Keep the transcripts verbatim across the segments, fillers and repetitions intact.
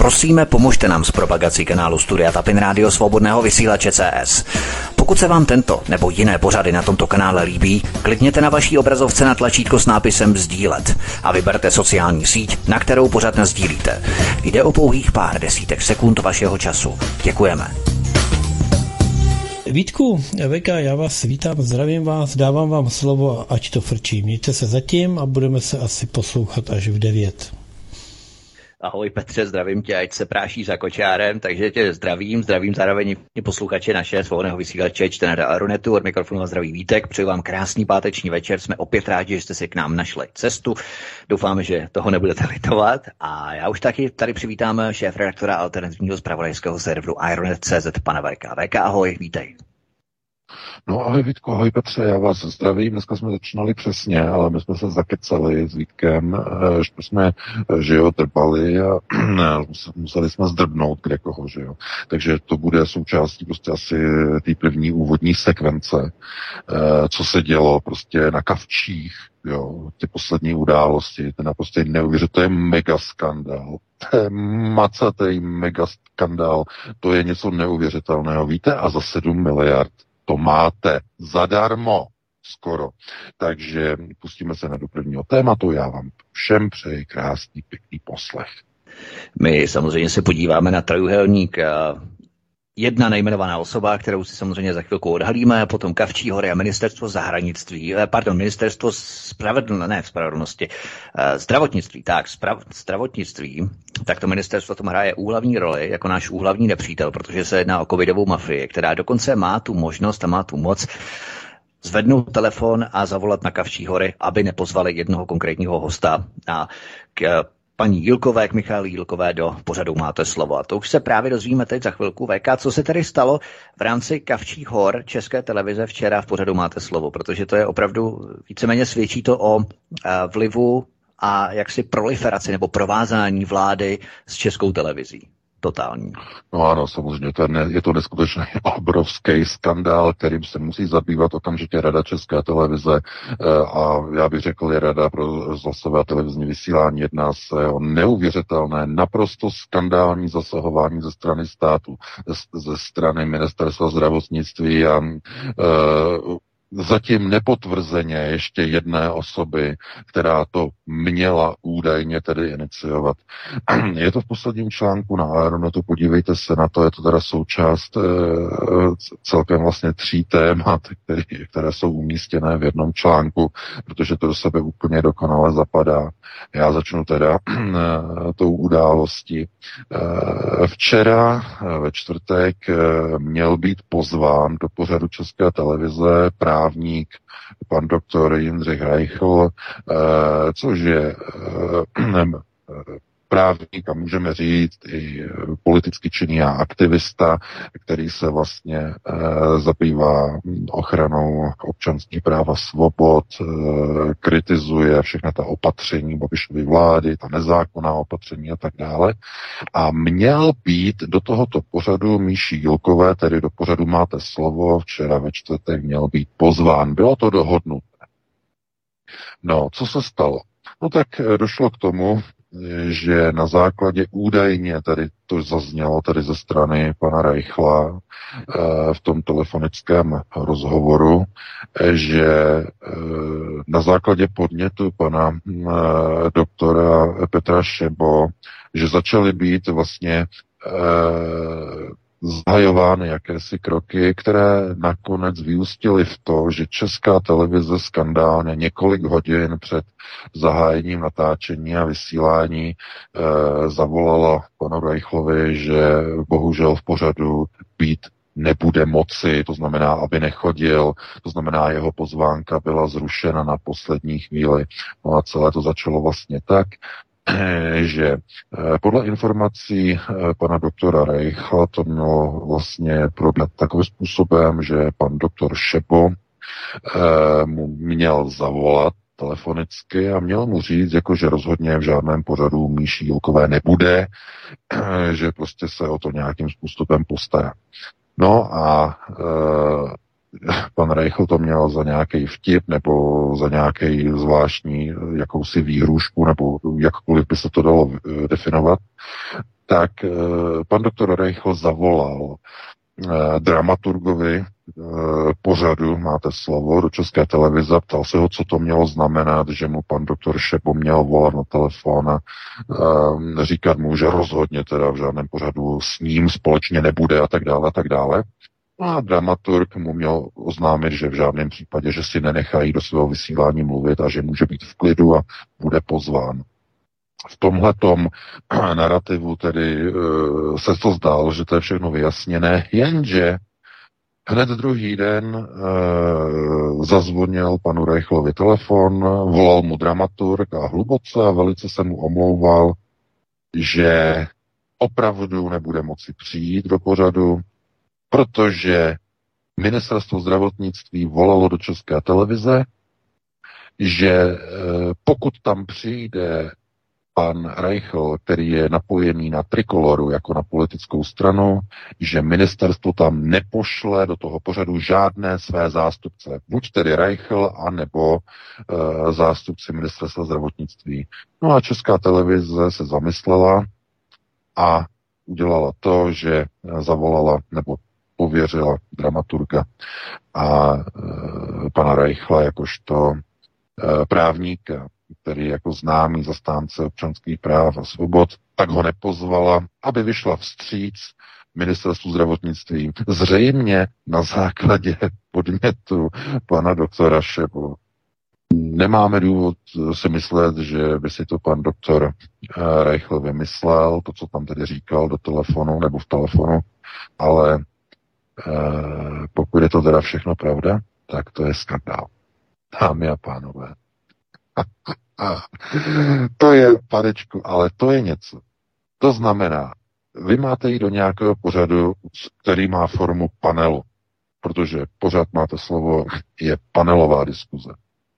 Prosíme, pomožte nám s propagací kanálu Studia Tapin Rádio Svobodného vysílače C S. Pokud se vám tento nebo jiné pořady na tomto kanále líbí, klikněte na vaší obrazovce na tlačítko s nápisem sdílet a vyberte sociální síť, na kterou pořad nasdílíte. Jde o pouhých pár desítek sekund vašeho času. Děkujeme. Vítku, V K, já vás vítám, zdravím vás, dávám vám slovo a ať to frčí. Mějte se zatím a budeme se asi poslouchat až v devět. Ahoj Petře, zdravím tě, ať se práší za kočárem, takže tě zdravím, zdravím zároveň i posluchače naše svobodného vysílače čtenáře Aeronetu, od mikrofonu a zdraví Vítek, přeju vám krásný páteční večer, jsme opět rádi, že jste si k nám našli cestu, doufáme, že toho nebudete litovat a já už taky tady přivítám šéfredaktora alternativního zpravodajského serveru Aeronet tečka cé zet, pana V K. V K, ahoj, vítej. No ahoj Vítko, ahoj Petře, já vás zdravím, dneska jsme začínali přesně, ale my jsme se zakecali s Vítkem, že jsme, že jo, drbali a museli jsme zdrbnout kde koho, že jo. Takže to bude součástí prostě asi té první úvodní sekvence, co se dělo prostě na Kavčích, jo, ty poslední události, to je naprosto neuvěřitelný, to je mega skandál. To je macatý mega skandál, to je něco neuvěřitelného, víte, a za sedm miliard to máte zadarmo, skoro. Takže pustíme se na do prvního tématu, já vám všem přeji krásný, pěkný poslech. My samozřejmě se podíváme na trojuhelník. Jedna nejmenovaná osoba, kterou si samozřejmě za chvilku odhalíme, a potom Kavčí hory a ministerstvo zahraničí, pardon, ministerstvo spravedlnosti, ne spravedlnosti, zdravotnictví, tak, sprav, zdravotnictví, tak to ministerstvo tom hraje úhlavní roli jako náš úhlavní nepřítel, protože se jedná o covidovou mafii, která dokonce má tu možnost a má tu moc zvednout telefon a zavolat na Kavčí hory, aby nepozvali jednoho konkrétního hosta a k paní Jílkové, k Michaeli Jílkové do pořadu Máte slovo. A to už se právě dozvíme teď za chvilku. V K, co se tedy stalo v rámci Kavčích hor České televize včera v pořadu Máte slovo, protože to je opravdu víceméně svědčí to o vlivu a jaksi proliferaci nebo provázání vlády s Českou televizí. Totální. No ano, samozřejmě, to je, ne, je to neskutečný obrovský skandál, kterým se musí zabývat okamžitě Rada České televize a já bych řekl, je Rada pro rozhlasové a televizní vysílání. Jedná se o neuvěřitelné, naprosto skandální zasahování ze strany státu, ze, ze strany ministerstva zdravotnictví a e, zatím nepotvrzeně ještě jedné osoby, která to měla údajně tedy iniciovat. Je to v posledním článku na Aeronetu, podívejte se na to, je to teda součást e, celkem vlastně tří témat, které, které jsou umístěné v jednom článku, protože to do sebe úplně dokonale zapadá. Já začnu teda e, tou událostí. E, včera ve čtvrtek e, měl být pozván do pořadu České televize právník pan doktor Jindřich Reichl, což je právník a můžeme říct i politicky činný a aktivista, který se vlastně e, zabývá ochranou občanských práv a svobod, e, kritizuje všechna ta opatření Babišovy vlády, ta nezákonná opatření a tak dále. A měl být do tohoto pořadu Míši Jílkové, tedy do pořadu Máte slovo, včera ve čtvrtek měl být pozván. Bylo to dohodnuté. No, co se stalo? No tak došlo k tomu, že na základě údajně, tady to zaznělo tady ze strany pana Reichla v tom telefonickém rozhovoru, že na základě podnětu pana doktora Petra Šebo, že začaly být vlastně zahajovány jakési kroky, které nakonec vyústily v to, že Česká televize skandálně několik hodin před zahájením natáčení a vysílání e, zavolala panu Reichlovi, že bohužel v pořadu být nebude moci, to znamená, aby nechodil, to znamená, jeho pozvánka byla zrušena na poslední chvíli. No a celé to začalo vlastně tak, že podle informací pana doktora Reichla to mělo vlastně proběhnout takovým způsobem, že pan doktor Šebo mu měl zavolat telefonicky a měl mu říct, jako že rozhodně v žádném pořadu Míši Jílkové nebude, že prostě se o to nějakým způsobem postará. No a pan Reichl to měl za nějaký vtip nebo za nějaký zvláštní jakousi výhrušku nebo jakkoliv by se to dalo definovat. tak pan doktor Reichl zavolal dramaturgovi pořadu, máte slovo, do České televize, ptal se ho, co to mělo znamenat, že mu pan doktor Šebo měl volat na telefon a říkat mu, že rozhodně teda v žádném pořadu s ním společně nebude a tak dále a tak dále. A dramaturg mu měl oznámit, že v žádném případě, že si nenechají do svého vysílání mluvit a že může být v klidu a bude pozván. V tomhletom narrativu tedy uh, se to zdálo, že to je všechno vyjasněné, jenže hned druhý den uh, zazvonil panu Reichlovi telefon, volal mu dramaturg a hluboce a velice se mu omlouval, že opravdu nebude moci přijít do pořadu, protože ministerstvo zdravotnictví volalo do České televize, že uh, pokud tam přijde pan Reichl, který je napojený na Trikoloru jako na politickou stranu, že ministerstvo tam nepošle do toho pořadu žádné své zástupce. Buď tedy Reichl, anebo e, zástupci ministerstva zdravotnictví. No a Česká televize se zamyslela a udělala to, že zavolala nebo pověřila dramaturga a e, pana Reichla jakožto e, právníka, který jako známý zastánce občanských práv a svobod, tak ho nepozvala, aby vyšla vstříc ministerstvu zdravotnictví. Zřejmě na základě podnětu pana doktora Šebo. Nemáme důvod si myslet, že by si to pan doktor Reichl vymyslel, to, co tam tedy říkal do telefonu nebo v telefonu, ale pokud je to teda všechno pravda, tak to je skandál. Dámy a pánové. To je, panečku, ale to je něco. To znamená, vy máte jít do nějakého pořadu, který má formu panelu, protože pořád máte slovo, je panelová diskuze.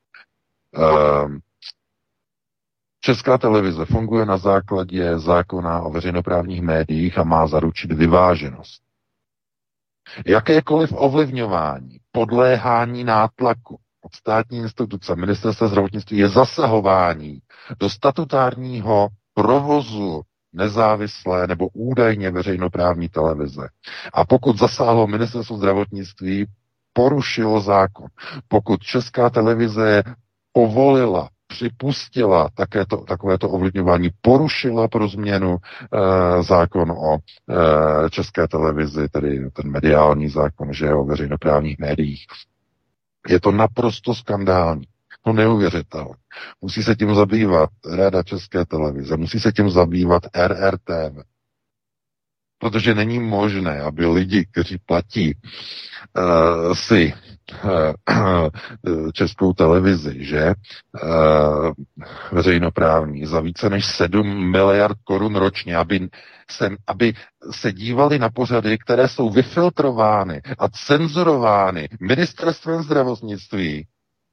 Česká televize funguje na základě zákona o veřejnoprávních médiích a má zaručit vyváženost. Jakékoliv ovlivňování, podléhání nátlaku od státní instituce, ministerstva zdravotnictví je zasahování do statutárního provozu nezávislé nebo údajně veřejnoprávní televize. A pokud zasáhlo ministerstvo zdravotnictví, porušilo zákon. Pokud Česká televize povolila, připustila takéto, takovéto ovlivňování, porušila pro změnu e, zákon o e, České televizi, tedy ten mediální zákon, že je o veřejnoprávních médiích. Je to naprosto skandální. No neuvěřitelné. Musí se tím zabývat Rada České televize, musí se tím zabývat R R T V. Protože není možné, aby lidi, kteří platí uh, si uh, Českou televizi, že uh, veřejnoprávní, za více než sedm miliard korun ročně, aby se, aby se dívali na pořady, které jsou vyfiltrovány a cenzurovány ministerstvem zdravotnictví,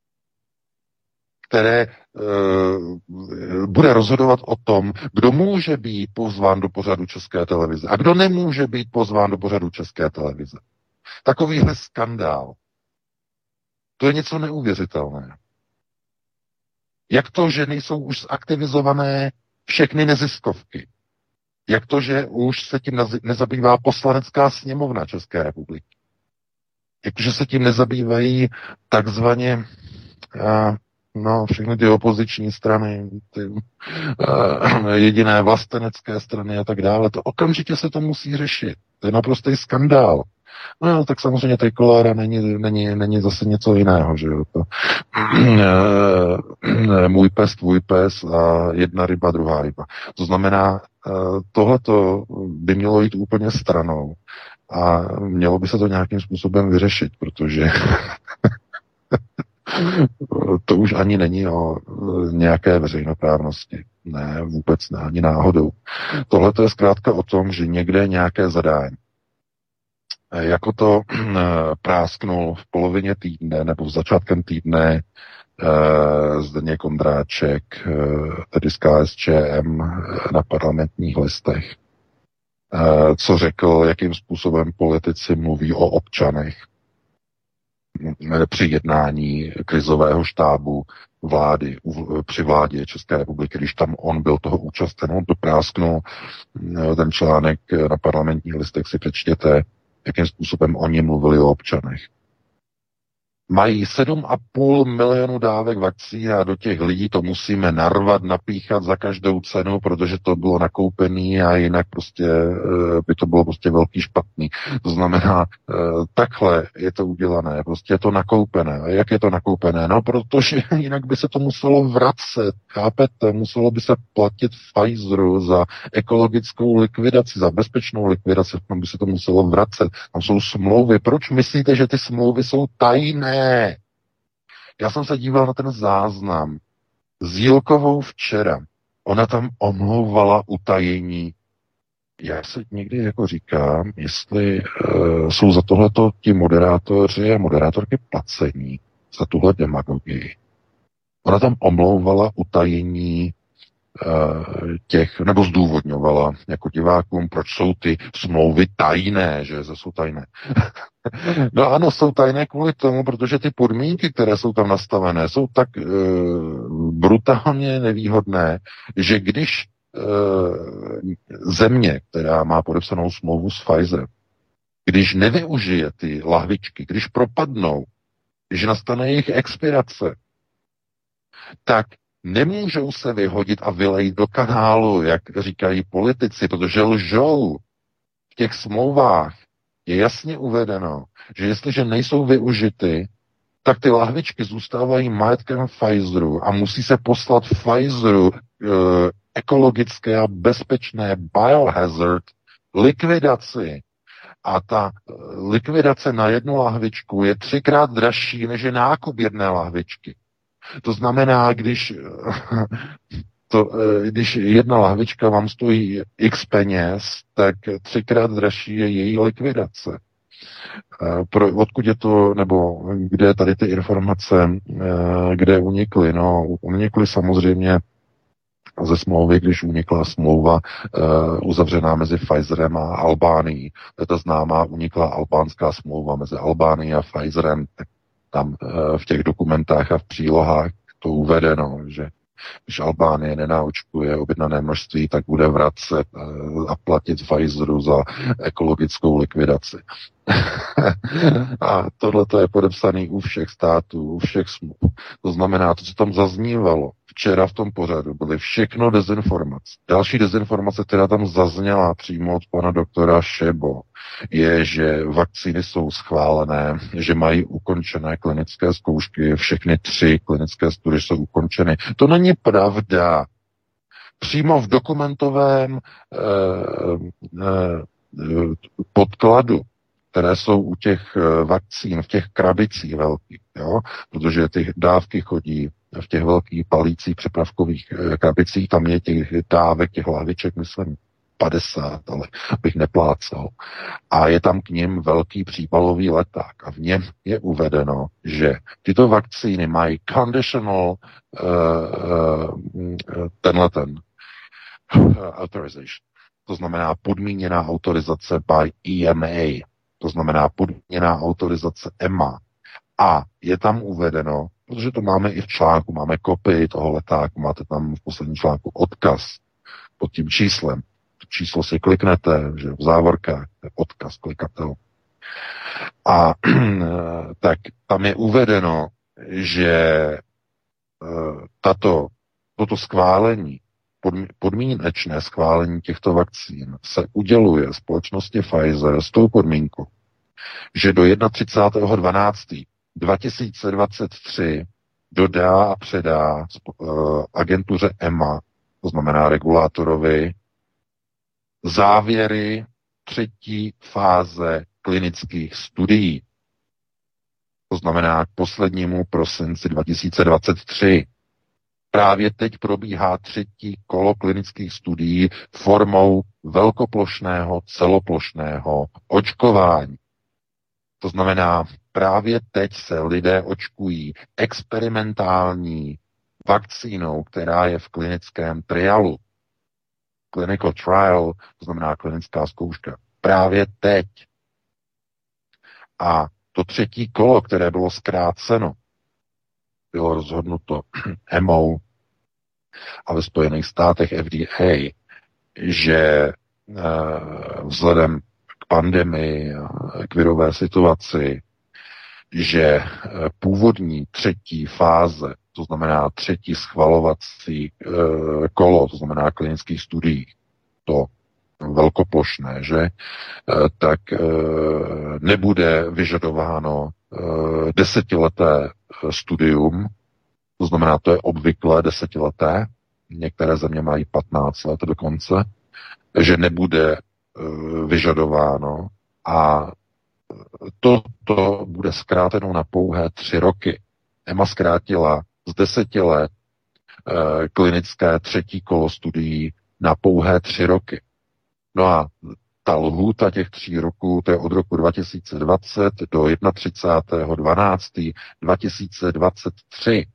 které uh, bude rozhodovat o tom, kdo může být pozván do pořadu České televize a kdo nemůže být pozván do pořadu České televize. Takovýhle skandál. To je něco neuvěřitelného. Jak to, že nejsou už zaktivizované všechny neziskovky? Jak to, že už se tím nezabývá Poslanecká sněmovna České republiky? Jak to, že se tím nezabývají takzvaně uh, no, všechny ty opoziční strany, ty uh, jediné vlastenecké strany a tak dále, to okamžitě se to musí řešit. To je naprostý skandál. No, tak samozřejmě Trikolóra není, není, není zase něco jiného, že jo. To, uh, můj pes, tvůj pes a jedna ryba, druhá ryba. To znamená, uh, tohleto by mělo jít úplně stranou a mělo by se to nějakým způsobem vyřešit, protože to už ani není o nějaké veřejnoprávnosti. Ne, vůbec ne, ani náhodou. Tohle to je zkrátka o tom, že někde nějaké zadání. Jako to prásknul v polovině týdne nebo v začátkem týdne eh, Zdeněk Ondráček, eh, tedy z K S Č M na Parlamentních listech, eh, co řekl, jakým způsobem politici mluví o občanech. při jednání krizového štábu vlády, při vládě České republiky, když tam on byl toho účasten, on to prásknul, ten článek na parlamentních listech si přečtěte, jakým způsobem oni mluvili o občanech. Mají sedm a půl milionu dávek vakcín a do těch lidí to musíme narvat, napíchat za každou cenu, protože to bylo nakoupený a jinak prostě by to bylo prostě velký špatný. To znamená, takhle je to udělané, prostě je to nakoupené. A jak je to nakoupené? No, protože jinak by se to muselo vracet, chápete? Muselo by se platit Pfizeru za ekologickou likvidaci, za bezpečnou likvidaci, tam by se to muselo vracet. Tam jsou smlouvy. Proč myslíte, že ty smlouvy jsou tajné? Ne. Já jsem se díval na ten záznam s Jílkovou včera. Ona tam omlouvala utajení. Já se někdy jako říkám, jestli uh, jsou za tohleto ti moderátoři a moderátorky placení za tuhle demagogii. Ona tam omlouvala utajení těch, nebo zdůvodňovala jako divákům, proč jsou ty smlouvy tajné, že jsou tajné. No ano, jsou tajné kvůli tomu, protože ty podmínky, které jsou tam nastavené, jsou tak e, brutálně nevýhodné, že když e, země, která má podepsanou smlouvu s Pfizerem, když nevyužije ty lahvičky, když propadnou, když nastane jejich expirace, tak nemůžou se vyhodit a vylejt do kanálu, jak říkají politici, protože lžou. V těch smlouvách je jasně uvedeno, že jestliže nejsou využity, tak ty lahvičky zůstávají majetkem Pfizeru a musí se poslat Pfizeru e, ekologické a bezpečné biohazard likvidaci. A ta likvidace na jednu lahvičku je třikrát dražší, než je nákup jedné lahvičky. To znamená, když, to, když jedna lahvička vám stojí x peněz, tak třikrát dražší je její likvidace. Pro, odkud je to, nebo kde tady ty informace, kde unikly? No, unikly samozřejmě ze smlouvy, když unikla smlouva uzavřená mezi Pfizerem a Albánií. To je ta známá uniklá albánská smlouva mezi Albánií a Pfizerem, tak tam v těch dokumentách a v přílohách to uvedeno, že když Albánie nenaočkuje objednané množství, tak bude vracet a platit Pfizeru za ekologickou likvidaci. A tohle je podepsané u všech států, u všech smluv. To znamená, to, co tam zaznívalo včera v tom pořadu, byly všechno dezinformace. Další dezinformace, která tam zazněla přímo od pana doktora Šebo, je, že vakcíny jsou schválené, že mají ukončené klinické zkoušky, všechny tři klinické studie jsou ukončeny. To není pravda. Přímo v dokumentovém eh, eh, podkladu, které jsou u těch vakcín, v těch krabicích velkých, jo? Protože ty dávky chodí v těch velkých palících přepravkových krabicích, tam je těch dávek, těch lahviček, myslím, padesát, ale bych neplácal. A je tam k nim velký příbalový leták a v něm je uvedeno, že tyto vakcíny mají conditional uh, uh, tenhle ten uh, authorization. To znamená podmíněná autorizace by E M A. To znamená podmíněná autorizace E M A. A je tam uvedeno, protože to máme i v článku, máme kopii toho letáku, máte tam v posledním článku odkaz pod tím číslem. To číslo si kliknete, že v závorkách je odkaz klikatel. A tak tam je uvedeno, že tato, toto schválení, podmínečné schválení těchto vakcín se uděluje společnosti Pfizer s tou podmínkou, že do třicátého prvního dvanáctého dva tisíce dvacet tři dodá a předá agentuře E M A, to znamená regulátorovi, závěry třetí fáze klinických studií. To znamená k poslednímu prosinci dva tisíce dvacet tři. Právě teď probíhá třetí kolo klinických studií formou velkoplošného, celoplošného očkování. To znamená, právě teď se lidé očkují experimentální vakcínou, která je v klinickém trialu. Clinical trial, to znamená klinická zkouška. Právě teď. A To třetí kolo, které bylo zkráceno, bylo rozhodnuto E M O a ve Spojených státech F D A, že vzhledem k pandemii a k virové situaci, že původní třetí fáze, to znamená třetí schvalovací kolo, to znamená klinických studií, to velkoplošné, že, tak nebude vyžadováno desetileté studium, to znamená, to je obvykle desetileté, některé země mají patnáct let dokonce, že nebude vyžadováno a toto bude zkráteno na pouhé tři roky. E M A zkrátila z deseti let klinické třetí kolo studií na pouhé tři roky. No a ta lhůta těch tří roků, to je od roku dva tisíce dvacet do třicátého prvního dvanáctého dva tisíce dvacet tři.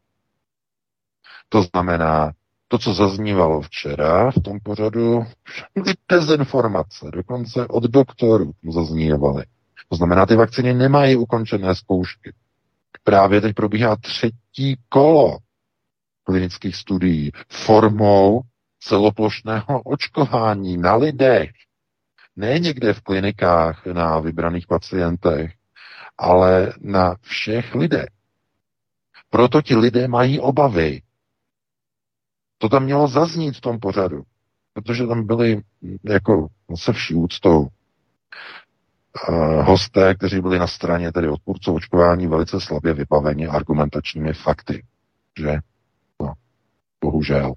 To znamená, to, co zaznívalo včera v tom pořadu, byly dezinformace, dokonce od doktorů zaznívaly. To znamená, ty vakcíny nemají ukončené zkoušky. Právě teď probíhá třetí kolo klinických studií formou celoplošného očkování na lidech. Ne někde v klinikách na vybraných pacientech, ale na všech lidech. Proto ti lidé mají obavy. To tam mělo zaznít v tom pořadu, protože tam byli jako se vší úctou uh, hosté, kteří byli na straně tedy odpůrců očkování velice slabě vybaveni argumentačními fakty, že? No, bohužel.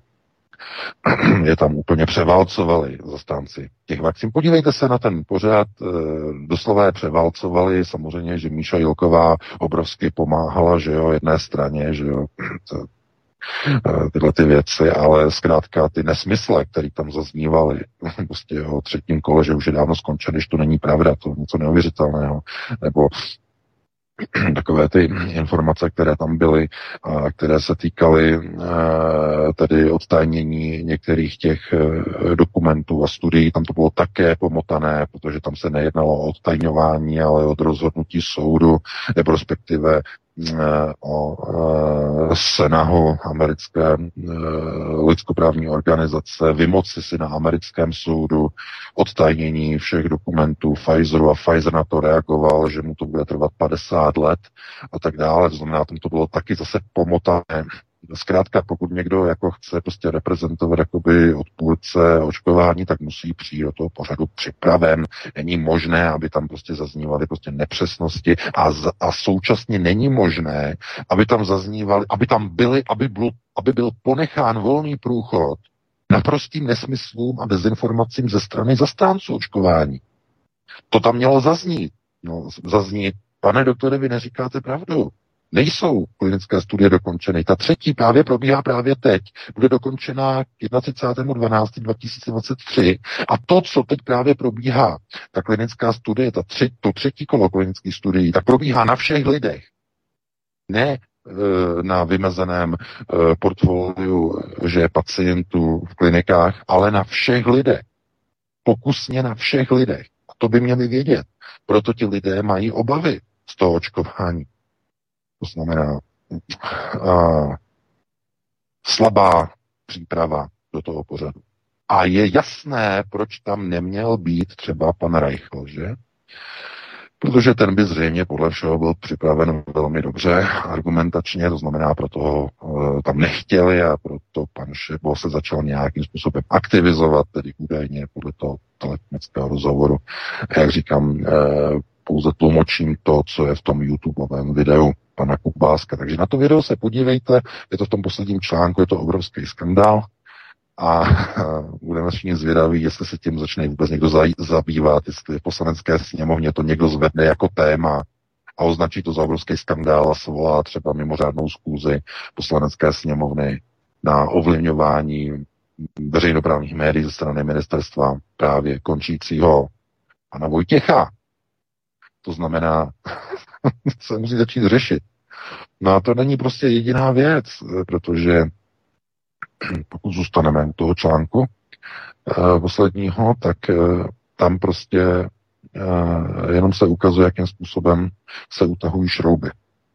Je tam úplně převálcovali zastánci těch vakcín. Podívejte se na ten pořad, doslova je převálcovali, samozřejmě, že Míša Jilková obrovsky pomáhala, že jo, jedné straně, že jo, tyhle ty věci, ale zkrátka ty nesmysle, které tam zaznívaly prostě o třetím kole, že už je dávno skončené, když to není pravda, to je něco neuvěřitelného, nebo takové ty informace, které tam byly, a které se týkaly tedy odtajnění některých těch dokumentů a studií. Tam to bylo také pomotané, protože tam se nejednalo o odtajňování, ale o rozhodnutí soudu, nebo respektive o snahu americké lidskoprávní organizace vymoci si na americkém soudu odtajnění všech dokumentů Pfizeru a Pfizer na to reagoval, že mu to bude trvat padesát let a tak dále. To znamená, tam to bylo taky zase pomotané. Zkrátka, pokud někdo jako chce prostě reprezentovat jakoby odpůrce očkování, tak musí přijít do toho pořadu připraven. Není možné, aby tam prostě zaznívaly prostě nepřesnosti a, z, a současně není možné, aby tam zaznívaly, aby tam byly, aby byl, aby byl ponechán volný průchod naprostým nesmyslům a dezinformacím ze strany zastánců očkování. To tam mělo zaznít. No, zaznít. Pane doktore, vy neříkáte pravdu. Nejsou klinické studie dokončeny. Ta třetí právě probíhá právě teď. Bude dokončena k třicátého prvního dvanáctého dva tisíce dvacet tři. A to, co teď právě probíhá, ta klinická studie, ta tři, to třetí kolo klinických studií, tak probíhá na všech lidech. Ne e, na vymezeném e, portfoliu, že pacientů v klinikách, ale na všech lidech. Pokusně na všech lidech. A to by měli vědět. Proto ti lidé mají obavy z toho očkování. To znamená uh, slabá příprava do toho pořadu. A je jasné, proč tam neměl být třeba pan Reichl, že? Protože ten by zřejmě podle všeho byl připraven velmi dobře argumentačně, to znamená, proto ho uh, tam nechtěli a proto pan Šebo se začal nějakým způsobem aktivizovat, tedy údajně podle toho telefonického rozhovoru. Jak říkám, uh, pouze tlumočím to, co je v tom YouTubeovém videu pana Kubáska. Takže na to video se podívejte, je to v tom posledním článku, je to obrovský skandál a budeme všichni zvědaví, jestli se tím začne vůbec někdo zabývat, jestli v poslanecké sněmovně to někdo zvedne jako téma a označí to za obrovský skandál a svolá třeba mimořádnou schůzi poslanecké sněmovny na ovlivňování veřejnoprávních médií ze strany ministerstva právě končícího pana Vojtěcha. To znamená, se musí začít řešit. No a to není prostě jediná věc, protože pokud zůstaneme u toho článku eh, posledního, tak eh, tam prostě uh, jenom se ukazuje, jakým způsobem se utahují šrouby.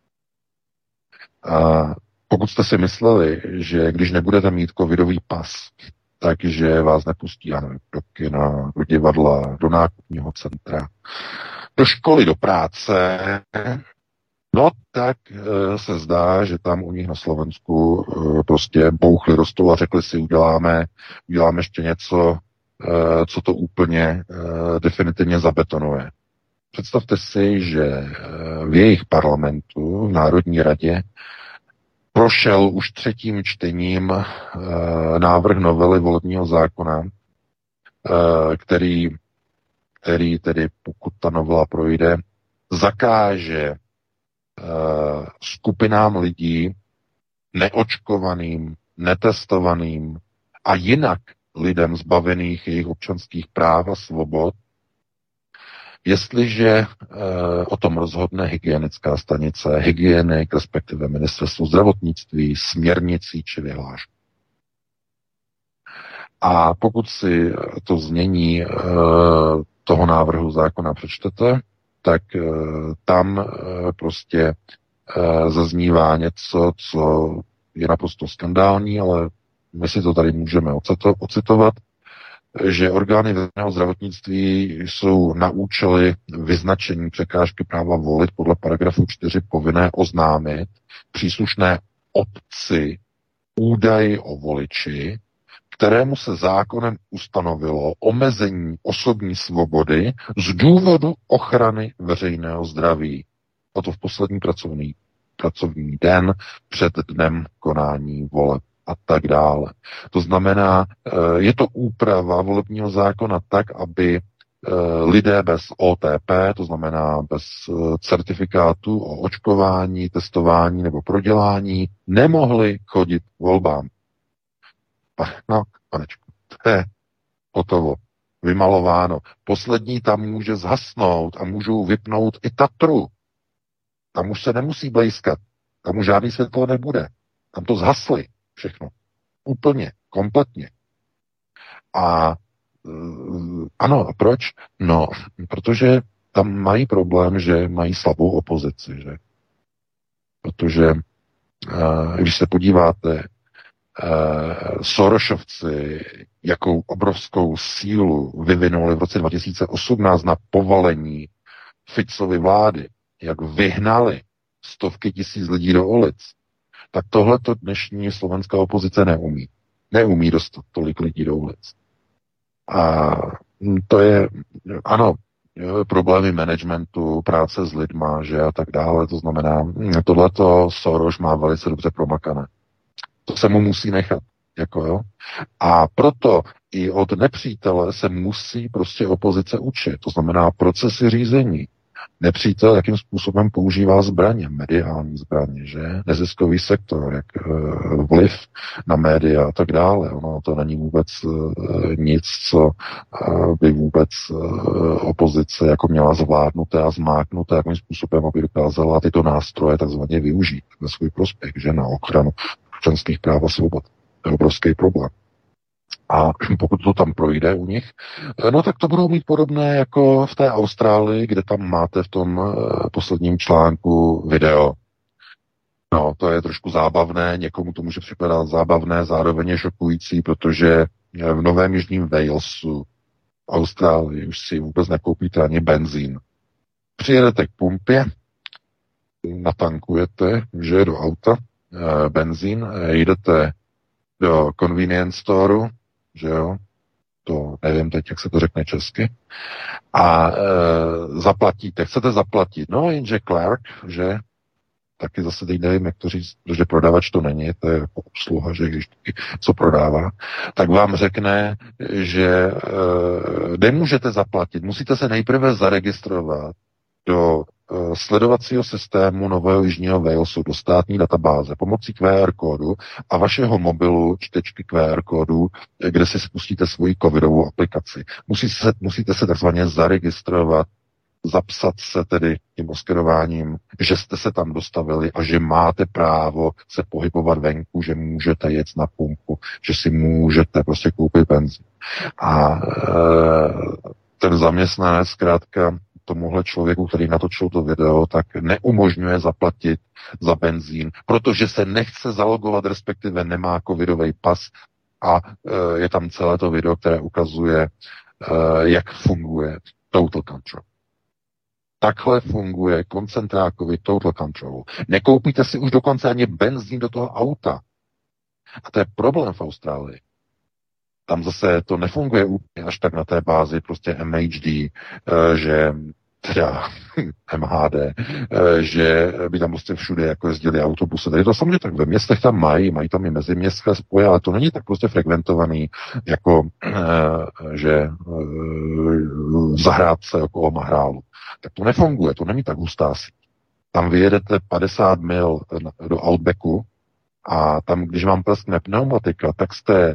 Uh, pokud jste si mysleli, že když nebudete mít covidový pas, takže vás nepustí, já nevím, do kina, do divadla, do nákupního centra, do školy, do práce, no tak e, se zdá, že tam u nich na Slovensku e, prostě bouchli do stolu a řekli si, uděláme, uděláme ještě něco, e, co to úplně e, definitivně zabetonuje. Představte si, že e, v jejich parlamentu, v Národní radě, prošel už třetím čtením e, návrh novely volebního zákona, e, který, který tedy, pokud ta novela projde, zakáže e, skupinám lidí neočkovaným, netestovaným a jinak lidem zbavených jejich občanských práv a svobod, jestliže e, o tom rozhodne hygienická stanice, hygienik, respektive ministerstvo zdravotnictví, směrnicí či vyhláškou. A pokud si to znění e, toho návrhu zákona přečtete, tak e, tam e, prostě e, zaznívá něco, co je naprosto skandální, ale my si to tady můžeme ocitovat, že orgány veřejného zdravotnictví jsou na účely vyznačení překážky práva volit podle paragrafu čtyři povinné oznámit příslušné obci údaj o voliči, kterému se zákonem ustanovilo omezení osobní svobody z důvodu ochrany veřejného zdraví. A to v poslední pracovní, pracovní den před dnem konání voleb a tak dále. To znamená, je to úprava volebního zákona tak, aby lidé bez O T P, to znamená bez certifikátu o očkování, testování nebo prodělání, nemohli chodit k volbám. No, panečku, to je hotovo, vymalováno. Poslední tam může zhasnout a můžou vypnout i Tatru. Tam už se nemusí blejskat. Tam už žádný světlo nebude. Tam to zhasli všechno. Úplně, kompletně. A ano, a proč? No, protože tam mají problém, že mají slabou opozici, že? Protože když se podíváte, Sorosovci, jakou obrovskou sílu vyvinuli v roce dva tisíce osmnáct na povalení Ficovy vlády, jak vyhnali stovky tisíc lidí do ulic, tak tohleto dnešní slovenská opozice neumí. Neumí dostat tolik lidí do ulic. A to je, ano, problémy managementu, práce s lidma, že a tak dále, to znamená, tohleto Soros má velice dobře promakané. To se mu musí nechat. Jako jo. A proto i od nepřítele se musí prostě opozice učit. To znamená procesy řízení. Nepřítel, jakým způsobem používá zbraně, mediální zbraně, že? Neziskový sektor, jak e, vliv na média a tak dále. Ono to není vůbec e, nic, co e, by vůbec e, opozice jako měla zvládnuté a zmáknuté, jakým způsobem aby dokázala tyto nástroje takzvaně využít ve svůj prospěch, že? Na ochranu občanských práv a svobod. To je obrovský problém. A pokud to tam projde u nich, no tak to budou mít podobné jako v té Austrálii, kde tam máte v tom posledním článku video. No, to je trošku zábavné, někomu to může připadat zábavné, zároveň je šokující, protože v Novém Jižním Walesu, v Austrálii, už si vůbec nekoupíte ani benzín. Přijedete k pumpě, natankujete, že do auta, benzín, jdete do convenience storeu, že jo, to nevím teď, jak se to řekne česky, a e, zaplatíte, chcete zaplatit, no jenže Clark, že, taky zase teď nevím, jak to říct, protože prodavač to není, to je jako obsluha, že když co prodává, tak vám řekne, že e, nemůžete zaplatit, musíte se nejprve zaregistrovat do sledovacího systému Nového Jižního Walesu do státní databáze pomocí Q R kódu a vašeho mobilu čtečky Q R kódu, kde si spustíte svoji covidovou aplikaci. Musíte se, musíte se takzvaně zaregistrovat, zapsat se tedy tím oskerováním, že jste se tam dostavili a že máte právo se pohybovat venku, že můžete jet na pumpu, že si můžete prostě koupit benzín. A e, ten zaměstnanec zkrátka tomuhle člověku, který natočil to video, tak neumožňuje zaplatit za benzín, protože se nechce zalogovat, respektive nemá covidový pas a je tam celé to video, které ukazuje, jak funguje total control. Takhle funguje koncentrákový total control. Nekoupíte si už dokonce ani benzín do toho auta. A to je problém v Austrálii. Tam zase to nefunguje úplně až tak na té bázi prostě M H D, že teda M H D, že by tam prostě všude jako jezdili autobusy. Tady to samozřejmě tak ve městech tam mají, mají tam i meziměstské spoje, ale to není tak prostě frekventovaný, jako že v zahrádce okolo Mahrálu. Tak to nefunguje, to není tak hustá síť. Tam vyjedete padesát mil do Outbacku a tam, když vám pleskne pneumatika, tak jste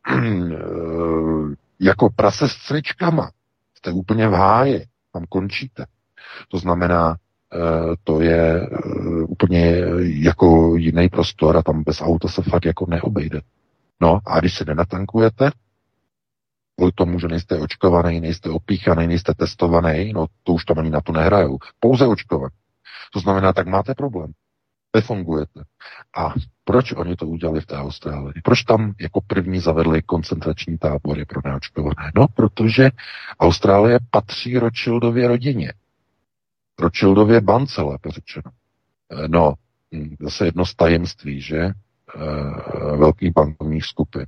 jako prase s cvičkama. Jste úplně v háji, tam končíte. To znamená, to je úplně jako jiný prostor a tam bez auta se fakt jako neobejde. No a když se nenatankujete, kvůli tomu, že nejste očkovaný, nejste opíchaný, nejste testovaný, no to už tam ani na to nehrajou. Pouze očkovat. To znamená, tak máte problém. Nefungujete. A proč oni to udělali v té Austrálii? Proč tam jako první zavedli koncentrační tábory pro neočkované? No, protože Austrálie patří Rothschildově rodině. Rothschildově bance, lépe řečeno. No, zase jedno z tajemství, že? Velkých bankovních skupin.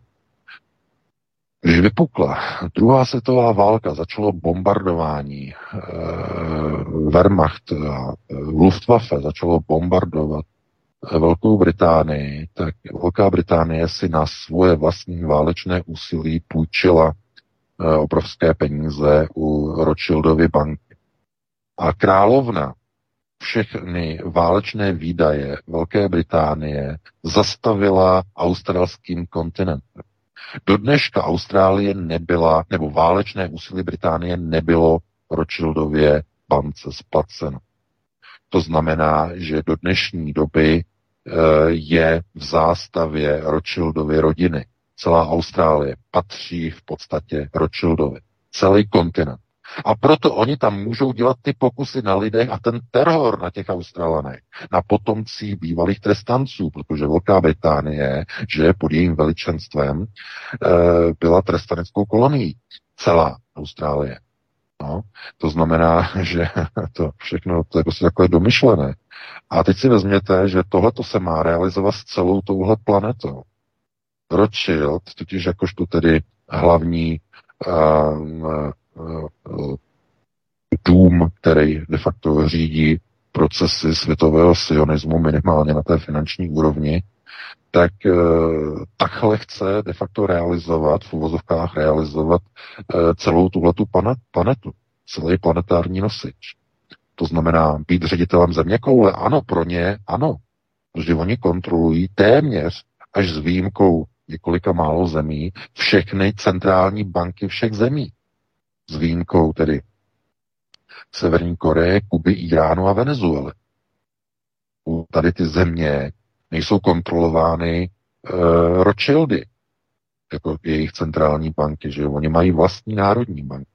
Když vypukla druhá světová válka, začalo bombardování, Wehrmacht a Luftwaffe začalo bombardovat Velkou Británii, tak Velká Británie si na svoje vlastní válečné úsilí půjčila obrovské peníze u Rothschildovy banky. A královna všechny válečné výdaje Velké Británie zastavila australským kontinentem. Do dneška Austrálie nebyla, nebo válečné úsilí Británie nebylo Rothschildově bance splaceno. To znamená, že do dnešní doby je v zástavě Rothschildovy rodiny. Celá Austrálie patří v podstatě Rothschildovi. Celý kontinent. A proto oni tam můžou dělat ty pokusy na lidech a ten teror na těch Australanech, na potomcích bývalých trestanců, protože Velká Británie, že pod jejím veličenstvem byla trestaneckou kolonií. Celá Austrálie. No, to znamená, že to všechno to je prostě takové domyšlené. A teď si vezměte, že tohleto se má realizovat s celou touhle planetou. Rothschild, totiž jakožto tedy hlavní uh, uh, dům, který de facto řídí procesy světového sionismu minimálně na té finanční úrovni, tak uh, takhle chce de facto realizovat, v uvozovkách realizovat uh, celou tuhletu planetu, celý planetární nosič. To znamená být ředitelem zeměkoule, ano, pro ně ano, protože oni kontrolují téměř až s výjimkou několika málo zemí všechny centrální banky všech zemí. S výjimkou tedy Severní Koreje, Kuby, Iránu a Venezuely. Tady ty země nejsou kontrolovány uh, Rothschildy, jako jejich centrální banky, že oni mají vlastní národní banky.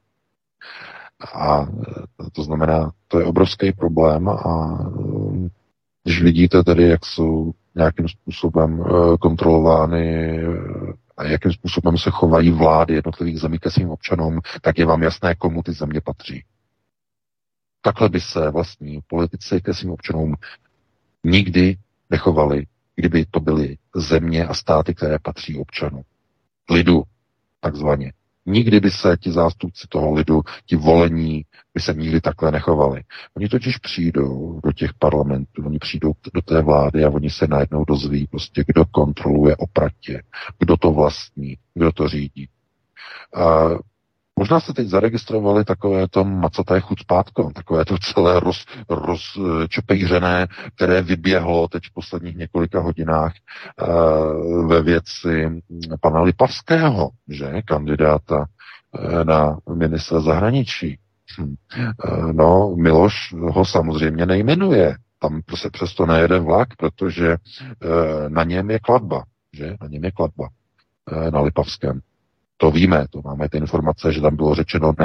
A to znamená, to je obrovský problém a když vidíte tedy, jak jsou nějakým způsobem uh, kontrolovány uh, a jakým způsobem se chovají vlády jednotlivých zemí ke svým občanům, tak je vám jasné, komu ty země patří. Takhle by se vlastní politici ke svým občanům nikdy nechovali, kdyby to byly země a státy, které patří občanům. Lidu, takzvaně. Nikdy by se ti zástupci toho lidu, ti volení, by se nikdy takhle nechovali. Oni totiž přijdou do těch parlamentů, oni přijdou do té vlády a oni se najednou dozví prostě, kdo kontroluje opratě, kdo to vlastní, kdo to řídí. A možná jste teď zaregistrovali takové to macaté chucpátko, takové to celé roz, rozčepejřené, které vyběhlo teď v posledních několika hodinách uh, ve věci pana Lipavského, že, kandidáta uh, na ministra zahraničí. Hm. Uh, no, Miloš ho samozřejmě nejmenuje. Tam se přesto nejede vlak, protože uh, na něm je kladba, že, na něm je kladba uh, na Lipavském. To víme, to máme ty informace, že tam bylo řečeno ne,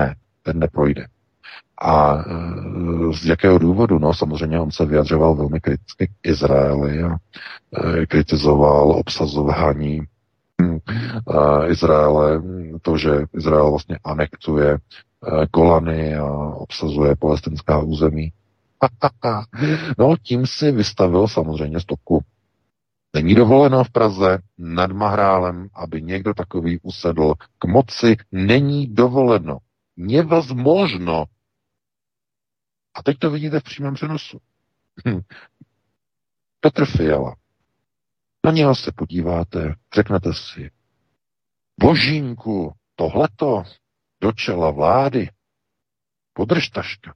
ten neprojde. A z jakého důvodu? No samozřejmě on se vyjadřoval velmi kriticky k Izraeli a kritizoval obsazování Izraele, to, že Izrael vlastně anektuje Golany a obsazuje palestinská území. No tím si vystavil samozřejmě stopku. Není dovoleno v Praze nad Mahrálem, aby někdo takový usedl k moci. Není dovoleno. Nevazmožno. A teď to vidíte v přímém přenosu. Hm. Petr Fiala. Na něho se podíváte, řeknete si, božínku, tohleto do čela vlády, podržtaška,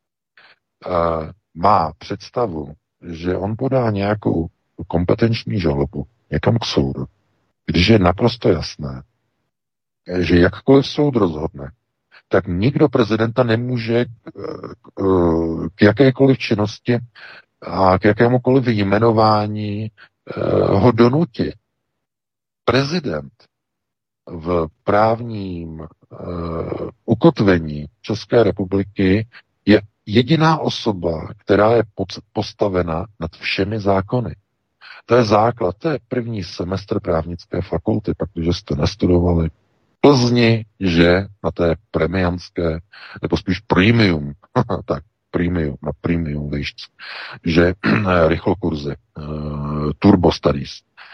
má představu, že on podá nějakou kompetenční žalobu někam k soudu, když je naprosto jasné, že jakkoliv soud rozhodne, tak nikdo prezidenta nemůže k jakékoliv činnosti a k jakémukoliv jmenování ho donutit. Prezident v právním uh, ukotvení České republiky je jediná osoba, která je postavena nad všemi zákony. To je základ, to je první semestr právnické fakulty, pak když jste nestudovali v Plzni, že na té premianské, nebo spíš premium, tak premium, na premium výšce, že rychlokurzy, uh, turbo studies.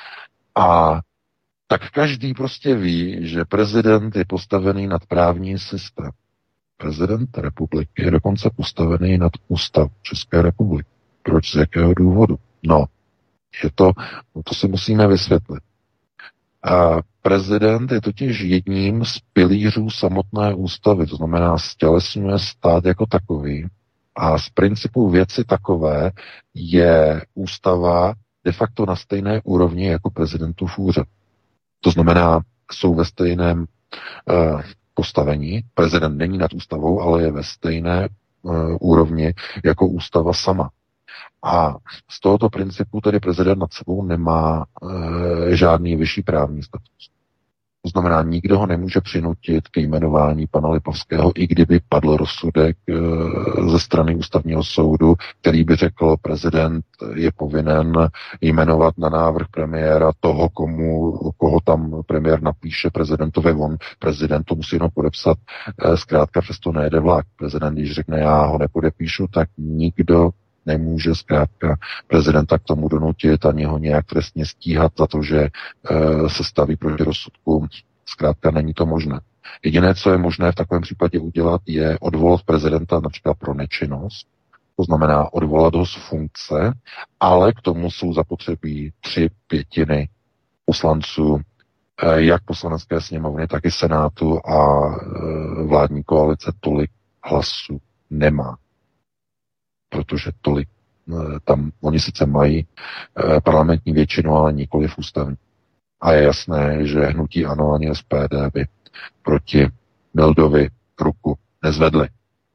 A tak každý prostě ví, že prezident je postavený nad právní systém. Prezident republiky je dokonce postavený nad ústav České republiky. Proč, z jakého důvodu? No, je to, no to si musíme vysvětlit. A prezident je totiž jedním z pilířů samotné ústavy, to znamená stělesňuje stát jako takový a z principu věci takové je ústava de facto na stejné úrovni jako prezidentův úřad. To znamená, jsou ve stejném uh, postavení. Prezident není nad ústavou, ale je ve stejné uh, úrovni jako ústava sama. A z tohoto principu tedy prezident nad sebou nemá uh, žádný vyšší právní status. To znamená, nikdo ho nemůže přinutit k jmenování pana Lipavského, i kdyby padl rozsudek e, ze strany ústavního soudu, který by řekl, prezident je povinen jmenovat na návrh premiéra toho, komu, koho tam premiér napíše prezidentovi. On prezident to musí jenom podepsat. E, zkrátka přesto nejede vlak. Prezident, když řekne, já ho nepodepíšu, tak nikdo nemůže zkrátka prezidenta k tomu donutit ani ho nějak trestně stíhat za to, že e, se staví proti rozsudku. Zkrátka není to možné. Jediné, co je možné v takovém případě udělat, je odvolat prezidenta například pro nečinnost, to znamená odvolat ho z funkce, ale k tomu jsou zapotřebí tři pětiny poslanců, e, jak poslanecké sněmovny, tak i senátu a e, vládní koalice tolik hlasů nemá. Protože tolik tam, oni sice mají eh, parlamentní většinu, ale nikoliv ústavní. A je jasné, že hnutí ANO ani S P D by proti Mildovi ruku nezvedli.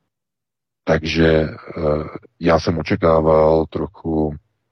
Takže eh, já jsem očekával trochu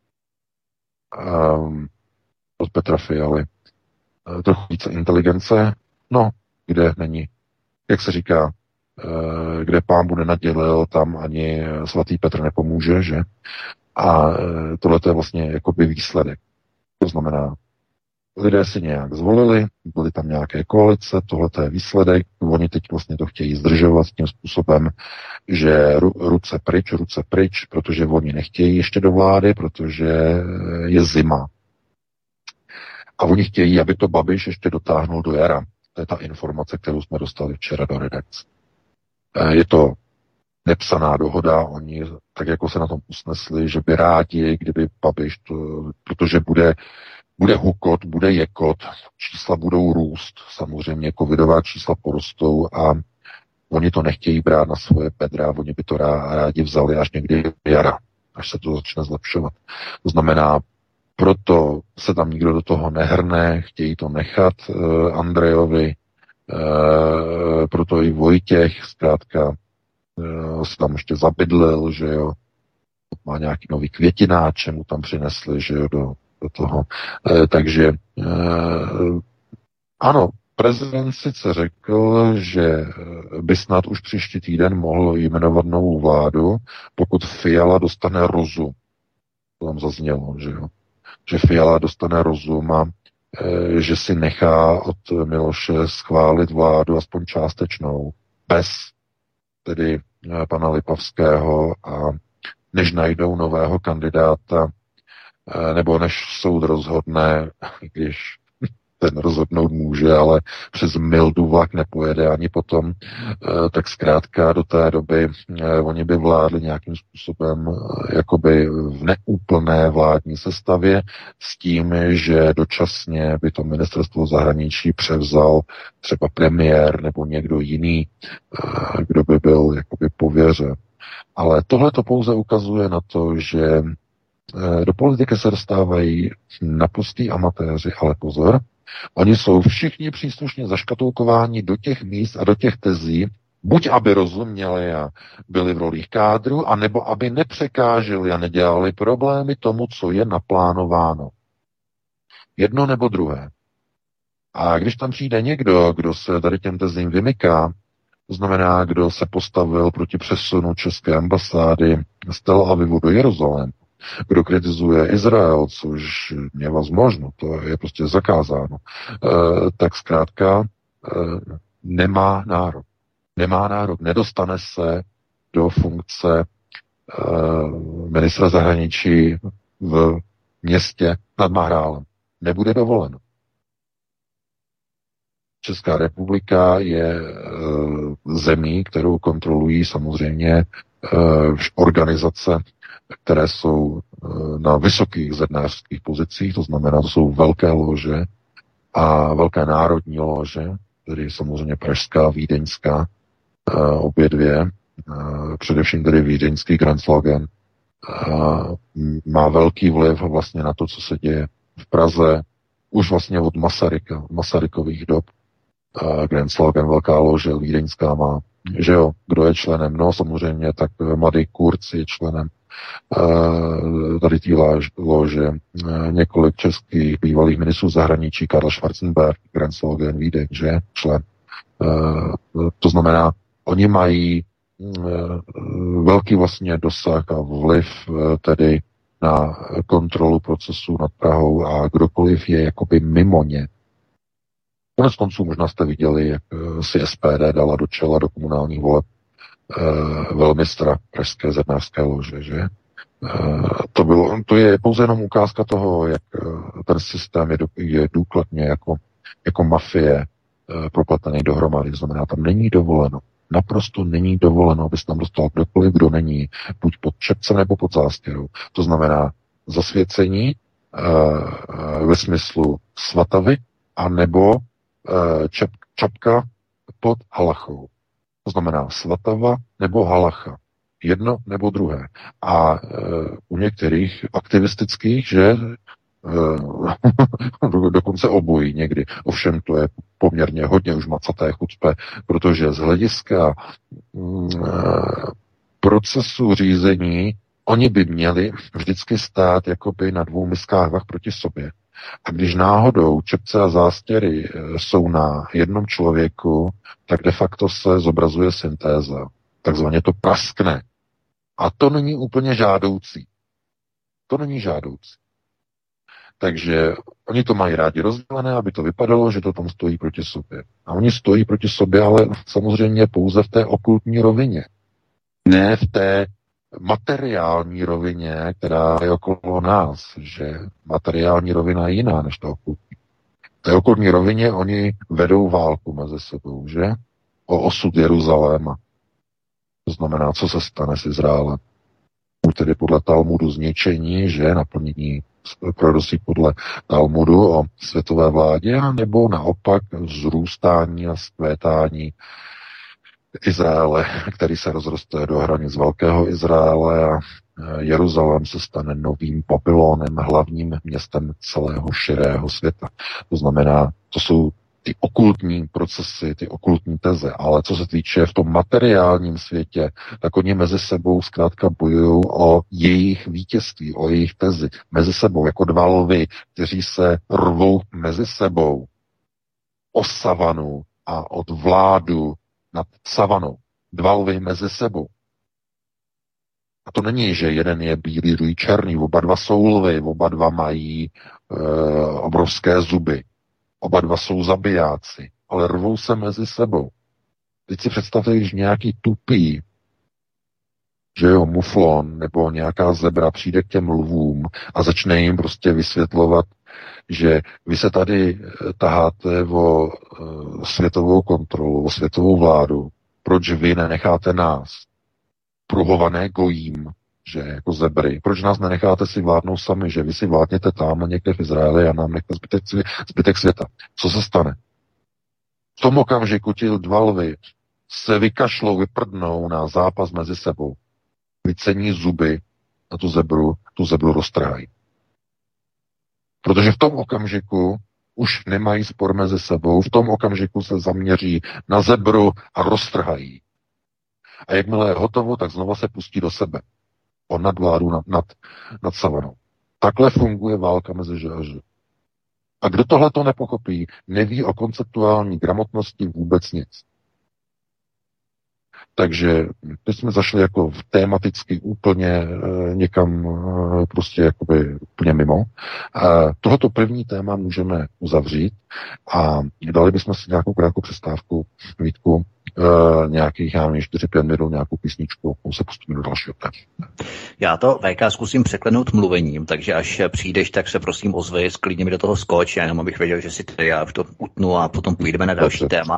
um, od Petra Fialy eh, trochu více inteligence, no, kde není, jak se říká, kde Pánbu nenadělil, tam ani svatý Petr nepomůže, že? A tohle je vlastně jakoby výsledek. To znamená, lidé si nějak zvolili, byly tam nějaké koalice, tohle je výsledek, oni teď vlastně to chtějí zdržovat tím způsobem, že ruce pryč, ruce pryč, protože oni nechtějí ještě do vlády, protože je zima. A oni chtějí, aby to Babiš ještě dotáhnul do jara. To je ta informace, kterou jsme dostali včera do redakce. Je to nepsaná dohoda, oni tak jako se na tom usnesli, že by rádi, kdyby Babiš, to, protože bude, bude hukot, bude jekot, čísla budou růst, samozřejmě covidová čísla porostou a oni to nechtějí brát na svoje bedra, oni by to rádi vzali až někdy jara, až se to začne zlepšovat. To znamená, proto se tam nikdo do toho nehrne, chtějí to nechat uh, Andrejovi, Uh, proto i Vojtěch zkrátka uh, se tam ještě zabydlil, že jo, má nějaký nový květináč, mu tam přinesli, že jo, do, do toho. Uh, takže uh, ano, prezident sice řekl, že by snad už příští týden mohl jmenovat novou vládu, pokud Fiala dostane rozum. To tam zaznělo, že jo. Že Fiala dostane rozum a e, že si nechá od Miloše schválit vládu aspoň částečnou, bez tedy e, pana Lipavského, a než najdou nového kandidáta, e, nebo než soud rozhodne, když ten rozhodnout může, ale přes Mildu vlak nepojede ani potom, tak zkrátka do té doby oni by vládli nějakým způsobem jakoby v neúplné vládní sestavě s tím, že dočasně by to ministerstvo zahraničí převzal třeba premiér nebo někdo jiný, kdo by byl jakoby pověřen. Ale tohle to pouze ukazuje na to, že do politiky se dostávají naprostí amatéři, ale pozor, oni jsou všichni příslušně zaškatulkováni do těch míst a do těch tezí, buď aby rozuměli a byli v rolích kádru, anebo aby nepřekáželi a nedělali problémy tomu, co je naplánováno. Jedno nebo druhé. A když tam přijde někdo, kdo se tady těm tezím vymyká, to znamená, kdo se postavil proti přesunu české ambasády z Tel Avivu do Jeruzalému, kdo kritizuje Izrael, což je možno, to je prostě zakázáno, e, tak zkrátka e, nemá nárok. Nemá nárok, nedostane se do funkce e, ministra zahraničí v městě nad Mahrálem. Nebude dovoleno. Česká republika je e, zemí, kterou kontrolují samozřejmě e, organizace, které jsou na vysokých zednářských pozicích, to znamená, to jsou velké lože a velké národní lože, tedy samozřejmě pražská, vídeňská, obě dvě, především tedy vídeňský Grenzlagen, má velký vliv vlastně na to, co se děje v Praze, už vlastně od Masaryka, Masarykových dob. Grenzlagen, velká lože, vídeňská má, že jo, kdo je členem? No samozřejmě, tak mladý Kurz je členem tady té lože, několik českých bývalých ministrů zahraničí, Karl Schwarzenberg, Grenzlagen, Vídeň, že, člen. To znamená, oni mají velký vlastně dosah a vliv tedy na kontrolu procesu nad Prahou a kdokoliv je jakoby mimo ně. Konec konců možná jste viděli, jak si S P D dala do čela do komunálních voleb velmistra pražské zednářské lože, že? To, bylo, to je pouze jenom ukázka toho, jak ten systém je, je důkladně jako, jako mafie propletený dohromady. To znamená, tam není dovoleno. Naprosto není dovoleno, aby se tam dostal kdokoliv, kdo není buď pod čepce nebo pod zástěrou. To znamená zasvěcení ve smyslu svatavy a nebo čep, čapka pod halachou. To znamená svatava nebo halacha. Jedno nebo druhé. A e, u některých aktivistických, že e, dokonce obojí někdy. Ovšem to je poměrně hodně už macaté chucpe, protože z hlediska e, procesu řízení oni by měli vždycky stát jakoby na dvou miskách vah proti sobě. A když náhodou čepce a zástěry jsou na jednom člověku, tak de facto se zobrazuje syntéza. Takzvaně to praskne. A to není úplně žádoucí. To není žádoucí. Takže oni to mají rádi rozdělené, aby to vypadalo, že to tam stojí proti sobě. A oni stojí proti sobě, ale samozřejmě pouze v té okultní rovině. Ne v té materiální rovině, která je okolo nás, že materiální rovina je jiná než to okultní. V té okultní rovině oni vedou válku mezi sebou, že? O osud Jeruzaléma. To znamená, co se stane s Izraelem. Buď tedy podle Talmudu zničení, že naplnění proroctví podle Talmudu o světové vládě, nebo naopak zrůstání a zkvétání Izraele, který se rozroste do hranic Velkého Izraele a Jeruzalém se stane novým Babylonem, hlavním městem celého širého světa. To znamená, to jsou ty okultní procesy, ty okultní teze, ale co se týče v tom materiálním světě, tak oni mezi sebou zkrátka bojují o jejich vítězství, o jejich tezi, mezi sebou, jako dva lvy, kteří se rvou mezi sebou o savanu a od vládu nad savanou. Dva lvy mezi sebou. A to není, že jeden je bílý, druhý černý. Oba dva jsou lvy, oba dva mají e, obrovské zuby. Oba dva jsou zabijáci, ale rvou se mezi sebou. Teď si představte, když nějaký tupý, že jo, muflon nebo nějaká zebra přijde k těm lvům a začne jim prostě vysvětlovat, že vy se tady taháte o e, světovou kontrolu, o světovou vládu, proč vy nenecháte nás, pruhované gojím, že jako zebry, proč nás nenecháte si vládnout sami, že vy si vládněte tam někde v Izraeli a nám nechte zbytek, zbytek světa. Co se stane? V tom okamžiku ti dva lvy se vykašlou, vyprdnou na zápas mezi sebou. Vycení zuby na tu zebru, tu zebru roztrhají. Protože v tom okamžiku už nemají spor mezi sebou, v tom okamžiku se zaměří na zebru a roztrhají. A jakmile je hotovo, tak znova se pustí do sebe. O nadvládu nad, nad, nad savanou. Takhle funguje válka mezi Ž a Ž. A kdo tohle to nepochopí, neví o konceptuální gramotnosti vůbec nic. Takže teď jsme zašli jako v tématicky úplně e, někam e, prostě jakoby úplně mimo. E, tohoto první téma můžeme uzavřít a dali bychom si nějakou krátkou přestávku, Vítku, e, nějakých, já nevím, čtyři pět minut, nějakou písničku, a se pustíme do dalšího téma. Já to, V K, zkusím překlenout mluvením, takže až přijdeš, tak se prosím ozvi, sklidně mi do toho skoč, jenom abych věděl, že si tady já už to utnu a potom půjdeme na další Dobře. téma.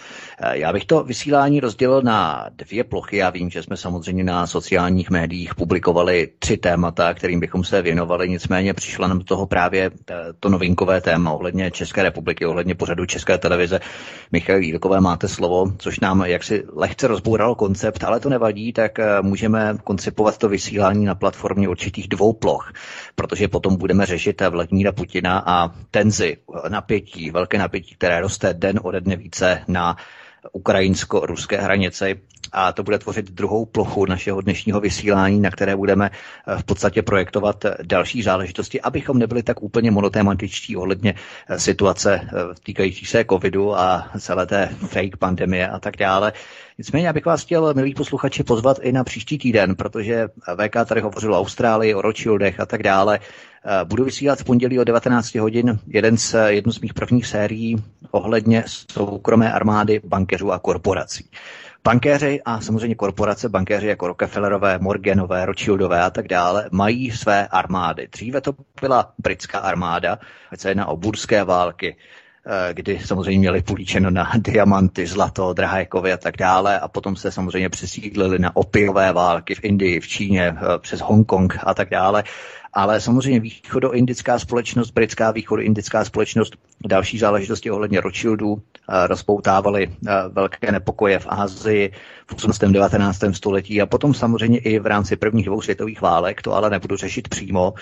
Já bych to vysílání rozdělil na dvě plochy. Já vím, že jsme samozřejmě na sociálních médiích publikovali tři témata, kterým bychom se věnovali, nicméně přišlo nám do toho právě to novinkové téma ohledně České republiky, ohledně pořadu České televize. Michal Jílkové, máte slovo, což nám jaksi lehce rozbouralo koncept, ale to nevadí, tak můžeme koncipovat to vysílání na platformě určitých dvou ploch, protože potom budeme řešit Vladimíra Putina a tenzi, napětí, velké napětí, které roste den ode dne více na ukrajinsko-ruské hranici, a to bude tvořit druhou plochu našeho dnešního vysílání, na které budeme v podstatě projektovat další záležitosti, abychom nebyli tak úplně monotématičtí ohledně situace týkající se covidu a celé té fake pandemie a tak dále. Nicméně já bych vás chtěl, milí posluchači, pozvat i na příští týden, protože V K tady hovořil o Austrálii, o Rothschildech a tak dále. Budu vysílat v pondělí o devatenáct hodin jeden z, jednu z mých prvních sérií ohledně soukromé armády bankéřů a korporací. Bankéři a samozřejmě korporace, bankéři jako Rockefellerové, Morganové, Rothschildové a tak dále, mají své armády. Dříve to byla britská armáda, ať se jedná o burské války, kdy samozřejmě měli půjčeno na diamanty, zlato, drahé kovy a tak dále, a potom se samozřejmě přesídlili na opiové války v Indii, v Číně, přes Hongkong a tak dále. Ale samozřejmě východoindická společnost, britská východoindická společnost, další záležitosti ohledně Rothschildů rozpoutávaly velké nepokoje v Asii v osmnáctém devatenáctém století a potom samozřejmě i v rámci prvních dvou světových válek, to ale nebudu řešit přímo.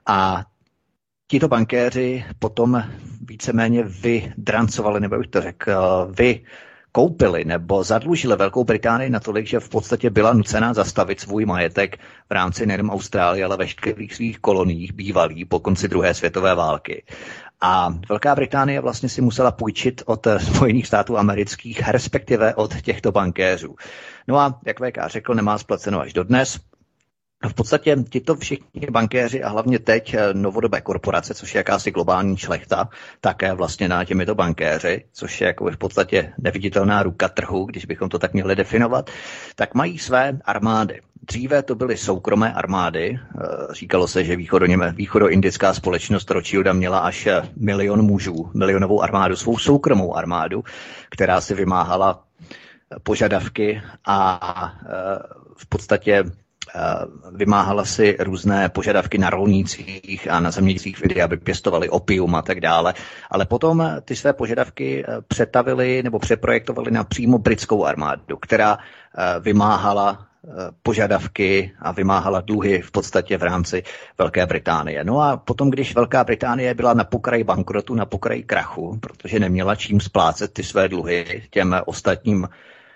A tito bankéři potom víceméně vydrancovali, nebo bych to řekl, vy koupili nebo zadlužili Velkou Británii natolik, že v podstatě byla nucená zastavit svůj majetek v rámci nejen Austrálie, ale veškerých svých koloniích bývalých po konci druhé světové války. A Velká Británie vlastně si musela půjčit od Spojených států amerických, respektive od těchto bankéřů. No a jak V K řekl, nemá splaceno až dodnes. V podstatě tito všichni bankéři a hlavně teď novodobé korporace, což je jakási globální šlechta, také vlastně na těmito bankéři, což je jako v podstatě neviditelná ruka trhu, když bychom to tak měli definovat, tak mají své armády. Dříve to byly soukromé armády. Říkalo se, že východoindická společnost Rothschilda měla až milion mužů, milionovou armádu, svou soukromou armádu, která si vymáhala požadavky a v podstatě vymáhala si různé požadavky na rolnících a na zemědělcích, aby pěstovali opium a tak dále. Ale potom ty své požadavky přetavili nebo přeprojektovali na přímo britskou armádu, která vymáhala požadavky a vymáhala dluhy v podstatě v rámci Velké Británie. No a potom, když Velká Británie byla na pokraji bankrotu, na pokraji krachu, protože neměla čím splácet ty své dluhy těm ostatním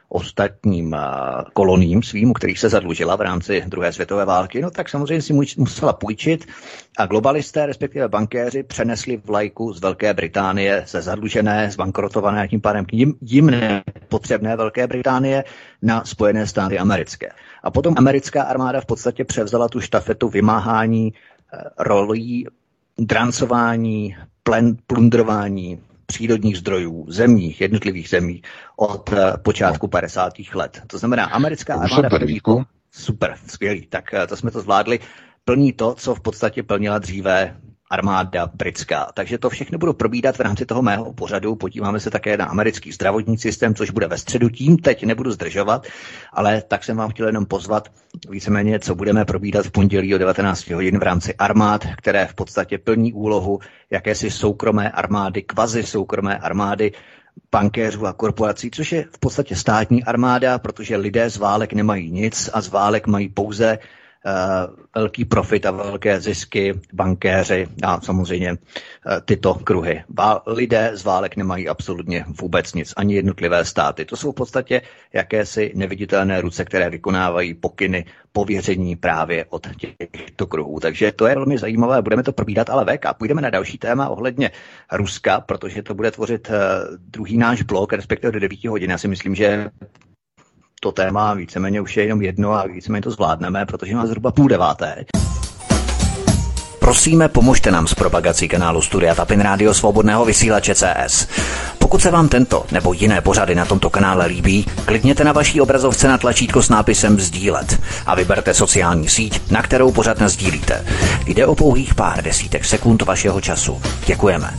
ostatním koloním svým, kterých se zadlužila v rámci druhé světové války, no tak samozřejmě si musela půjčit a globalisté, respektive bankéři, přenesli vlajku z Velké Británie, ze zadlužené, zbankrotované a tím pádem jim, jim nepotřebné Velké Británie na Spojené státy americké. A potom americká armáda v podstatě převzala tu štafetu vymáhání rolí, drancování, plen, plundrování přírodních zdrojů, zemích, jednotlivých zemí od uh, počátku padesátých let. To znamená, americká armáda plní to, super, skvělý, tak uh, to jsme to zvládli, plní to, co v podstatě plnila dříve armáda britská. Takže to všechno budu probídat v rámci toho mého pořadu. Podíváme se také na americký zdravotní systém, což bude ve středu. Tím teď nebudu zdržovat, ale tak jsem vám chtěl jenom pozvat víceméně, co budeme probídat v pondělí o devatenáct hodin v rámci armád, které v podstatě plní úlohu jakési soukromé armády, kvazi soukromé armády, bankéřů a korporací, což je v podstatě státní armáda, protože lidé z válek nemají nic a z válek mají pouze Uh, velký profit a velké zisky, bankéři a samozřejmě uh, tyto kruhy. Vál, lidé z válek nemají absolutně vůbec nic, ani jednotlivé státy. To jsou v podstatě jakési neviditelné ruce, které vykonávají pokyny, pověření právě od těchto kruhů. Takže to je velmi zajímavé, budeme to probídat, ale V K. Půjdeme na další téma ohledně Ruska, protože to bude tvořit uh, druhý náš blok, respektive do devíti hodin. Já si myslím, že to téma víceméně už je jenom jedno a víceméně to zvládneme, protože má zhruba půl deváté. Prosíme, pomožte nám s propagací kanálu Studia Tapin Rádio Svobodného vysílače C S. Pokud se vám tento nebo jiné pořady na tomto kanále líbí, klikněte na vaší obrazovce na tlačítko s nápisem sdílet a vyberte sociální síť, na kterou pořad nasdílíte. Jde o pouhých pár desítek sekund vašeho času. Děkujeme.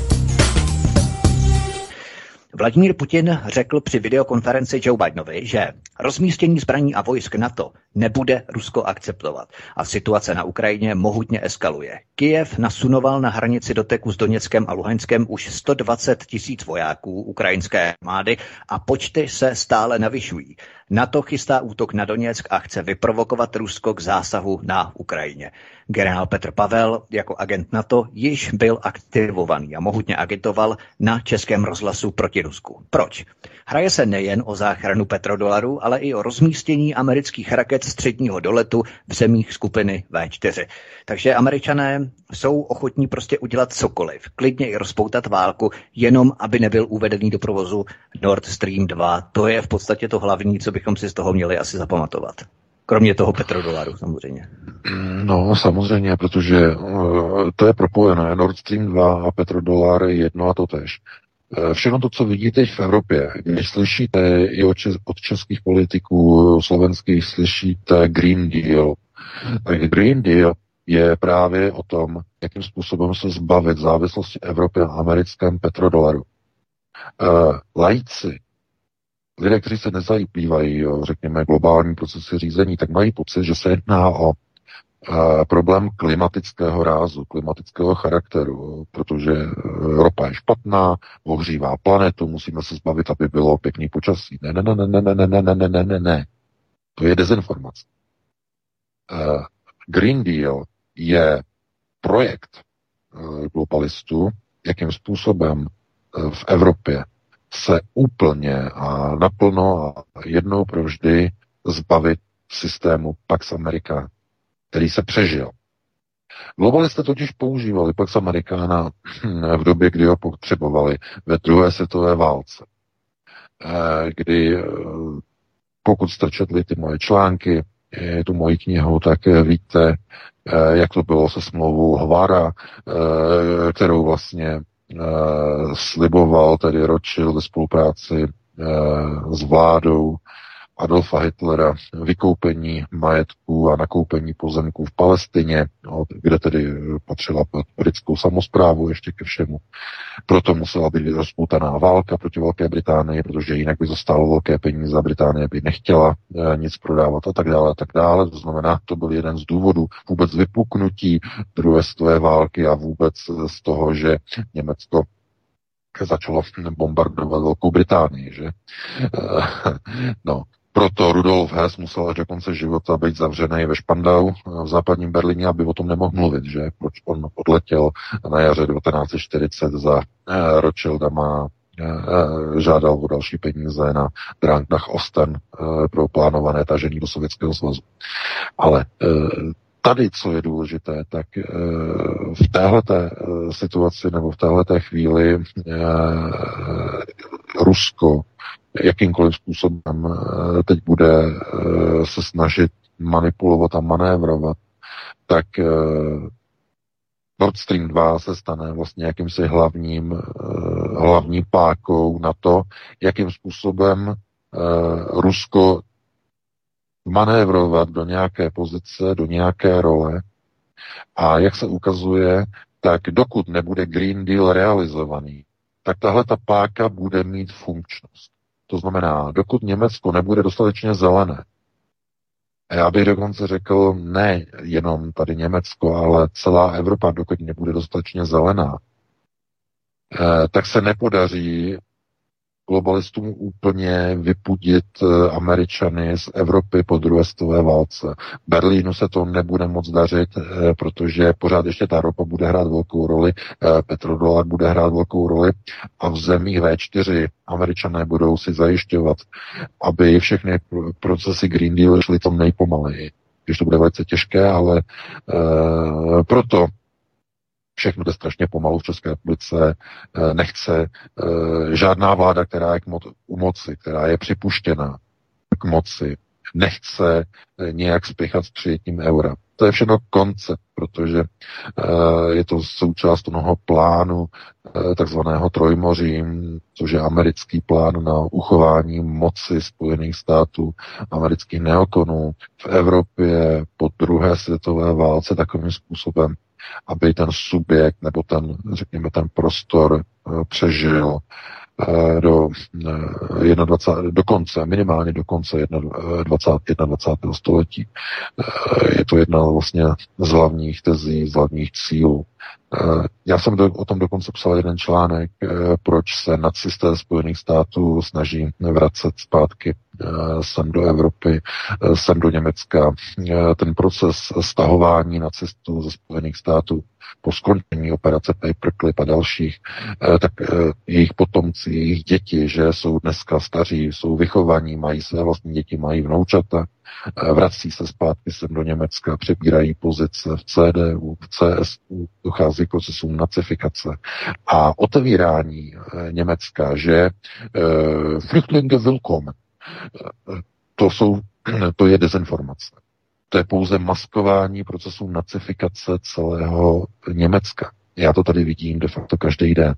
Vladimír Putin řekl při videokonferenci Joe Bidenovi, že rozmístění zbraní a vojsk NATO nebude Rusko akceptovat a situace na Ukrajině mohutně eskaluje. Kyjev nasunoval na hranici doteku s Doněckem a Luhanskem už sto dvacet tisíc vojáků ukrajinské armády a počty se stále navyšují. NATO chystá útok na Doněck a chce vyprovokovat Rusko k zásahu na Ukrajině. Generál Petr Pavel jako agent NATO již byl aktivovaný a mohutně agitoval na Českém rozhlasu proti Rusku. Proč? Hraje se nejen o záchranu petrodolarů, ale i o rozmístění amerických raket středního doletu v zemích skupiny V čtyři. Takže Američané jsou ochotní prostě udělat cokoliv, klidně i rozpoutat válku, jenom aby nebyl uvedený do provozu Nord Stream dva. To je v podstatě to hlavní, co bychom si z toho měli asi zapamatovat. Kromě toho petrodolaru samozřejmě. No samozřejmě, protože uh, to je propojené. Nord Stream dva a petrodolar je jedno a to též. Všechno to, co vidíte v Evropě, když slyšíte i od, čes- od českých politiků slovenských, slyšíte Green Deal. Tak Green Deal je právě o tom, jakým způsobem se zbavit závislosti Evropy na americkém petrodolaru. Uh, laici, lidé, kteří se nezajímají o, řekněme, globální procesy řízení, tak mají pocit, že se jedná o Uh, problém klimatického rázu, klimatického charakteru, protože ropa je špatná, ohřívá planetu, musíme se zbavit, aby bylo pěkný počasí. Ne, ne, ne, ne, ne, ne, ne, ne, ne, ne, ne, ne. To je dezinformace. Uh, Green Deal je projekt uh, globalistů, jakým způsobem uh, v Evropě se úplně a naplno a jednou provždy zbavit systému Pax Americana, který se přežil. Globalisté totiž používali Pax Americana v době, kdy ho potřebovali ve druhé světové válce. Kdy, pokud jste četli ty moje články, tu moji knihu, tak víte, jak to bylo se smlouvou Hvara, kterou vlastně sliboval tedy Rothschild ve spolupráci s vládou Adolfa Hitlera, vykoupení majetků a nakoupení pozemků v Palestině, kde tedy patřila pod britskou samosprávu ještě ke všemu. Proto musela být rozpoutaná válka proti Velké Británii, protože jinak by zostalo velké peníze a Británie by nechtěla nic prodávat a tak dále a tak dále. To znamená, to byl jeden z důvodů vůbec vypuknutí druhé světové války a vůbec z toho, že Německo začalo bombardovat Velkou Británii, že? No, proto Rudolf Hess musel až do konce života být zavřený ve Špandau v západním Berlíně, aby o tom nemohl mluvit, že? Proč on odletěl na jaře devatenáct set čtyřicet za Rothschildama žádal o další peníze na Drang nach Osten pro plánované tažení do Sovětského svazu. Ale tady, co je důležité, tak v téhleté situaci nebo v téhleté chvíli Rusko jakýmkoliv způsobem teď bude se snažit manipulovat a manévrovat, tak Nord Stream dva se stane vlastně jakýmsi hlavním, hlavní pákou na to, jakým způsobem Rusko manévrovat do nějaké pozice, do nějaké role. A jak se ukazuje, tak dokud nebude Green Deal realizovaný, tak tahle ta páka bude mít funkčnost. To znamená, dokud Německo nebude dostatečně zelené, a já bych dokonce řekl, ne jenom tady Německo, ale celá Evropa, dokud nebude dostatečně zelená, eh, tak se nepodaří globalistům úplně vypudit Američany z Evropy po druhé světové válce. Berlínu se to nebude moc dařit, protože pořád ještě ta ropa bude hrát velkou roli, petrodolar bude hrát velkou roli a v zemích vé čtyři Američané budou si zajišťovat, aby všechny procesy Green Deal šly tom nejpomaleji. Když to bude velice těžké, ale e, proto všechno jde strašně pomalu v České republice, nechce žádná vláda, která je k mo- u moci, která je připuštěna k moci, nechce nějak spěchat s přijetím eura. To je všechno koncept, protože je to součást toho plánu takzvaného Trojmoří, což je americký plán na uchování moci Spojených států, amerických neokonů v Evropě po druhé světové válce takovým způsobem, aby ten subjekt nebo ten, řekněme, ten prostor přežil do dvacátého do konce, minimálně do konce dvacátého jednadvacátého století. Je to jedna vlastně z hlavních tezí, z hlavních cílů. Já jsem do, o tom dokonce psal jeden článek, proč se nacisté Spojených států snaží vracet zpátky sem do Evropy, sem do Německa. Ten proces stahování nacistů ze Spojených států po skončení operace Paperclip a dalších, tak jejich potomci, jejich děti, že jsou dneska staří, jsou vychovaní, mají své vlastní děti, mají vnoučata, vrací se zpátky sem do Německa, přebírají pozice v C D U, v C S U, dochází k procesům nacifikace a otevírání Německa, že Flüchtlinge willkommen, to, jsou, to je dezinformace. To je pouze maskování procesu nacifikace celého Německa. Já to tady vidím de facto každý den.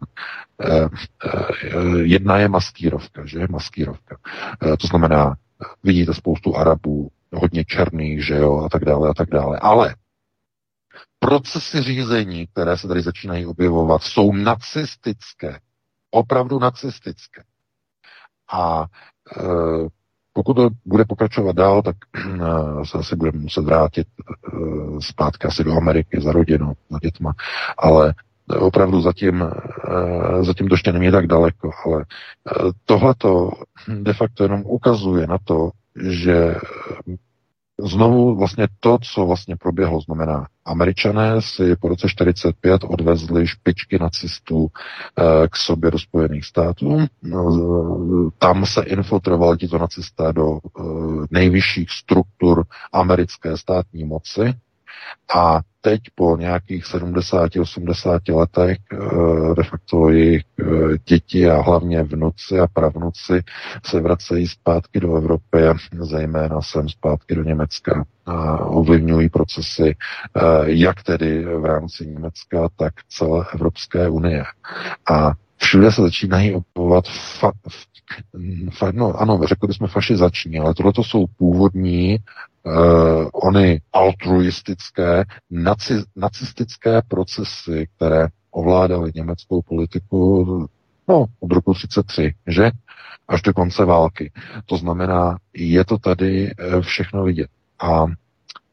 Jedna je maskírovka, že? Maskírovka. To znamená, vidíte spoustu Arabů, hodně černých, že jo, a tak dále, a tak dále. Ale procesy řízení, které se tady začínají objevovat, jsou nacistické. Opravdu nacistické. A e, pokud to bude pokračovat dál, tak e, se asi budeme muset vrátit e, zpátky asi do Ameriky za rodinou, za dětma. Ale opravdu zatím, e, zatím to ještě není tak daleko. Ale e, tohleto de facto jenom ukazuje na to, že znovu vlastně to, co vlastně proběhlo, znamená, Američané si po roce čtyřicet pět odvezli špičky nacistů e, k sobě do Spojených států. Tam se infiltrovali tito nacisté do e, nejvyšších struktur americké státní moci a teď po nějakých sedmdesáti osmdesáti letech de facto jejich děti a hlavně vnuci a pravnuci se vracejí zpátky do Evropy, zejména sem zpátky do Německa a ovlivňují procesy jak tedy v rámci Německa, tak celé Evropské unie. A všude se začínají objevovat fa- fa- no ano, řekli bychom fašizační, ale tohle to jsou původní Uh, ony altruistické, naci, nacistické procesy, které ovládaly německou politiku no, od roku třicet tři, že? Až do konce války. To znamená, je to tady všechno vidět. A uh,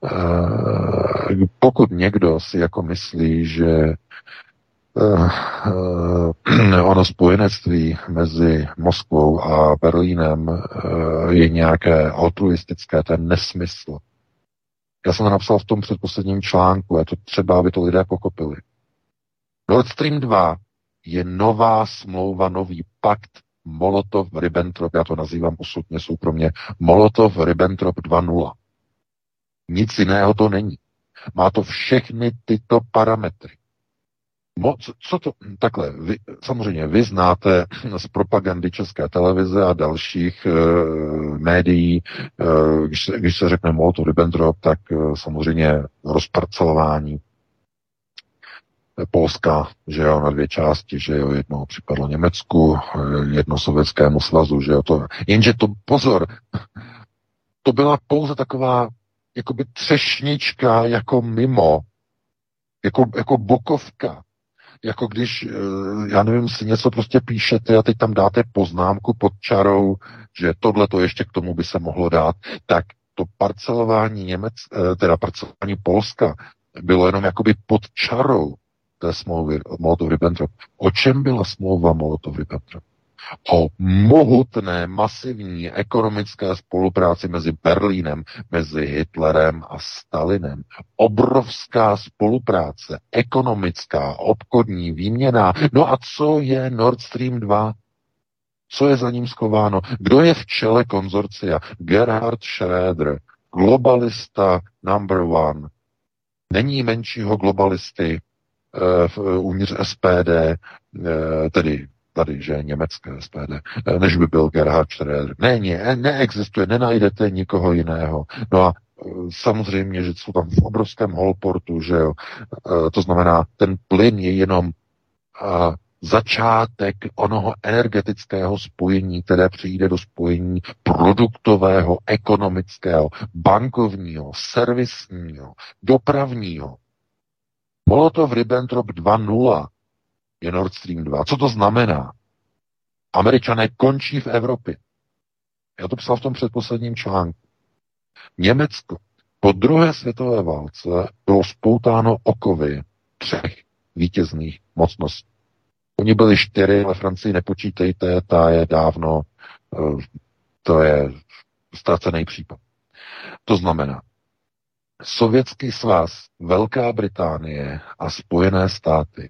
pokud někdo si jako myslí, že Uh, uh, ono spojenectví mezi Moskvou a Berlínem uh, je nějaké altruistické, to je nesmysl. Já jsem to napsal v tom předposledním článku, je to třeba, aby to lidé pochopili. Nord Stream dva je nová smlouva, nový pakt Molotov-Ribbentrop, já to nazývám osobně soukromně, Molotov-Ribbentrop dva nula. Nic jiného to není. Má to všechny tyto parametry. Mo, co, co to, takhle, vy, samozřejmě vy znáte z propagandy České televize a dalších e, médií, e, když, se, když se řekne Molotov-Ribbentrop, tak e, samozřejmě rozparcelování Polska, že jo, na dvě části, že jo, jedno připadlo Německu, jedno Sovětskému svazu, že jo, to, jenže to, pozor, to byla pouze taková jakoby třešnička jako mimo, jako, jako bokovka, jako když, já nevím, si něco prostě píšete a teď tam dáte poznámku pod čarou, že tohle to ještě k tomu by se mohlo dát, tak to parcelování Němec, teda parcelování Polska bylo jenom jakoby pod čarou té smlouvy Molotov-Ribbentrop. O čem byla smlouva Molotov-Ribbentrop? O mohutné, masivní ekonomické spolupráci mezi Berlínem, mezi Hitlerem a Stalinem. Obrovská spolupráce, ekonomická, obchodní, výměna. No a co je Nord Stream dva? Co je za ním schováno? Kdo je v čele konzorcia? Gerhard Schröder, globalista number one. Není menšího globalisty uh, uvnitř S P D, uh, tedy tady, že německé S P D, než by byl Gerhard Schröder. Ne, ne, neexistuje, nenajdete nikoho jiného. No a samozřejmě, že jsou tam v obrovském holportu, že jo. To znamená, ten plyn je jenom začátek onoho energetického spojení, které přijde do spojení produktového, ekonomického, bankovního, servisního, dopravního. Molotov-Ribbentrop dva nula je Nord Stream dva. Co to znamená? Američané končí v Evropě. Já to psal v tom předposledním článku. Německo po druhé světové válce bylo spoutáno okovy třech vítězných mocností. Oni byli čtyři, ale Francii nepočítejte, ta je dávno, to je ztracený případ. To znamená, Sovětský svaz, Velká Británie a Spojené státy.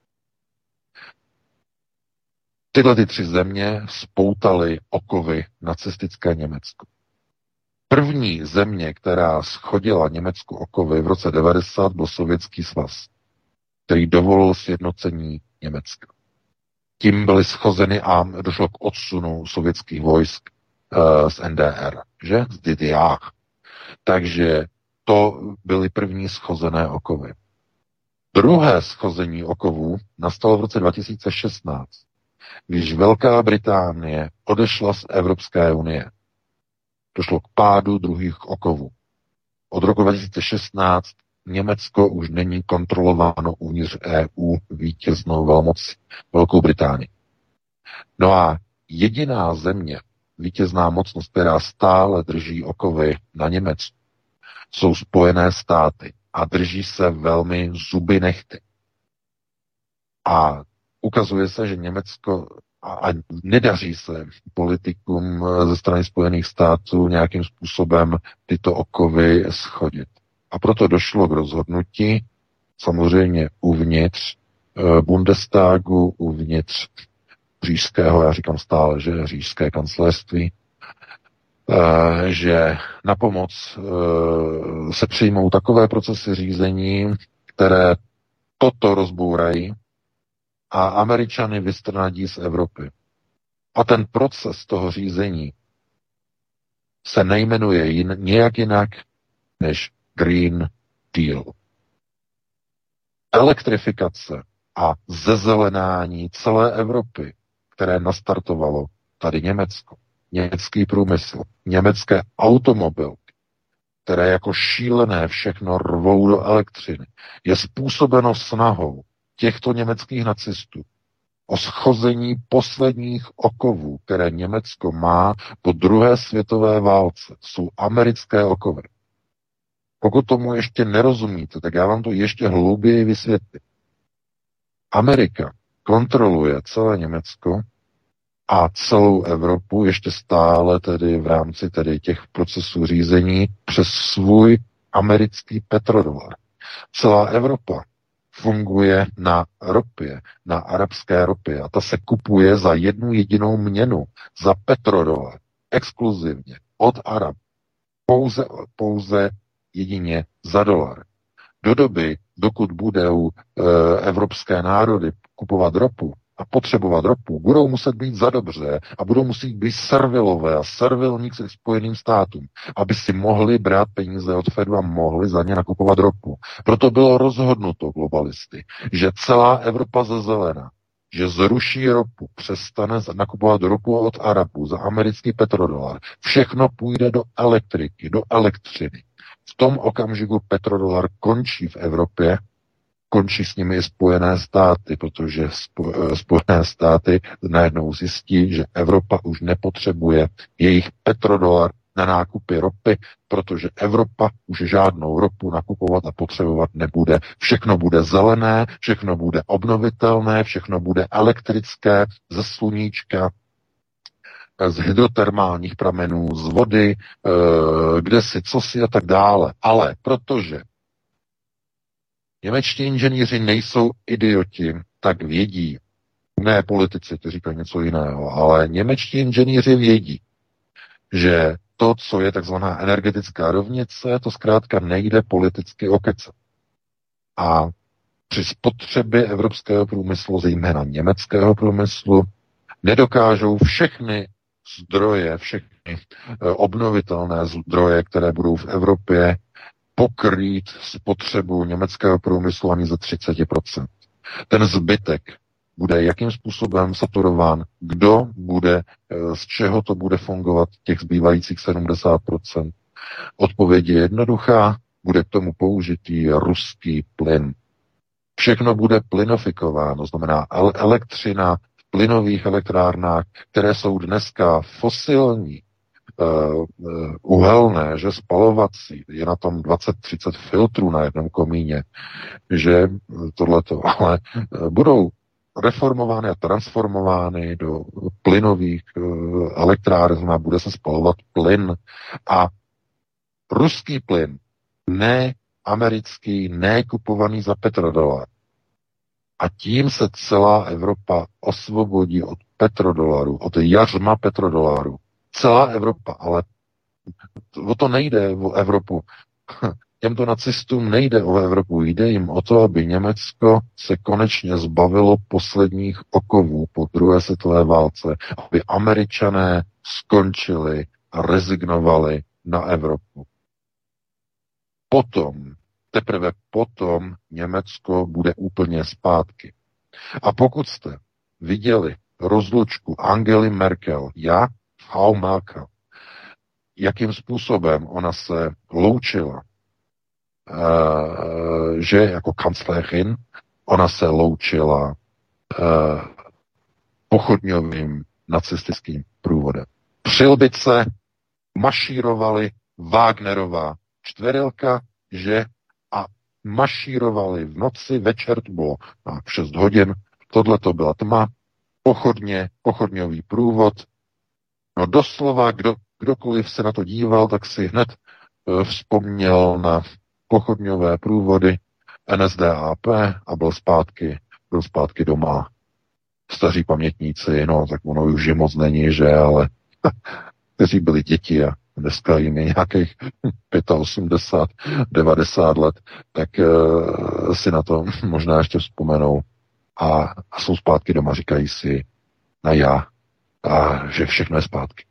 Tyhle ty tři země spoutaly okovy nacistické Německo. První země, která schodila Německu okovy v roce devadesát, byl Sovětský svaz, který dovolil sjednocení Německa. Tím byly schozeny a došlo k odsunu sovětských vojsk uh, z N D R, že? Z D D R. Takže to byly první schozené okovy. Druhé schození okovů nastalo v roce dva tisíce šestnáct, když Velká Británie odešla z Evropské unie. Došlo k pádu druhých okovů. Od roku dva tisíce šestnáct Německo už není kontrolováno uvnitř E U vítěznou velmocí Velkou Británii. No a jediná země, vítězná mocnost, která stále drží okovy na Německu, jsou Spojené státy a drží se velmi zuby nehty. A ukazuje se, že Německo a, a nedaří se politikům ze strany Spojených států nějakým způsobem tyto okovy schodit. A proto došlo k rozhodnutí, samozřejmě uvnitř e, Bundestagu, uvnitř říšského, já říkám stále, že říšské kancléřství, e, že na pomoc e, se přijmou takové procesy řízení, které toto rozbourají a Američany vystrnadí z Evropy. A ten proces toho řízení se nejmenuje jin, nějak jinak než Green Deal. Elektrifikace a zezelenání celé Evropy, které nastartovalo tady Německo, německý průmysl, německé automobilky, které jako šílené všechno rvou do elektřiny, je způsobeno snahou těchto německých nacistů o schození posledních okovů, které Německo má po druhé světové válce. Jsou americké okovy. Pokud tomu ještě nerozumíte, tak já vám to ještě hlouběji vysvětlím. Amerika kontroluje celé Německo a celou Evropu ještě stále tedy v rámci tedy těch procesů řízení přes svůj americký petrodolar. Celá Evropa funguje na ropě, na arabské ropě a ta se kupuje za jednu jedinou měnu, za petrodolar, exkluzivně od Arab, pouze, pouze jedině za dolar. Do doby, dokud budou e, evropské národy kupovat ropu a potřebovat ropu, budou muset být za dobře a budou muset být servilové a servilní k Spojeným státům, aby si mohli brát peníze od Fedu a mohli za ně nakupovat ropu. Proto bylo rozhodnuto globalisty, že celá Evropa zezelena, že zruší ropu, přestane nakupovat ropu od Arabů za americký petrodolar. Všechno půjde do elektriky, do elektřiny. V tom okamžiku petrodolar končí v Evropě, končí s nimi i Spojené státy, protože Spojené státy najednou zjistí, že Evropa už nepotřebuje jejich petrodolar na nákupy ropy, protože Evropa už žádnou ropu nakupovat a potřebovat nebude. Všechno bude zelené, všechno bude obnovitelné, všechno bude elektrické, ze sluníčka, z hydrotermálních pramenů, z vody, kde si, co si a tak dále. Ale protože němečtí inženýři nejsou idioti, tak vědí, ne politici, kteří říkají něco jiného, ale němečtí inženýři vědí, že to, co je takzvaná energetická rovnice, to zkrátka nejde politicky okecat. A při spotřebě evropského průmyslu, zejména německého průmyslu, nedokážou všechny zdroje, všechny obnovitelné zdroje, které budou v Evropě, pokrýt spotřebu německého průmyslu ani za třicet procent. Ten zbytek bude jakým způsobem saturován, kdo bude, z čeho to bude fungovat těch zbývajících sedmdesát procent. Odpověď je jednoduchá, bude k tomu použitý ruský plyn. Všechno bude plynofikováno, znamená elektřina v plynových elektrárnách, které jsou dneska fosilní, Uh, uh, uhelné, že spalovací, je na tom dvacet třicet filtrů na jednom komíně, že tohleto, ale uh, budou reformovány a transformovány do plynových uh, elektráren a bude se spalovat plyn a ruský plyn, ne americký, ne kupovaný za petrodolar. A tím se celá Evropa osvobodí od petrodolaru, od jařma petrodolaru. Celá Evropa, ale o to nejde o Evropu. Těmto nacistům nejde o Evropu, jde jim o to, aby Německo se konečně zbavilo posledních okovů po druhé světové válce, aby Američané skončili a rezignovali na Evropu. Potom, teprve potom Německo bude úplně zpátky. A pokud jste viděli rozlučku Angely Merkel, já Frau Merkel, jakým způsobem ona se loučila, uh, že jako kancléřin, ona se loučila uh, pochodňovým nacistickým průvodem. Přilbice mašírovali Wagnerová čtverilka, že a mašírovali v noci, večer, to bylo na šest hodin, tohle to byla tma, pochodně, pochodňový průvod. No doslova, kdo, kdokoliv se na to díval, tak si hned uh, vzpomněl na pochodňové průvody N S D A P a byl zpátky, byl zpátky doma. Staří pamětníci, no tak ono už je moc není, že, ale kteří byli děti a dneska jim je nějakých osmdesát pět, devadesát let, tak uh, si na to možná ještě vzpomenou a, a jsou zpátky doma, říkají si na já. A že všechno je zpátky.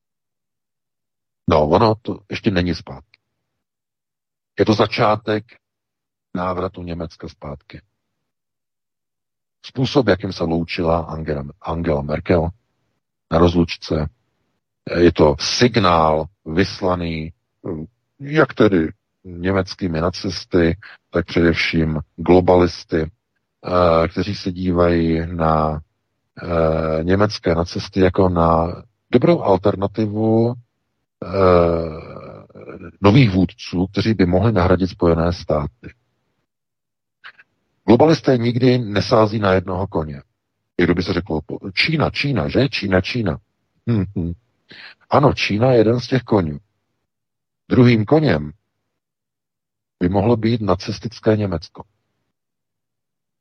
No, ono to ještě není zpátky. Je to začátek návratu Německa zpátky. Způsob, jakým se loučila Angela, Angela Merkel na rozlučce, je to signál vyslaný jak tedy německými nacisty, tak především globalisty, kteří se dívají na e, německé nacisty jako na dobrou alternativu e, nových vůdců, kteří by mohli nahradit Spojené státy. Globalisté nikdy nesází na jednoho koně. Někdo by se řekl, Čína, Čína, že? Čína, Čína. Hm, hm. Ano, Čína je jeden z těch koňů. Druhým koněm by mohlo být nacistické Německo.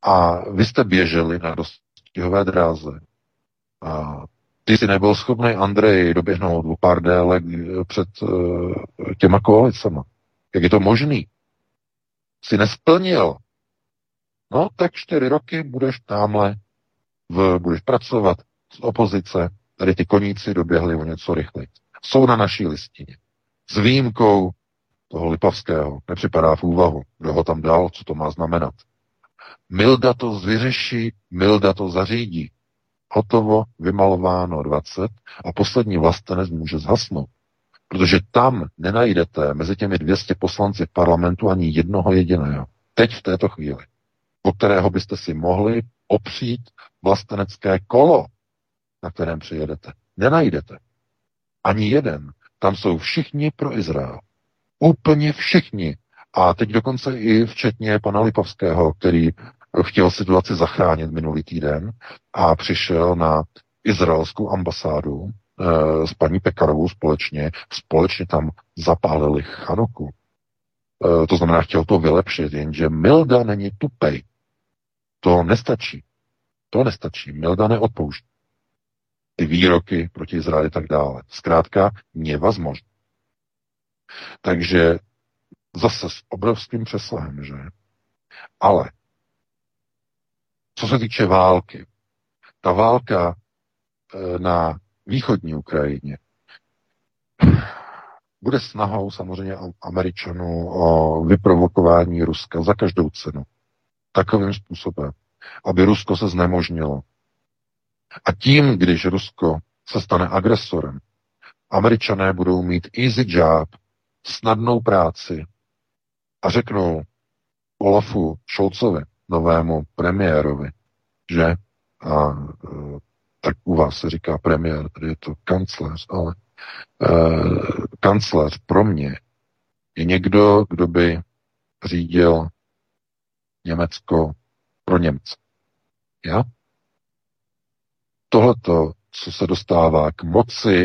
A vy jste běželi na dostihové dráze. A ty jsi nebyl schopný, Andrej, doběhnout o pár délek před uh, těma koalicema. Jak je to možný? Jsi nesplnil. No, tak čtyři roky budeš tamhle, v, budeš pracovat z opozice, tady ty koníci doběhli o něco rychleji. Jsou na naší listině. S výjimkou toho Lipavského. Nepřipadá v úvahu, kdo ho tam dal, co to má znamenat. Milda to vyřeší, Milda to zařídí. Hotovo, vymalováno dvacet a poslední vlastenec může zhasnout. Protože tam nenajdete mezi těmi dvěma sty poslanci v parlamentu ani jednoho jediného. Teď v této chvíli. O kterého byste si mohli opřít vlastenecké kolo, na kterém přijedete. Nenajdete. Ani jeden. Tam jsou všichni pro Izrael. Úplně všichni. A teď dokonce i včetně pana Lipavského, který chtěl situaci zachránit minulý týden a přišel na izraelskou ambasádu e, s paní Pekarovou společně. Společně tam zapálili Chanuku. E, to znamená, chtěl to vylepšit, jenže Milda není tupej. To nestačí. To nestačí. Milda neodpouští. Ty výroky proti Izraeli tak dále. Zkrátka nevazmožné. Takže zase s obrovským přesahem, že? Ale co se týče války, ta válka na východní Ukrajině bude snahou samozřejmě Američanů o vyprovokování Ruska za každou cenu. Takovým způsobem, aby Rusko se znemožnilo. A tím, když Rusko se stane agresorem, Američané budou mít easy job, snadnou práci a řeknou Olafu Scholzovi, novému premiérovi, že a, e, tak u vás se říká premiér, tady je to kancléř, ale e, kancléř pro mě je někdo, kdo by řídil Německo pro Němce. Já? Tohleto, co se dostává k moci, e,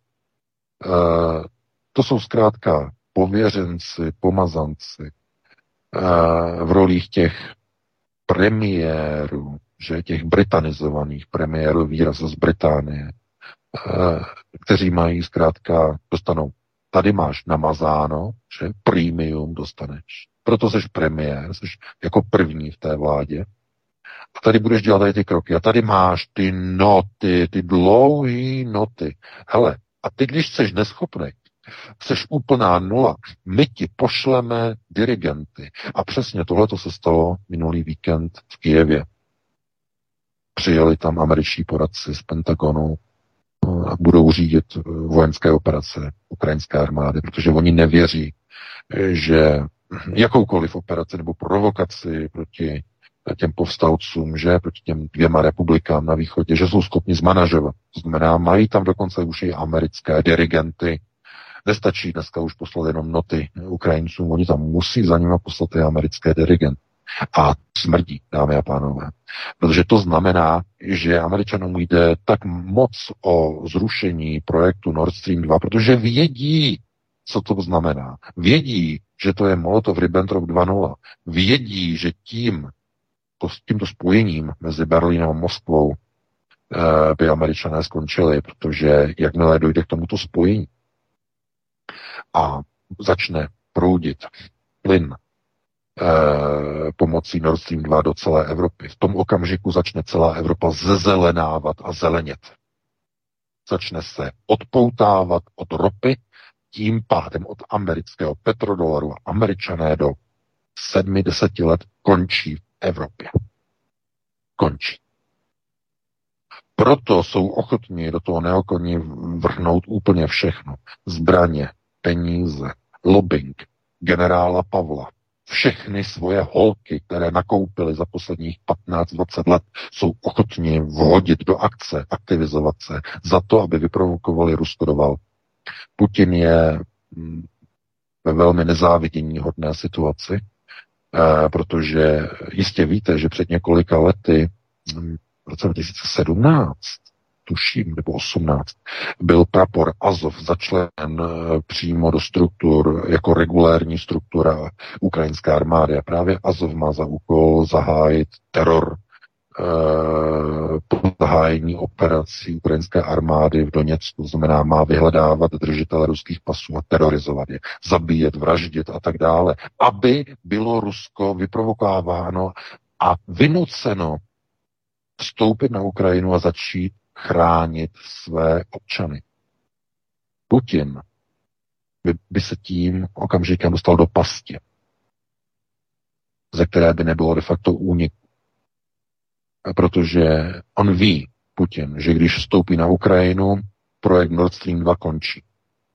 to jsou zkrátka pověřenci, pomazanci e, v rolích těch premiérů, že těch britanizovaných premiérů, výraz z Británie, e, kteří mají zkrátka, dostanou, tady máš namazáno, že premium dostaneš. Proto jsi premiér, jsi jako první v té vládě. A tady budeš dělat tady ty kroky. A tady máš ty noty, ty dlouhé noty. Hele, a ty, když jsi neschopný, jsi úplná nula, my ti pošleme dirigenty. A přesně tohleto se stalo minulý víkend v Kyjevě. Přijeli tam američtí poradci z Pentagonu a budou řídit vojenské operace ukrajinské armády, protože oni nevěří, že jakoukoliv operaci nebo provokaci proti těm povstalcům, že proti těm dvěma republikám na východě, že jsou schopni zmanažovat. To znamená, mají tam dokonce už i americké dirigenty. Nestačí dneska už poslat jenom noty Ukrajincům, oni tam musí za nimi poslat i americké dirigenty. A smrdí, dámy a pánové. Protože to znamená, že Američanům jde tak moc o zrušení projektu Nord Stream dva, protože vědí, co to znamená. Vědí, že to je Molotov-Ribbentrop dva nula. Vědí, že tím, to, tímto spojením mezi Berlínem a Moskvou eh, by Američané skončili, protože jakmile dojde k tomuto spojení a začne proudit plyn eh, pomocí Nord Stream dva do celé Evropy, v tom okamžiku začne celá Evropa zezelenávat a zelenět. Začne se odpoutávat od ropy, tím pádem od amerického petrodolaru a Američané do sedmi, deseti let končí v Evropě. Končí. Proto jsou ochotní do toho neokoní vrhnout úplně všechno. Zbraně, peníze, lobbying, generála Pavla, všechny svoje holky, které nakoupili za posledních patnáct dvacet let, jsou ochotní vhodit do akce, aktivizovat se za to, aby vyprovokovali Rusko do války. Putin je ve velmi nezáviděníhodné situaci, protože jistě víte, že před několika lety, v roce dva tisíce sedmnáct, tuším, nebo osmnáct, byl prapor Azov začleněn přímo do struktur, jako regulérní struktura ukrajinské armády. A právě Azov má za úkol zahájit teror po zahájení operací ukrajinské armády v Doněcku. To znamená, má vyhledávat držitele ruských pasů a terorizovat je, zabíjet, vraždit a tak dále, aby bylo Rusko vyprovokováno a vynuceno vstoupit na Ukrajinu a začít chránit své občany. Putin by, by se tím okamžikem dostal do pasti, ze které by nebylo de facto úniku. Protože on ví, Putin, že když vstoupí na Ukrajinu, projekt Nord Stream dva končí.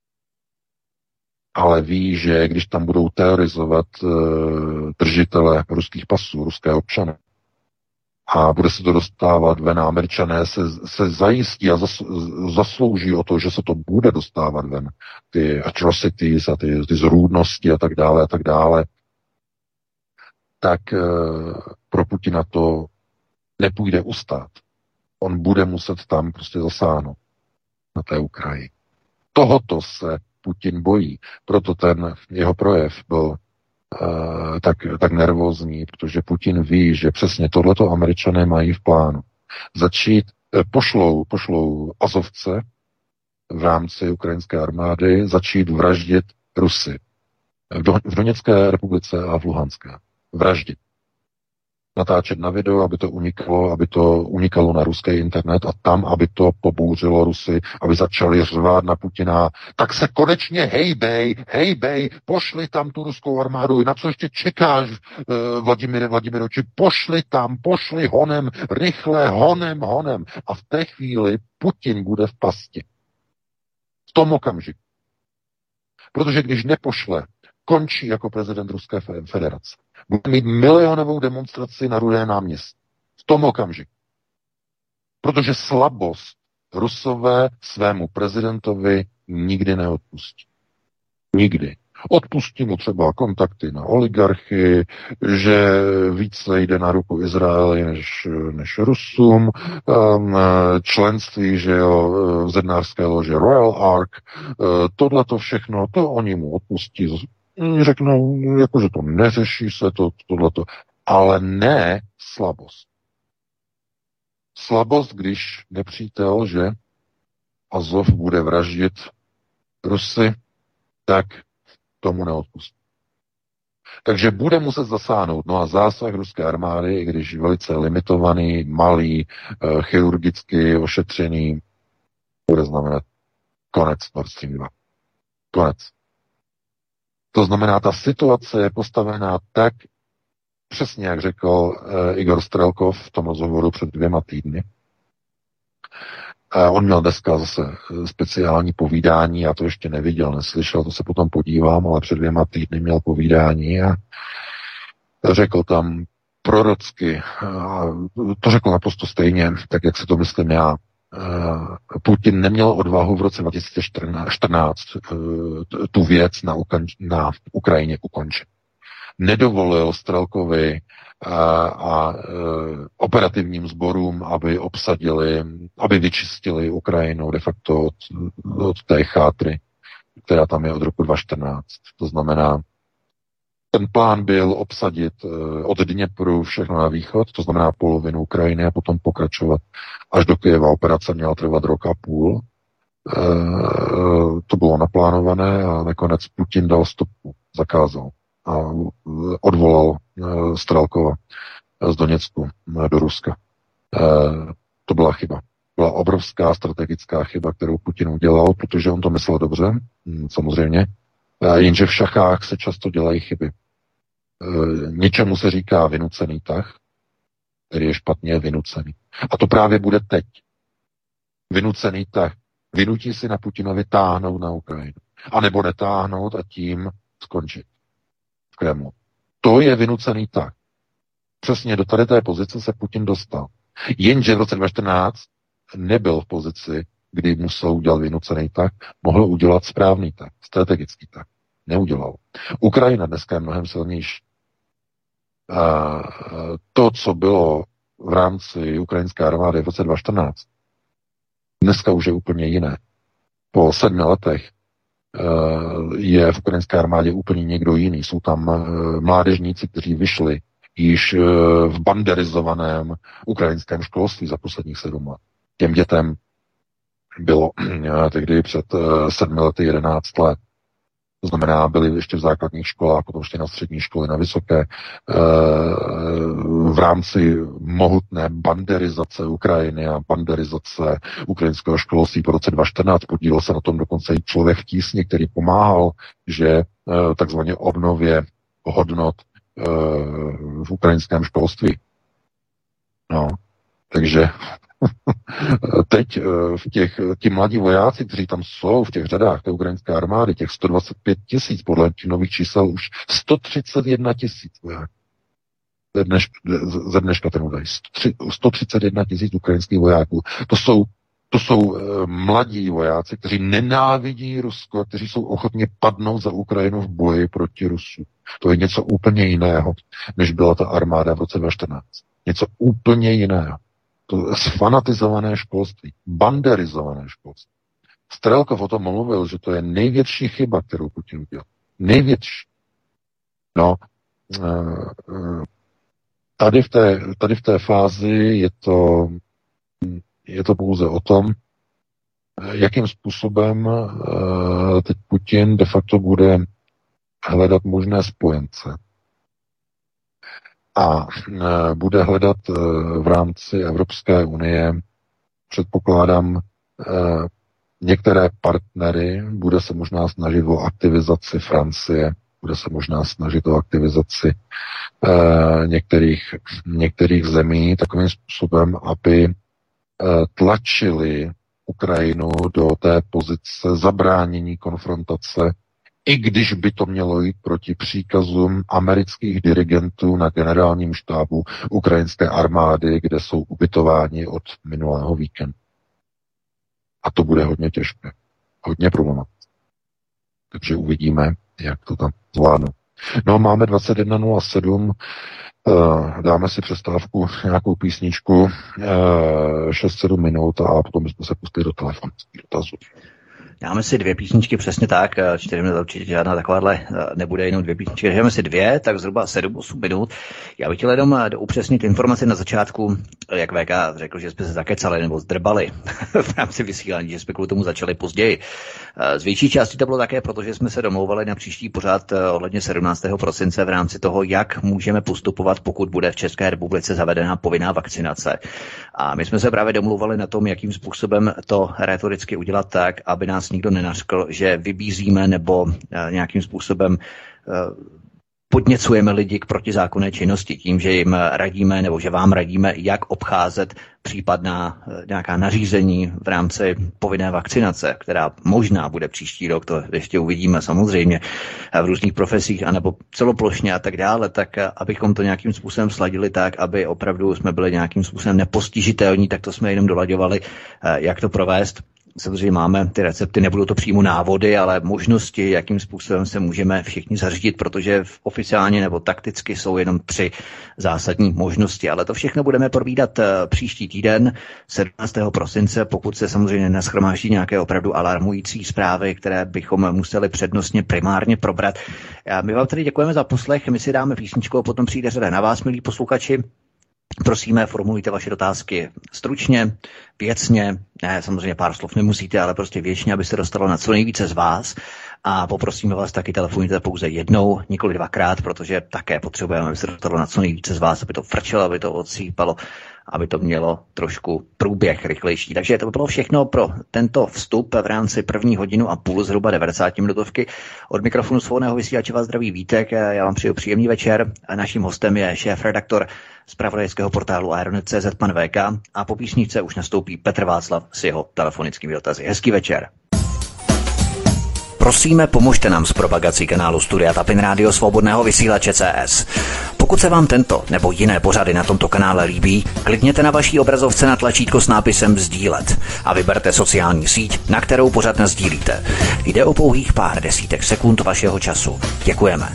Ale ví, že když tam budou terorizovat uh, držitele ruských pasů, ruské občany, a bude se to dostávat ven, Američané se, se zajistí a zas, zaslouží o to, že se to bude dostávat ven. Ty atrocities a ty, ty zrůdnosti a tak dále a tak dále. Tak uh, pro Putina to nepůjde ustát. On bude muset tam prostě zasáhnout na té Ukrajině. Tohoto se Putin bojí. Proto ten jeho projev byl uh, tak, tak nervózní, protože Putin ví, že přesně tohleto Američané mají v plánu. Začít, eh, pošlou, pošlou Azovce v rámci ukrajinské armády začít vraždit Rusy. V, Do, v Doněcké republice a v Luhanské. Vraždit. Natáčet na video, aby to unikalo, aby to unikalo na ruský internet a tam, aby to pobouřilo Rusy, aby začali řvát na Putina. Tak se konečně hejbej, hejbej, pošli tam tu ruskou armádu. Na co ještě čekáš, uh, Vladimíre Vladimiroči? Pošli tam, pošli honem, rychle, honem, honem. A v té chvíli Putin bude v pasti. V tom okamžiku. Protože když nepošle, končí jako prezident Ruské federace. Bude mít milionovou demonstraci na Rudé náměstí. V tom okamžiku. Protože slabost Rusové svému prezidentovi nikdy neodpustí. Nikdy. Odpustí mu třeba kontakty na oligarchy, že více jde na ruku Izraeli než, než Rusům, členství, že jo, v zednářské lože Royal Ark, tohleto všechno, to oni mu odpustí. Řeknou, jako, že to neřeší se, to, tohleto, ale ne slabost. Slabost, když nepřítel, že Azov bude vraždit Rusy, tak tomu neodpustí. Takže bude muset zasáhnout. No a zásah ruské armády, i když velice limitovaný, malý, e, chirurgicky ošetřený, bude znamenat konec Nord Stream dva. Konec. To znamená, ta situace je postavená tak, přesně jak řekl e, Igor Strelkov v tom rozhovoru před dvěma týdny. E, on měl dneska zase speciální povídání, já to ještě neviděl, neslyšel, to se potom podívám, ale před dvěma týdny měl povídání a řekl tam prorocky, a to řekl naprosto stejně, tak jak se to myslím já, Putin neměl odvahu v roce dva tisíce čtrnáct tu věc na, ukonč- na Ukrajině ukončit. Nedovolil Strelkovi a, a operativním sborům, aby obsadili, aby vyčistili Ukrajinu de facto od, od té chátry, která tam je od roku dva tisíce čtrnáct. To znamená, ten plán byl obsadit od Dněpru všechno na východ, to znamená polovinu Ukrajiny a potom pokračovat až do Kyjeva. Operace měla trvat rok a půl. E, to bylo naplánované a nakonec Putin dal stopku, zakázal a odvolal e, Strelkova z Doněcku do Ruska. E, to byla chyba. Byla obrovská strategická chyba, kterou Putin udělal, protože on to myslel dobře, samozřejmě. Jenže v šachách se často dělají chyby. Něčemu se říká vynucený tah, který je špatně vynucený. A to právě bude teď. Vynucený tah. Vynutí si na Putinovi táhnout na Ukrajinu. A nebo netáhnout a tím skončit v Kremlu. To je vynucený tah. Přesně do tady té pozice se Putin dostal. Jenže v roce dva tisíce čtrnáct nebyl v pozici, kdy musel udělat vynucený tah, mohl udělat správný tah, strategický tah. Neudělal. Ukrajina dneska je mnohem silnější. A to, co bylo v rámci ukrajinské armády v roce dva tisíce čtrnáct, Dneska už je úplně jiné. Po sedmi letech je v ukrajinské armádě úplně někdo jiný. Jsou tam mládežníci, kteří vyšli již v banderizovaném ukrajinském školství za posledních sedm let. Těm dětem bylo tehdy před sedmi lety jedenáct let. To znamená, byli ještě v základních školách, potom ještě na střední školy, na vysoké. V rámci mohutné banderizace Ukrajiny a banderizace ukrajinského školství po roce dva tisíce čtrnáct podílel se na tom dokonce i Člověk v tísni, který pomáhal, že takzvaně obnově hodnot v ukrajinském školství. No, takže teď v těch, ti mladí vojáci, kteří tam jsou v těch řadách té ukrajinské armády, těch sto dvacet pět tisíc, podle nových čísel už sto třicet jedna tisíc vojáků. Ze, dneš, ze dneška ten údaj. sto třicet jedna tisíc ukrajinských vojáků. To jsou, to jsou uh, mladí vojáci, kteří nenávidí Rusko, kteří jsou ochotni padnout za Ukrajinu v boji proti Rusu. To je něco úplně jiného, než byla ta armáda v roce dva tisíce čtrnáct. Něco úplně jiného. To sfanatizované školství, banderizované školství. Strelkov o tom mluvil, že to je největší chyba, kterou Putin udělal. Největší. No, tady v té, tady v té fázi je to, je to pouze o tom, jakým způsobem teď Putin de facto bude hledat možné spojence. A bude hledat v rámci Evropské unie, předpokládám, některé partnery, bude se možná snažit o aktivizaci Francie, bude se možná snažit o aktivizaci některých, některých zemí takovým způsobem, aby tlačili Ukrajinu do té pozice zabránění konfrontace, i když by to mělo jít proti příkazům amerických dirigentů na generálním štábu ukrajinské armády, kde jsou ubytováni od minulého víkendu. A to bude hodně těžké. Hodně problematické. Takže uvidíme, jak to tam zvládnu. No, máme dvacet jedna nula sedm, dáme si přestávku, nějakou písničku, šest sedm minut a potom bychom se pustili do telefonických dotazů. Dáme si dvě písničky, přesně tak, čtyři minut určitě žádná takováhle nebude, jenom dvě písničky, dáme si dvě, tak zhruba sedm osm minut. Já bych chtěl jenom upřesnit informaci na začátku, jak V K řekl, že jsme se zakecali nebo zdrbali v rámci vysílání, že jsme kvůli tomu začali později. Z větší části to bylo také, protože jsme se domlouvali na příští pořad ohledně sedmnáctého prosince v rámci toho, jak můžeme postupovat, pokud bude v České republice zavedena povinná vakcinace. A my jsme se právě domlouvali na tom, jakým způsobem to retoricky udělat tak, aby nás nikdo nenařkl, že vybízíme nebo nějakým způsobem podněcujeme lidi k protizákonné činnosti tím, že jim radíme nebo že vám radíme, jak obcházet případná nějaká nařízení v rámci povinné vakcinace, která možná bude příští rok, to ještě uvidíme samozřejmě v různých profesích, anebo celoplošně a tak dále, tak abychom to nějakým způsobem sladili tak, aby opravdu jsme byli nějakým způsobem nepostižitelní, tak to jsme jenom dolaďovali, jak to provést. Samozřejmě máme ty recepty, nebudou to přímo návody, ale možnosti, jakým způsobem se můžeme všichni zařídit, protože oficiálně nebo takticky jsou jenom tři zásadní možnosti. Ale to všechno budeme probídat příští týden, sedmnáctého prosince, pokud se samozřejmě nashromáždí nějaké opravdu alarmující zprávy, které bychom museli přednostně primárně probrat. My vám tedy děkujeme za poslech, my si dáme písničku a potom přijde řada na vás, milí posluchači. Prosíme, formulujte vaše otázky stručně, věcně, ne, samozřejmě pár slov nemusíte, ale prostě věčně, aby se dostalo na co nejvíce z vás. A poprosíme vás taky, telefonujte pouze jednou, nikoli dvakrát, protože také potřebujeme, aby se dostalo na co nejvíce z vás, aby to frčelo, aby to odsýpalo, aby to mělo trošku průběh rychlejší. Takže to bylo všechno pro tento vstup v rámci první hodinu a půl, zhruba devadesát minutovky. Od mikrofonu svobodného vysílače vás zdraví Vítek, já vám přeju příjemný večer. Naším hostem je šéf-redaktor zpravodajského portálu Aeronet tečka cé zet pan V K a po písničce už nastoupí Petr Václav s jeho telefonickými dotazy. Hezký večer. Prosíme, pomožte nám s propagací kanálu Studia Tapin Rádio Svobodného vysílače C S. Pokud se vám tento nebo jiné pořady na tomto kanále líbí, klikněte na vaší obrazovce na tlačítko s nápisem sdílet a vyberte sociální síť, na kterou pořad nasdílíte. Jde o pouhých pár desítek sekund vašeho času. Děkujeme.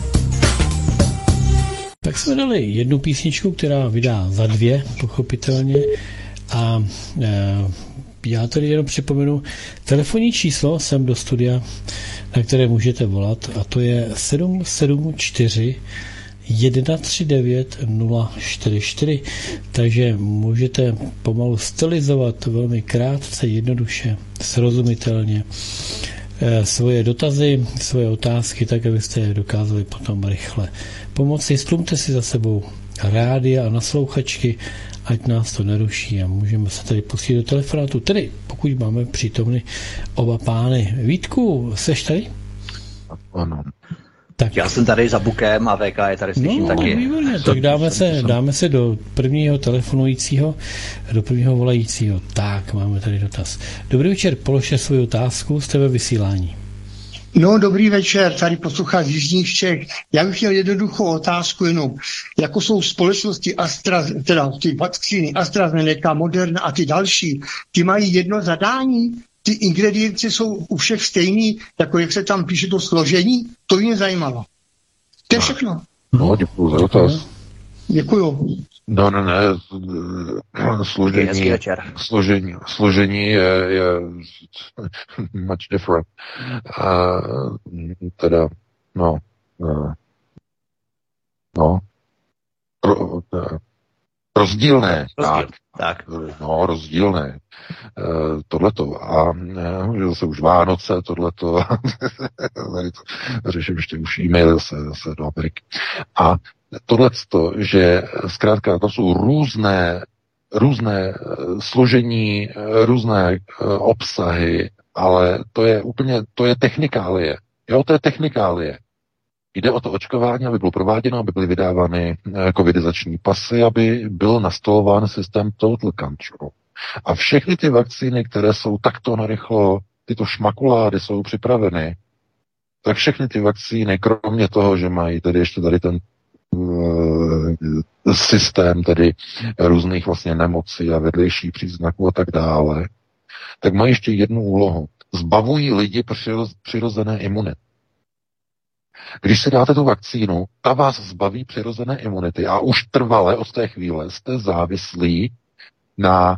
Tak jsme dali jednu písničku, která vydá za dvě, pochopitelně. A e, Já tady jenom připomenu telefonní číslo sem do studia, na které můžete volat, a to je sedm sedm čtyři jedna tři devět nula čtyři čtyři, takže můžete pomalu stylizovat velmi krátce, jednoduše, srozumitelně svoje dotazy, svoje otázky, tak abyste je dokázali potom rychle pomoci. Stlumte si za sebou rádia a naslouchačky, ať nás to neruší, a můžeme se tady pustit do telefonátu, tedy pokud máme přítomny oba pány. Vítku, seš tady? Ano. Tak. Já jsem tady za bukem a V K je tady slyším no, taky. Výborně, tak dáme se, dáme se do prvního telefonujícího, do prvního volajícího. Tak, máme tady dotaz. Dobrý večer, položte svou otázku, jste ve vysílání. No, dobrý večer, tady posluchač z Jižních Čech. Já bych měl jednoduchou otázku jenom. Jako jsou společnosti Astra, teda ty vakcíny AstraZeneca, Moderna a ty další, ty mají jedno zadání? Ty ingredience jsou u všech stejný, jako jak se tam píše to složení? To mě zajímalo. To je všechno. No, děkuju za dotaz. Děkuju. No, ne, ne, složení, složení, složení je, je much different. A, teda, no, no, ro, rozdílné, Rozdíl, tak, tak, no, rozdílné, uh, tohleto, a uh, zase už Vánoce, tohleto, tady to řeším ještě už e-maily zase, zase do Ameriky. A tohleto, že zkrátka to jsou různé, různé složení, různé obsahy, ale to je úplně, to je technikálie. Jo, to je technikálie. Jde o to očkování, aby bylo prováděno, aby byly vydávány covidizační pasy, aby byl nastolován systém total control. A všechny ty vakcíny, které jsou takto narychlo, tyto šmakulády jsou připraveny, tak všechny ty vakcíny, kromě toho, že mají tedy ještě tady ten systém tedy různých vlastně nemocí a vedlejších příznaků a tak dále, tak mají ještě jednu úlohu. Zbavují lidi přirozené imunity. Když si dáte tu vakcínu, ta vás zbaví přirozené imunity a už trvale od té chvíle jste závislí na,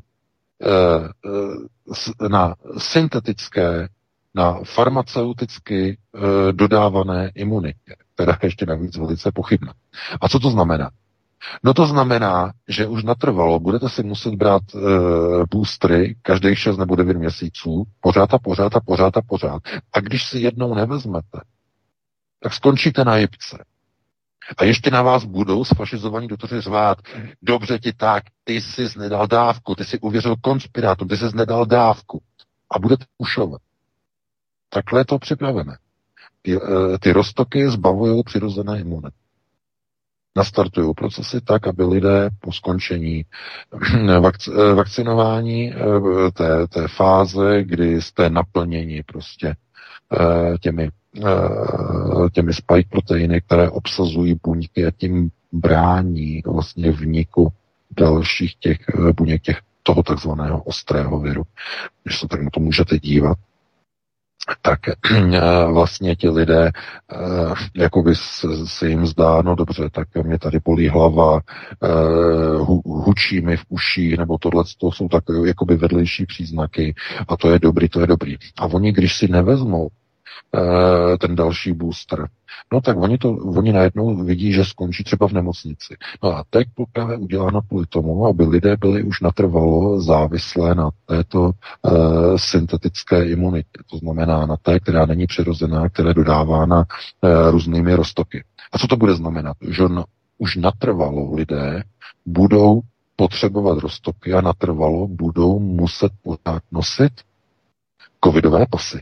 na syntetické, na farmaceuticky dodávané imunitě, která je ještě navíc velice pochybná. A co to znamená? No to znamená, že už natrvalo budete si muset brát e, boostry každých šest nebo devět měsíců, pořád a pořád a pořád a pořád. A když si jednou nevezmete, tak skončíte na jipce. A ještě na vás budou sfašizovaní doktoři řvát, dobře ti tak, ty jsi nedal dávku, ty jsi uvěřil konspirátorům, ty jsi nedal dávku. A budete ušovat. Takhle je to připravené. Ty, ty roztoky zbavují přirozené imunity. Nastartují procesy tak, aby lidé po skončení vakc- vakcinování té, té fáze, kdy jste naplněni prostě těmi, těmi spike proteiny, které obsazují buňky a tím brání vlastně vniku dalších těch buněk těch toho takzvaného ostrého viru. Když se tak na to můžete dívat, tak vlastně ti lidé, jako by se jim zdá, no dobře, tak mě tady bolí hlava, hu, hučí mi v uších, nebo tohle, to jsou takové jakoby vedlejší příznaky a to je dobrý, to je dobrý. A oni, když si nevezmou ten další booster, no tak oni to, oni najednou vidí, že skončí třeba v nemocnici. No a teď právě uděláno kvůli tomu, aby lidé byli už natrvalo závislé na této uh, syntetické imunitě. To znamená na té, která není přirozená, která je dodávána uh, různými roztoky. A co to bude znamenat? Že no, už natrvalo lidé budou potřebovat roztoky a natrvalo budou muset pořád nosit covidové pasy.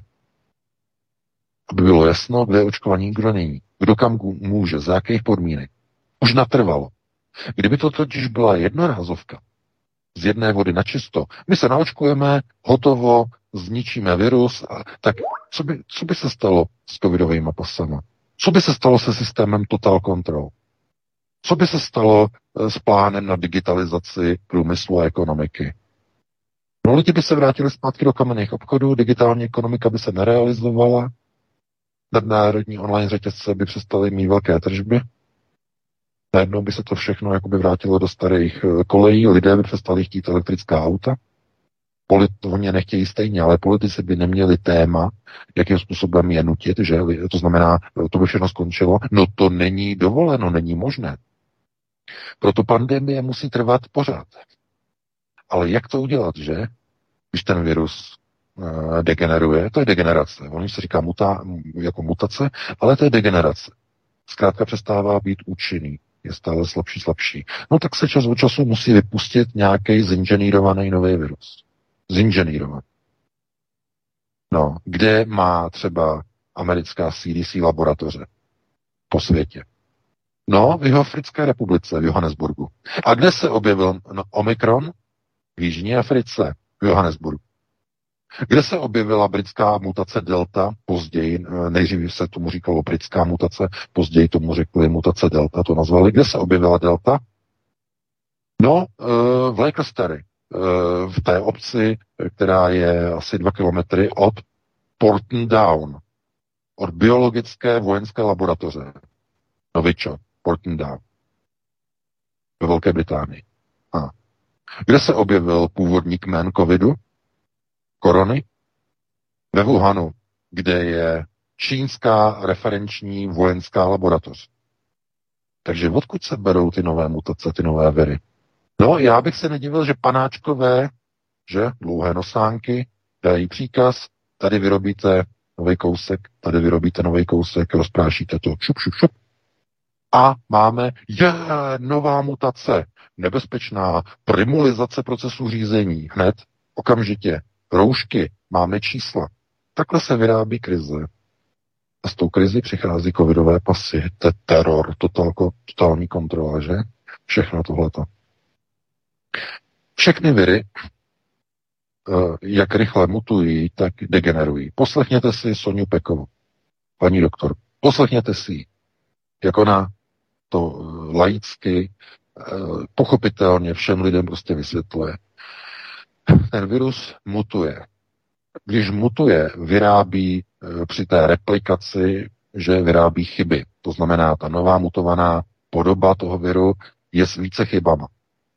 Aby bylo jasno, kde je očkovaný, kdo není. Kdo kam může, za jakých podmínek. Už natrvalo. Kdyby to totiž byla jednorázovka, z jedné vody na čisto, my se naočkujeme, hotovo, zničíme virus, a, tak co by, co by se stalo s covidovými pasama? Co by se stalo se systémem Total Control? Co by se stalo s plánem na digitalizaci průmyslu a ekonomiky? No lidi by se vrátili zpátky do kamenných obchodů, digitální ekonomika by se nerealizovala, nadnárodní online řetězce by přestaly mít velké tržby, najednou by se to všechno jakoby vrátilo do starých kolejí, lidé by přestali chtít elektrická auta Polit, oni nechtějí stejně, ale politici by neměli téma, jakým způsobem je nutit, že to znamená, to by všechno skončilo. No to není dovoleno, není možné. Proto pandemie musí trvat pořád. Ale jak to udělat, že? Když ten virus uh, degeneruje, to je degenerace. On se říká muta, jako mutace, ale to je degenerace. Zkrátka přestává být účinný. Je stále slabší, slabší. No tak se čas od času musí vypustit nějaký zinženýrovaný nový virus. Zinženýrovaný. No, kde má třeba americká C D C laboratoře po světě? No, v Jihoafrické republice, v Johannesburgu. A kde se objevil no, Omikron? V Jižní Africe, v Johannesburgu. Kde se objevila britská mutace Delta, později, nejdřív se tomu říkalo britská mutace, později tomu řekli mutace Delta, to nazvali. Kde se objevila Delta? No, v Lancastery, v té obci, která je asi dva kilometry od Porton Down, od biologické vojenské laboratoře. Novičok, Porton Down, ve Velké Británii. A. Kde se objevil původní kmen covidu? Korony? Ve Wuhanu, kde je čínská referenční vojenská laboratoř. Takže odkud se berou ty nové mutace, ty nové viry? No, já bych se nedivil, že panáčkové, že dlouhé nosánky, dají příkaz, tady vyrobíte nový kousek, tady vyrobíte nový kousek, rozprášíte to, šup, šup, šup. A máme, je, nová mutace, nebezpečná, primulizace procesu řízení, hned, okamžitě, roušky, máme čísla. Takhle se vyrábí krize. A s tou krizi přichází covidové pasy, te- teror, totálko, totální kontrola, že? Všechno tohleto. Všechny viry, jak rychle mutují, tak degenerují. Poslechněte si Soňu Pekovou, paní doktor. Poslechněte si, jak ona to laicky, pochopitelně všem lidem prostě vysvětluje. Ten virus mutuje. Když mutuje, vyrábí při té replikaci, že vyrábí chyby. To znamená, ta nová mutovaná podoba toho viru je s více chybama.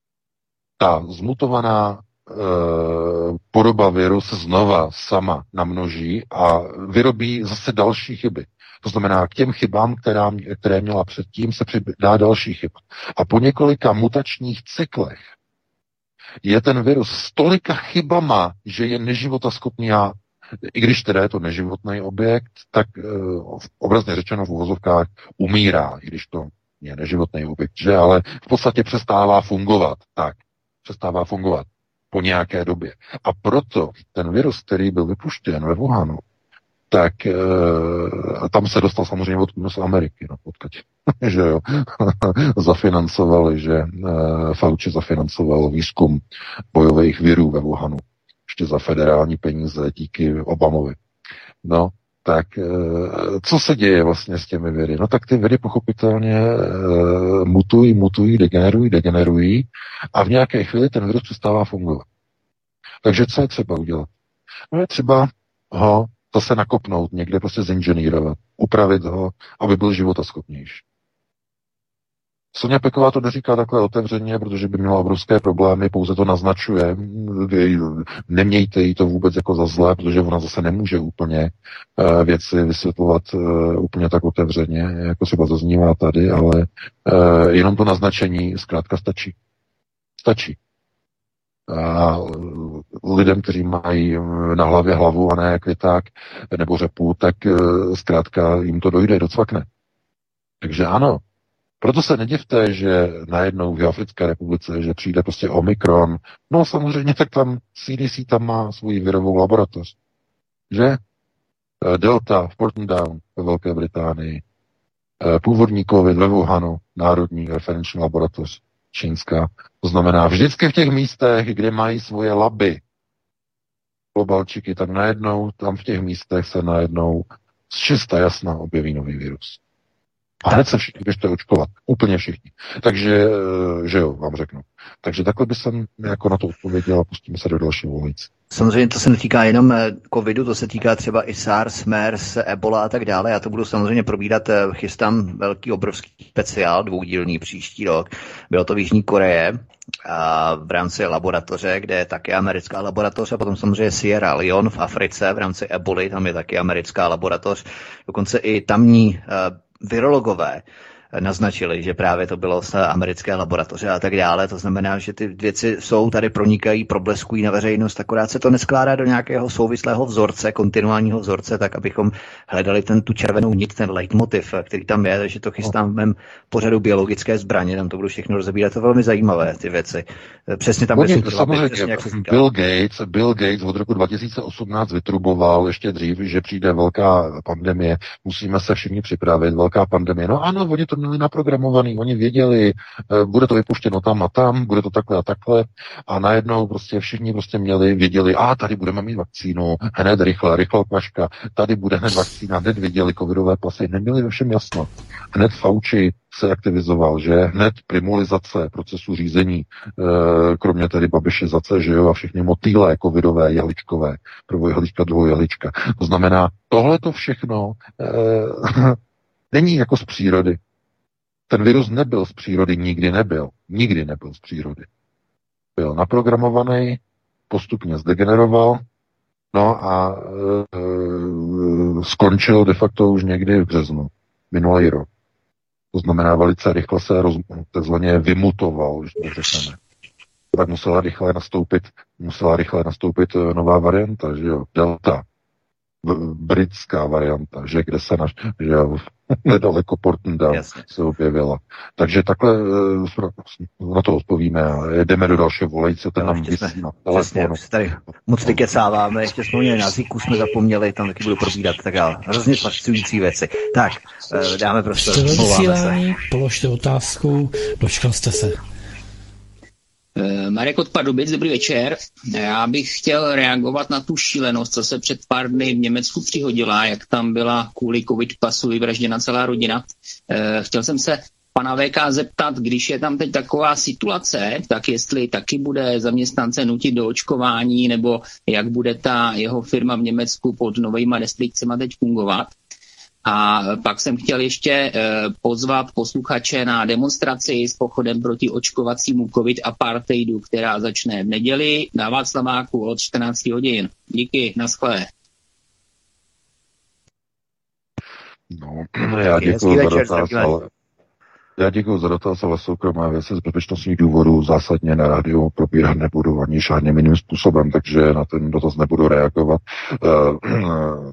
Ta zmutovaná e, podoba viru se znova sama namnoží a vyrobí zase další chyby. To znamená, k těm chybám, která, které měla předtím, se přidá další chyba. A po několika mutačních cyklech je ten virus s tolika chybama, že je neživotaschopný a i když teda je to neživotný objekt, tak e, obrazně řečeno v uvozovkách umírá, i když to je neživotný objekt, že, ale v podstatě přestává fungovat. Tak, přestává fungovat po nějaké době. A proto ten virus, který byl vypuštěn ve Wuhanu, tak e, tam se dostal samozřejmě od z Ameriky, no, odkud, že jo, zafinancovali, že e, Fauci zafinancoval výzkum bojových virů ve Wuhanu, ještě za federální peníze díky Obamovi. No, tak e, co se děje vlastně s těmi viry? No tak ty viry pochopitelně e, mutují, mutují, degenerují, degenerují a v nějaké chvíli ten virus přestává fungovat. Takže co je třeba udělat? No je třeba ho zase nakopnout, někde prostě zinženýrovat, upravit ho, aby byl životaschopnější. Soňa Peková to neříká takhle otevřeně, protože by měla obrovské problémy, pouze to naznačuje. Nemějte jí to vůbec jako za zlé, protože ona zase nemůže úplně uh, věci vysvětlovat uh, úplně tak otevřeně, jako třeba zaznívá tady, ale uh, jenom to naznačení zkrátka stačí. Stačí. A lidem, kteří mají na hlavě hlavu a ne květák nebo řepu, tak zkrátka jim to dojde, docvakne. Takže ano, proto se nedivte, že najednou v Africké republice, že přijde prostě Omikron, no samozřejmě tak tam C D C tam má svou virovou laboratoř. Že? Delta v Porton Down ve Velké Británii, původní COVID ve Wuhanu, národní referenční laboratoř čínská. To znamená, vždycky v těch místech, kde mají svoje laby, globalčiky, tak najednou tam v těch místech se najednou z čista jasna objeví nový virus. A hned se všichni běžte očkovat. Úplně všichni. Takže, že jo, vám řeknu. Takže takhle by jsem jako na to odpověděl a pustíme se do dalšího volající. Samozřejmě to se netýká jenom covidu, to se týká třeba i SARS, MERS, Ebola a tak dále. Já to budu samozřejmě probírat, chystám velký, obrovský speciál, dvoudílný příští rok. Bylo to v Jižní Koreje a v rámci laboratoře, kde je také americká laboratoř, a potom samozřejmě Sierra Leone v Africe v rámci Eboli, tam je taky americká laboratoř. Dokonce i tamní virologové naznačili, že právě to bylo z americké laboratoře a tak dále. To znamená, že ty věci jsou, tady pronikají, probleskují na veřejnost, akorát se to neskládá do nějakého souvislého vzorce, kontinuálního vzorce, tak abychom hledali ten, tu červenou nit, ten leitmotiv, který tam je, takže to chystám v mém pořadu biologické zbraně, tam to budu všechno rozebírat, to je velmi zajímavé, ty věci. Přesně tam, kde jsou to samozřejmě, přesně, jak se Bill Gates, Bill Gates od roku dva tisíce osmnáct vytruboval ještě dřív, že přijde velká pandemie, musíme se všichni připravit, velká pandemie. No ano, oni to měli naprogramovaný, oni věděli, bude to vypuštěno tam a tam, bude to takhle a takhle, a najednou prostě všichni prostě měli, věděli, a tady budeme mít vakcínu, hned rychle, rychle kvaška, tady bude hned vakcína, hned věděli covidové pasy, neměli ve všem jasno. Hned Fauci se aktivizoval, že hned primulizace procesu řízení, kromě tedy Babišizace, že jo, a všechny motýlé covidové, jehličkové, prvou jehlička, druhou jehlička. To znamená, tohle to všechno eh, není jako z přírody. Ten virus nebyl z přírody, nikdy nebyl. Nikdy nebyl z přírody. Byl naprogramovaný, postupně zdegeneroval, no a e, e, skončil de facto už někdy v březnu, minulý rok. To znamená, velice rychle se roz, takzvaně vymutoval, když to řekneme. Tak musela rychle nastoupit, musela rychle nastoupit nová varianta, že jo, Delta. Britská varianta, že kde se naš, že nedaleko Portendale se objevila. Takže takhle na to odpovíme a jdeme do dalšího volající, ten nám vysí na telefonu. Tady moc vykecáváme, ještě jsme na Ziku jsme zapomněli, tam taky budu probírat, tak dále. Hrozně fascinující věci. Tak, dáme prostor. Jste vysílání, položte otázku, dočkal jste se. Marek od Pardubic, dobrý večer. Já bych chtěl reagovat na tu šílenost, co se před pár dny v Německu přihodila, jak tam byla kvůli covid pasu vyvražděna celá rodina. Chtěl jsem se pana V K zeptat, když je tam teď taková situace, tak jestli taky bude zaměstnance nutit do očkování, nebo jak bude ta jeho firma v Německu pod novejma restrikcemi teď fungovat. A pak jsem chtěl ještě eh, pozvat posluchače na demonstraci s pochodem proti očkovacímu covid apartheidu, která začne v neděli na Václaváku od čtrnáct hodin. Díky, naschle. No, já děkuji za dotaz, ale já děkuji za dotaz, ale soukromé věci z bezpečnostních důvodů zásadně na rádiu probírat nebudu ani žádným jiným způsobem, takže na ten dotaz nebudu reagovat. Uh,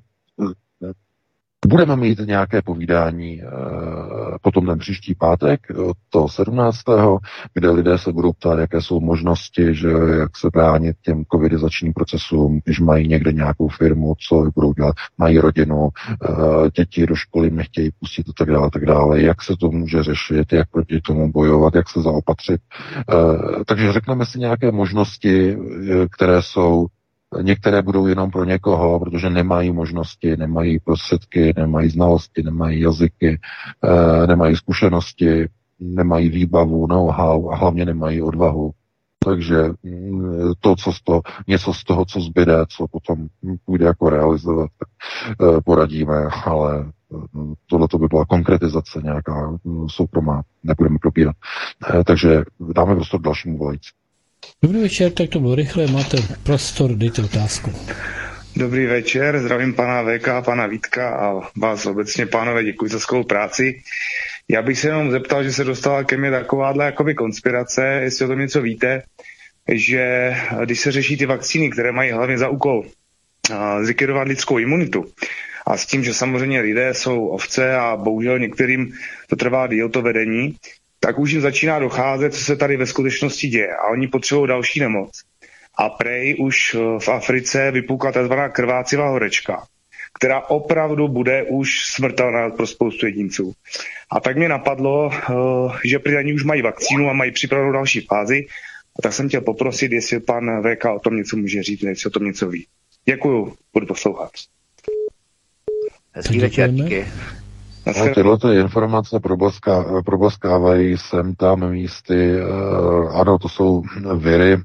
Budeme mít nějaké povídání e, potom ten příští pátek, od toho sedmnáctého kde lidé se budou ptát, jaké jsou možnosti, že jak se bránit těm covidizačním procesům, když mají někde nějakou firmu, co budou dělat, mají rodinu, e, děti do školy nechtějí pustit a tak dále, tak dále, jak se to může řešit, jak proti tomu bojovat, jak se zaopatřit. E, takže řekneme si nějaké možnosti, které jsou. Některé budou jenom pro někoho, protože nemají možnosti, nemají prostředky, nemají znalosti, nemají jazyky, nemají zkušenosti, nemají výbavu, know-how a hlavně nemají odvahu. Takže to, co z toho, něco z toho, co zbyde, co potom půjde jako realizovat, tak poradíme, ale tohle to by byla konkretizace nějaká soukromá, nebudeme probírat. Takže dáme prostor dalšímu volající. Dobrý večer, tak to bylo rychle, máte prostor, dejte otázku. Dobrý večer, zdravím pana V K, pana Vítka a vás obecně, pánové, děkuji za skvělou práci. Já bych se jenom zeptal, že se dostala ke mně takováhle jakoby konspirace, jestli o tom něco víte, že když se řeší ty vakcíny, které mají hlavně za úkol zlikvidovat lidskou imunitu, a s tím, že samozřejmě lidé jsou ovce a bohužel některým to trvá díl to vedení, tak už jim začíná docházet, co se tady ve skutečnosti děje. A oni potřebují další nemoc. A prej už v Africe vypukla tzv. Krvácivá horečka, která opravdu bude už smrtelná pro spoustu jedinců. A tak mě napadlo, že prý oni už mají vakcínu a mají připravenou další fázi. A tak jsem chtěl poprosit, jestli pan V K o tom něco může říct, jestli o tom něco ví. Děkuju, budu poslouchat. Hezký večer, díky. No, tyhle ty informace problaská, problaskávají sem tam místy. Uh, ano, to jsou viry uh,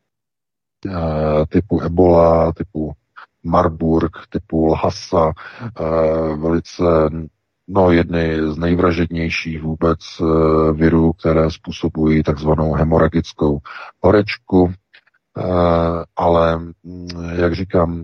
typu Ebola, typu Marburg, typu Lhasa, uh, velice, no, jedny z nejvražednějších vůbec uh, virů, které způsobují takzvanou hemoragickou horečku. Uh, ale, jak říkám,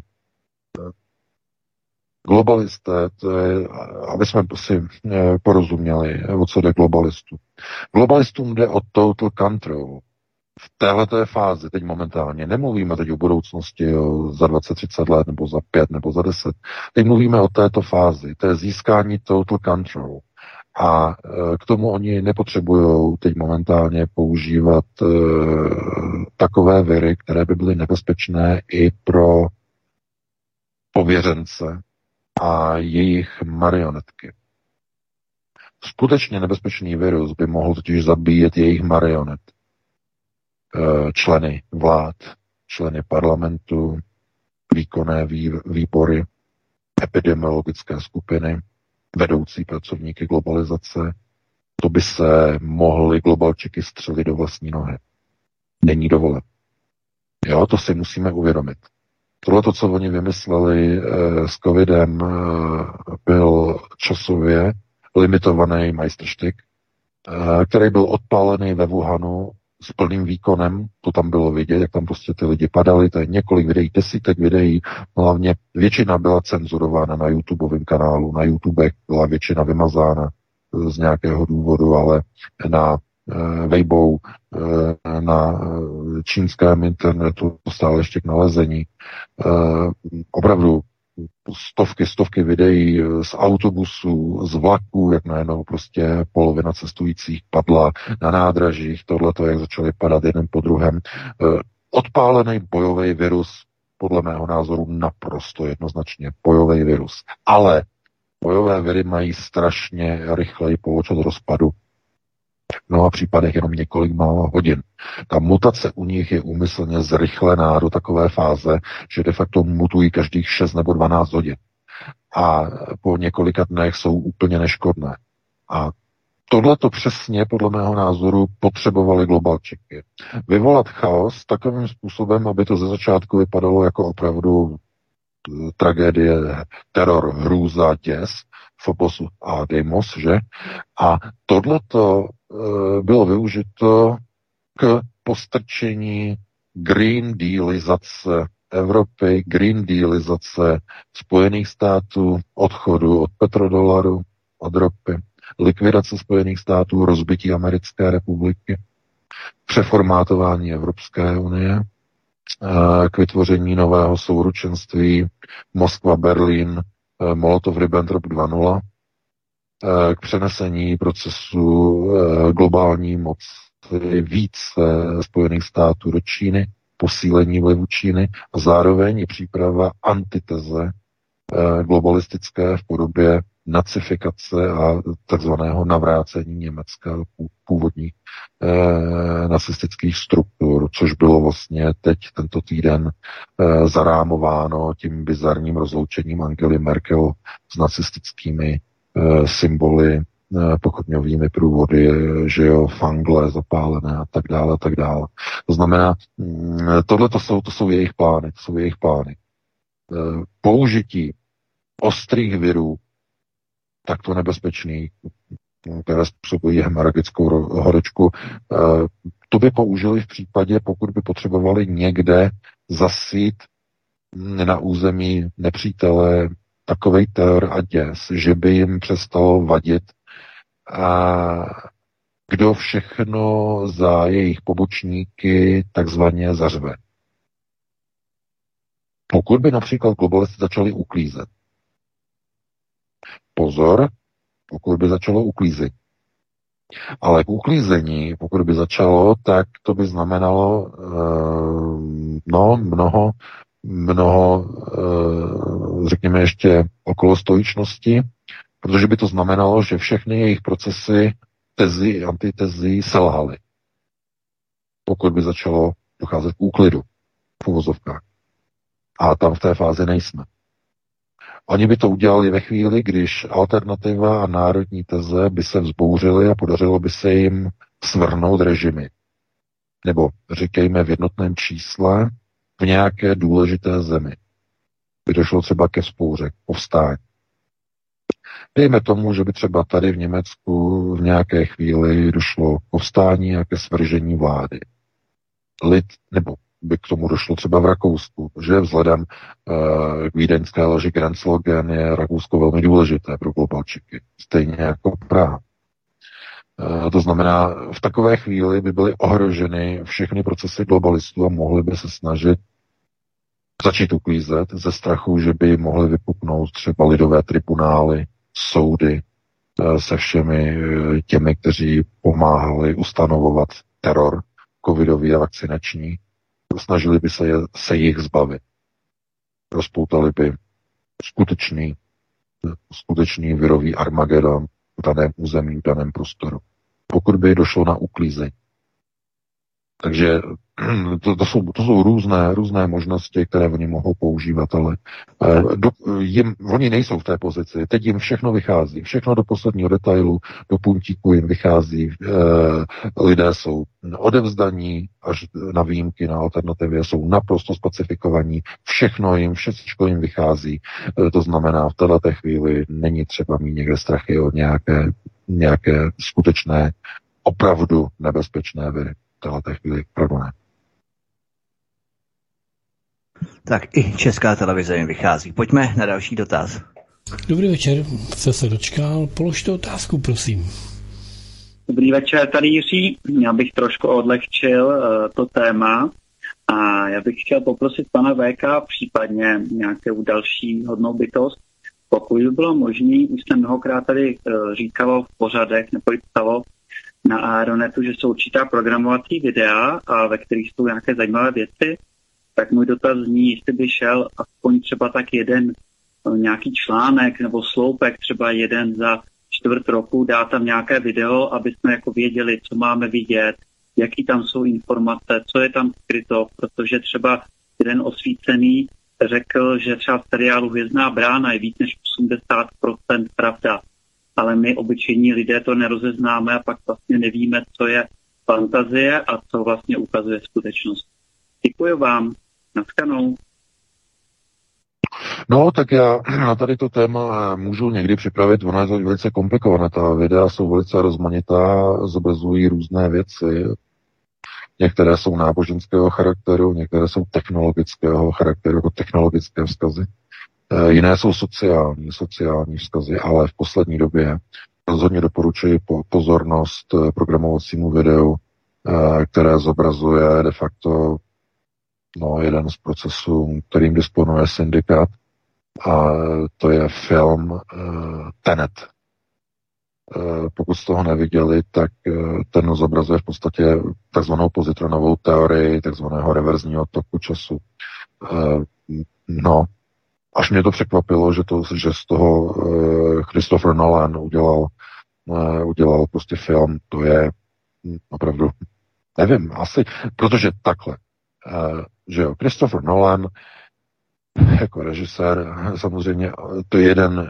globalisté, to je, aby jsme si porozuměli, o co jde globalistu. Globalistům jde o total control. V téhleté fázi, teď momentálně, nemluvíme teď o budoucnosti o za dvacet třicet let, nebo za pět, nebo za deset. Teď mluvíme o této fázi, to je získání total control. A k tomu oni nepotřebují teď momentálně používat e, takové viry, které by byly nebezpečné i pro pověřence a jejich marionetky. Skutečně nebezpečný virus by mohl totiž zabíjet jejich marionet. Členy vlád, členy parlamentu, výkonné výbory, epidemiologické skupiny, vedoucí pracovníky globalizace. To by se mohli globalčiky střelit do vlastní nohy. Není dovolen. Jo, to si musíme uvědomit. Tohle, to, co oni vymysleli eh, s covidem, eh, byl časově limitovaný majstrštyk, eh, který byl odpálený ve Wuhanu s plným výkonem, to tam bylo vidět, jak tam prostě ty lidi padali, to je několik videí, desítek videí, hlavně většina byla cenzurována na YouTubeovém kanálu, na YouTube byla většina vymazána z nějakého důvodu, ale na e, Weibo, e, na čínském internetu stále ještě k nalezení. E, opravdu stovky, stovky videí z autobusů, z vlaků, jak najednou prostě polovina cestujících padla na nádražích, tohleto, jak začaly padat jeden po druhém. Odpálený bojový virus, podle mého názoru naprosto jednoznačně bojový virus. Ale bojové viry mají strašně rychlej poločas rozpadu. V mnoha případech jenom několik málo hodin. Ta mutace u nich je úmyslně zrychlená do takové fáze, že de facto mutují každých šest nebo dvanáct hodin. A po několika dnech jsou úplně neškodné. A tohleto přesně, podle mého názoru, potřebovali globalčiky. Vyvolat chaos takovým způsobem, aby to ze začátku vypadalo jako opravdu tragédie, teror, hrůza, děs, Phobos a Deimos, že? A tohleto e, bylo využito k postrčení Green Dealizace Evropy, Green Dealizace Spojených států, odchodu od petrodolaru, od ropy, likvidace Spojených států, rozbití Americké republiky, přeformátování Evropské unie, k vytvoření nového souručenství Moskva-Berlín, Molotov-Ribbentrop dva tečka nula, k přenesení procesu globální moci více Spojených států do Číny, posílení vlivu Číny a zároveň i příprava antiteze globalistické v podobě nacifikace a takzvaného navrácení Německa do původních eh, nacistických struktur, což bylo vlastně teď tento týden eh, zarámováno tím bizarním rozloučením Angely Merkel s nacistickými eh, symboly, eh, pochodňovými průvody, eh, že jo, fangle zapálené a tak dále, a tak dále. To znamená, hm, tohle to jsou, to jsou jejich plány, to jsou jejich plány. Eh, použití ostrých virů, takto nebezpečný, které způsobují hemoragickou horečku, to by použili v případě, pokud by potřebovali někde zasít na území nepřítele takovej teror a děs, že by jim přestalo vadit, a kdo všechno za jejich pobočníky takzvaně zařve. Pokud by například globalisté začali uklízet, pozor, pokud by začalo uklízet. Ale k uklízení, pokud by začalo, tak to by znamenalo uh, no, mnoho, mnoho uh, řekněme ještě okolo stoičnosti, protože by to znamenalo, že všechny jejich procesy, tezy, antitezy selhaly. Pokud by začalo docházet k úklidu v uvozovkách. A tam v té fázi nejsme. Oni by to udělali ve chvíli, když alternativa a národní teze by se vzbouřily a podařilo by se jim svrhnout režimy. Nebo říkejme v jednotném čísle v nějaké důležité zemi. By došlo třeba ke vzpouře, k povstání. Dejme tomu, že by třeba tady v Německu v nějaké chvíli došlo k povstání a ke svržení vlády. Lid, nebo by k tomu došlo třeba v Rakousku, že vzhledem uh, k vídeňské loži Grenzlogen je Rakousko velmi důležité pro globalčiky, stejně jako Praha. Uh, to znamená, v takové chvíli by byly ohroženy všechny procesy globalistů a mohly by se snažit začít uklízet ze strachu, že by mohly vypuknout třeba lidové tribunály, soudy uh, se všemi uh, těmi, kteří pomáhali ustanovovat teror covidový a vakcinační. Snažili by se, je, se jich zbavit. Rozpoutali by skutečný, skutečný virový Armagedon v daném území, v daném prostoru. Pokud by došlo na uklízení. Takže to, to, jsou, to jsou různé, různé možnosti, které oni mohou používat, ale do, jim, oni nejsou v té pozici. Teď jim všechno vychází, všechno do posledního detailu, do puntíku jim vychází. E, lidé jsou odevzdaní, až na výjimky, na alternativě, jsou naprosto spacifikovaní, všechno jim, všechno jim vychází. E, to znamená, v této chvíli není třeba mít někde strachy o nějaké, nějaké skutečné, opravdu nebezpečné viry. Této chvíli opravdu ne. Tak i Česká televize jim vychází. Pojďme na další dotaz. Dobrý večer, jste se dočkal. Položte otázku, prosím. Dobrý večer, tady Jiří. Já bych trošku odlehčil uh, to téma a já bych chtěl poprosit pana V K, případně nějakou další hodnou bytost, pokud by bylo možné, už jsem mnohokrát tady uh, říkalo v pořadech nebo i psalo na Aeronetu, že jsou určitá programovací videa, a ve kterých jsou nějaké zajímavé věci, tak můj dotaz zní, jestli by šel aspoň třeba tak jeden nějaký článek nebo sloupek, třeba jeden za čtvrt roku, dá tam nějaké video, aby jsme jako věděli, co máme vidět, jaký tam jsou informace, co je tam skryto, protože třeba jeden osvícený řekl, že třeba v seriálu Hvězdná brána je víc než osmdesát procent pravda, ale my obyčejní lidé to nerozeznáme a pak vlastně nevíme, co je fantazie a co vlastně ukazuje skutečnost. Děkuji vám. Naschledanou. No, tak já na tady to téma můžu někdy připravit, ono je to velice komplikované, ta videa jsou velice rozmanitá, zobrazují různé věci, některé jsou náboženského charakteru, některé jsou technologického charakteru, jako technologické vzkazy, jiné jsou sociální, sociální vzkazy, ale v poslední době rozhodně doporučuji pozornost programovacímu videu, které zobrazuje de facto no, jeden z procesů, kterým disponuje syndikát, a to je film uh, Tenet. Uh, pokud jste toho neviděli, tak uh, ten zobrazuje v podstatě takzvanou pozitronovou teorii, takzvaného reverzního toku času. Uh, no, až mě to překvapilo, že, to, že z toho uh, Christopher Nolan udělal, uh, udělal prostě film, to je opravdu, nevím, asi, protože takhle, uh, že jo, Christopher Nolan jako režisér, samozřejmě to je jeden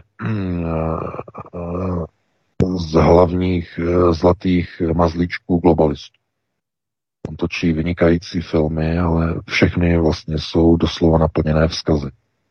z hlavních zlatých mazlíčků globalistů. On točí vynikající filmy, ale všechny vlastně jsou doslova naplněné vzkazy.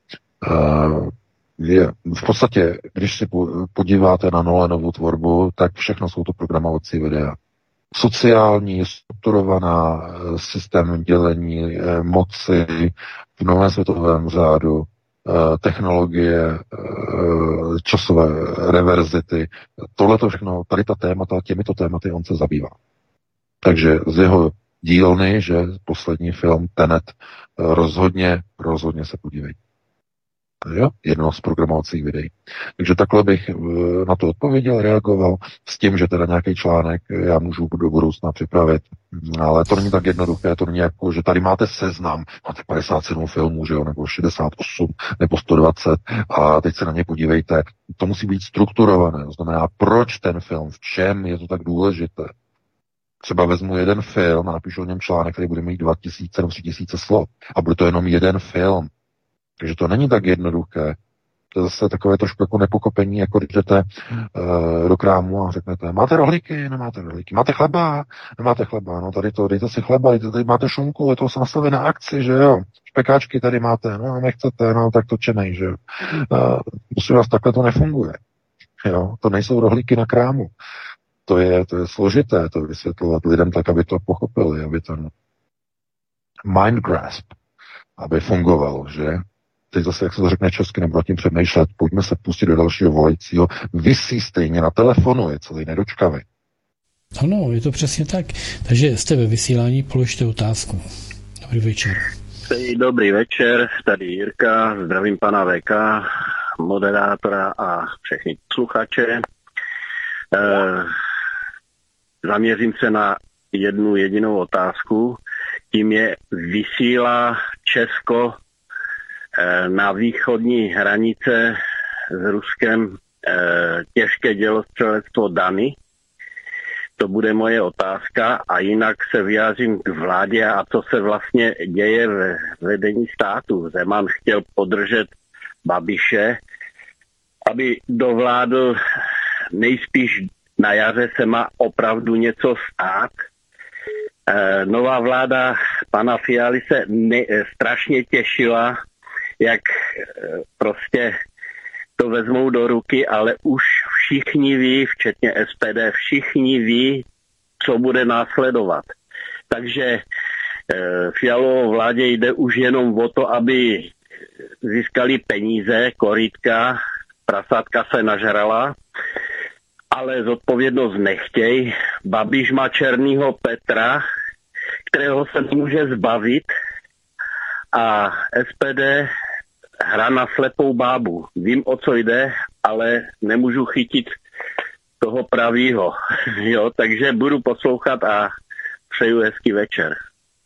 Je, v podstatě, když si podíváte na Nolanovu tvorbu, tak všechno jsou to programovací videa. Sociální, strukturovaná systém dělení moci v novém světovém řádu, technologie, časové reverzity, tohle to všechno, tady ta témata, těmito tématy on se zabývá. Takže z jeho dílny, že poslední film Tenet, rozhodně, rozhodně se podívejte. Jo? Jedno z programovacích videí. Takže takhle bych na to odpověděl, reagoval s tím, že teda nějaký článek já můžu do budoucna připravit, ale to není tak jednoduché, to není jako, že tady máte seznam, máte padesát sedm filmů, že jo, nebo šedesát osm, nebo sto dvacet a teď se na ně podívejte. To musí být strukturované, to znamená, proč ten film, v čem je to tak důležité. Třeba vezmu jeden film a napíšu o něm článek, který bude mít dva tisíce nebo tři tisíce slov a bude to jenom jeden film. Takže to není tak jednoduché To je zase takové trošku jako nepokopení, jako když jdete uh, do krámu a řeknete, máte rohlíky, nemáte rohlíky, máte chleba, nemáte chleba, no tady to, dejte si chleba, tady máte šunku, je to nastavené na akci, že jo, špekáčky tady máte, no nechcete, no tak to čenej, že jo. Uh, musím vás, takhle to nefunguje, jo, to nejsou rohlíky na krámu. To je, to je složité to vysvětlovat lidem tak, aby to pochopili, aby ten mind grasp, aby fungovalo, že? Teď zase, jak se to řekne česky, nebudu tím přemýšlet, pojďme se pustit do dalšího volajícího. Vysí stejně na telefonu, je celý nedočkavý. Ano, je to přesně tak. Takže jste ve vysílání, položte otázku. Dobrý večer. Dobrý večer, tady Jirka, zdravím pana V K, moderátora a všechny posluchače. E, zaměřím se na jednu jedinou otázku. Tím je, vysílá Česko na východní hranice s Ruskem těžké dělostřelectvo Dany? To bude moje otázka a jinak se vyjádřím k vládě a co se vlastně děje ve vedení státu. Zeman chtěl podržet Babiše, aby dovládl, nejspíš na jaře se má opravdu něco stát. E, nová vláda pana Fialy se ne, strašně těšila, jak prostě to vezmou do ruky, ale už všichni ví, včetně S P D, všichni ví, co bude následovat. Takže e, Fialovo vládě jde už jenom o to, aby získali peníze, korytka, prasátka se nažrala, ale zodpovědnost nechtěj. Babiš má černýho Petra, kterého se nemůže zbavit, a S P D hra na slepou bábu. Vím, o co jde, ale nemůžu chytit toho pravýho. Jo, takže budu poslouchat a přeju hezký večer.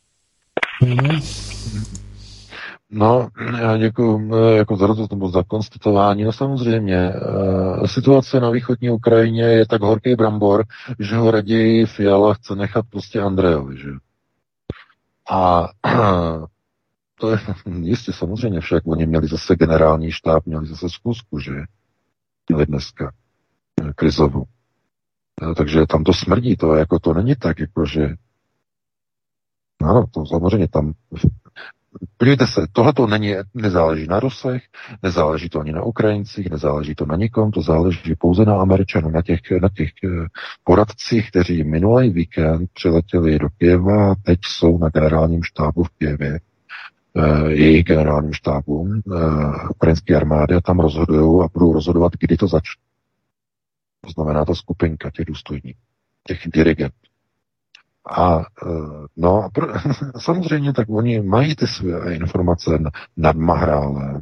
No, já děkuji jako za to, nebo za konstatování. No samozřejmě, situace na východní Ukrajině je tak horký brambor, že ho raději Fiala chce nechat prostě Andrejovi, že? A to je jistě samozřejmě, však oni měli zase generální štáb, měli zase zkusku, že? Měli dneska krizovou. Takže tam to smrdí, to jako to není tak, jako že no, to samozřejmě tam podívejte se, tohle to není, nezáleží na Rusech, nezáleží to ani na Ukrajincích, nezáleží to na nikom, to záleží pouze na Američanů, na těch, na těch poradcích, kteří minulý víkend přiletěli do Kyjeva a teď jsou na generálním štábu v Kyjevě, jejich generálním štábu ukrajinské armády a tam rozhodují a budou rozhodovat, kdy to začne. To znamená ta skupinka těch důstojníků, těch dirigentů. A no a pro, samozřejmě tak oni mají ty své informace nad Mahrálem.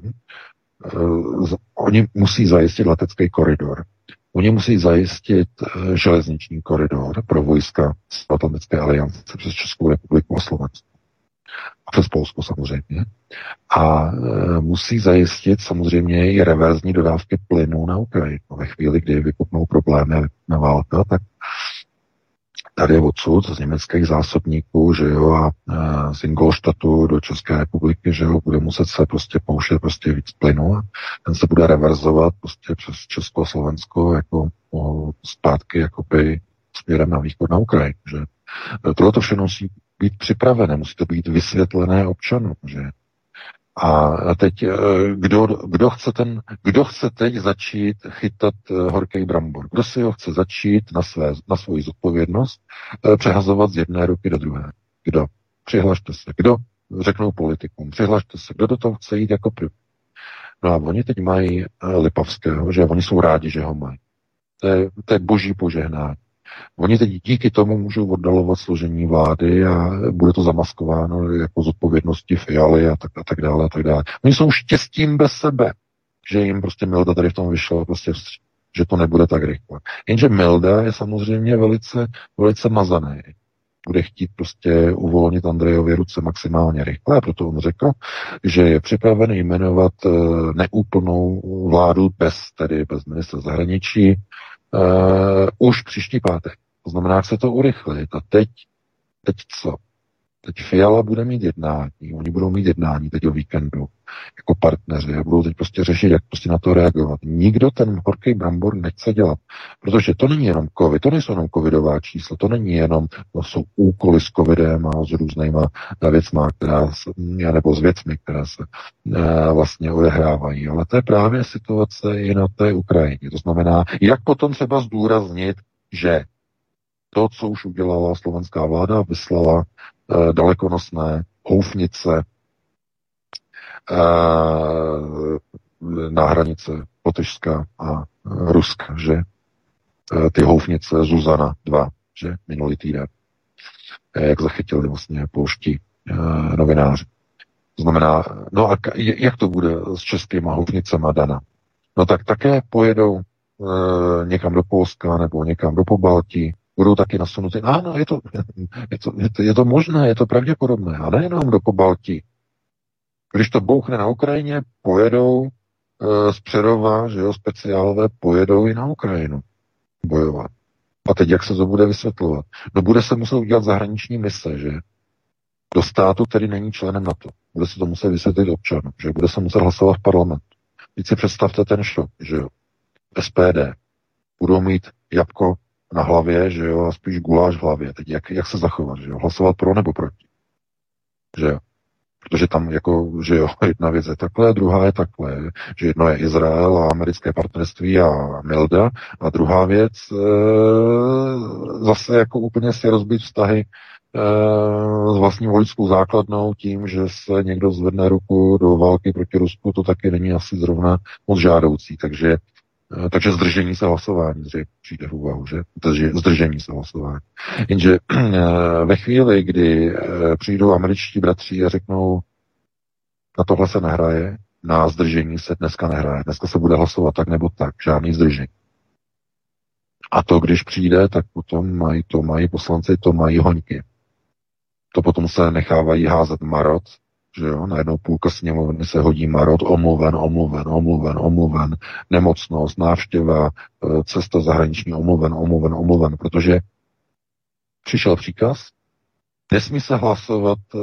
Oni musí zajistit letecký koridor. Oni musí zajistit železniční koridor pro vojska z Atlantické aliance přes Českou republiku a Slovensko. A přes Polsko samozřejmě. A e, musí zajistit samozřejmě i reverzní dodávky plynu na Ukrajinu. Ve chvíli, kdy vypuknou problémy na válka, tak tady odsud z německých zásobníků, že jo, a e, z Ingolstadtu do České republiky, že jo, bude muset se prostě pouštět prostě víc plynu a ten se bude reverzovat prostě přes Česko a Slovensko jako o, zpátky jakoby směrem na východ na Ukrajinu, že tohle to všechno musí být připravené, musí to být vysvětlené občanům, že a teď kdo, kdo, chce ten, kdo chce teď začít chytat horký brambor? Kdo si ho chce začít na, své, na svoji zodpovědnost přehazovat z jedné ruky do druhé? Kdo? Přihlašte se. Kdo? Řeknou politikům. Přihlašte se. Kdo do toho chce jít jako první? No a oni teď mají Lipavského, že oni jsou rádi, že ho mají. To je, to je boží požehnání. Oni teď díky tomu můžou oddalovat složení vlády a bude to zamaskováno jako zodpovědnosti Fialy a tak, a tak dále a tak dále. Oni jsou štěstím bez sebe, že jim prostě Milda tady v tom vyšla prostě vstříc, že to nebude tak rychle. Jenže Milda je samozřejmě velice, velice mazaný. Bude chtít prostě uvolnit Andrejovi ruce maximálně rychle a proto on řekl, že je připraven jmenovat neúplnou vládu bez, tedy bez ministra zahraničí, Uh, už příští pátek. To znamená, jak se to urychlit. A teď, teď co? Teď Fiala bude mít jednání, oni budou mít jednání teď o víkendu jako partneři a budou teď prostě řešit, jak prostě na to reagovat. Nikdo ten horký brambor nechce dělat, protože to není jenom covid, to nejsou jenom covidová čísla, to není jenom, to jsou úkoly s covidem a s různýma věcma, která se, nebo s věcmi, které se e, vlastně odehrávají, ale to je právě situace i na té Ukrajině. To znamená, jak potom třeba zdůraznit, že to, co už udělala slovenská vláda, vyslala eh, dalekonosné houfnice eh, na hranice Lotyšska a eh, Ruska, že eh, ty houfnice Zuzana dva, že minulý týden, eh, jak zachytili vlastně polští eh, novináři. To znamená, no a jak to bude s českýma houfnicema Dana? No tak také pojedou eh, někam do Polska nebo někam do Pobaltí, budou taky nasunuty. Ano, je to, je, to, je, to, je to možné, je to pravděpodobné. A nejenom do Pobaltí. Když to bouchne na Ukrajině, pojedou e, z Přerova, že jo, speciálové pojedou i na Ukrajinu bojovat. A teď jak se to bude vysvětlovat? No bude se muset udělat zahraniční mise, že? Do státu, který není členem NATO. Bude se to muset vysvětlit občanům, že? Bude se muset hlasovat v parlamentu. Teď si představte ten šok, že jo. S P D budou mít jabko na hlavě, že jo, a spíš guláš v hlavě. Teď jak, jak se zachovat, že jo? Hlasovat pro nebo proti. Že jo? Protože tam jako, že jo, jedna věc je takhle, druhá je takhle, že jedno je Izrael a americké partnerství a Milda a druhá věc e, zase jako úplně si rozbít vztahy e, s vlastní vojenskou základnou tím, že se někdo zvedne ruku do války proti Rusku, to taky není asi zrovna moc žádoucí, takže Takže zdržení se hlasování přijde v úvahu, že? Zdržení se hlasování. Jenže ve chvíli, kdy přijdou američtí bratři a řeknou, na tohle se nehraje, na zdržení se dneska nehraje. Dneska se bude hlasovat tak nebo tak, žádný zdržení. A to, když přijde, tak potom mají, to mají poslanci, to mají hoňky. To potom se nechávají házet marot, že jo, najednou půlka sněmovny se hodí marot, omluven, omluven, omluven, omluven, nemocnost, návštěva, cesta zahraniční, omluven, omluven, omluven, protože přišel příkaz, nesmí se hlasovat e,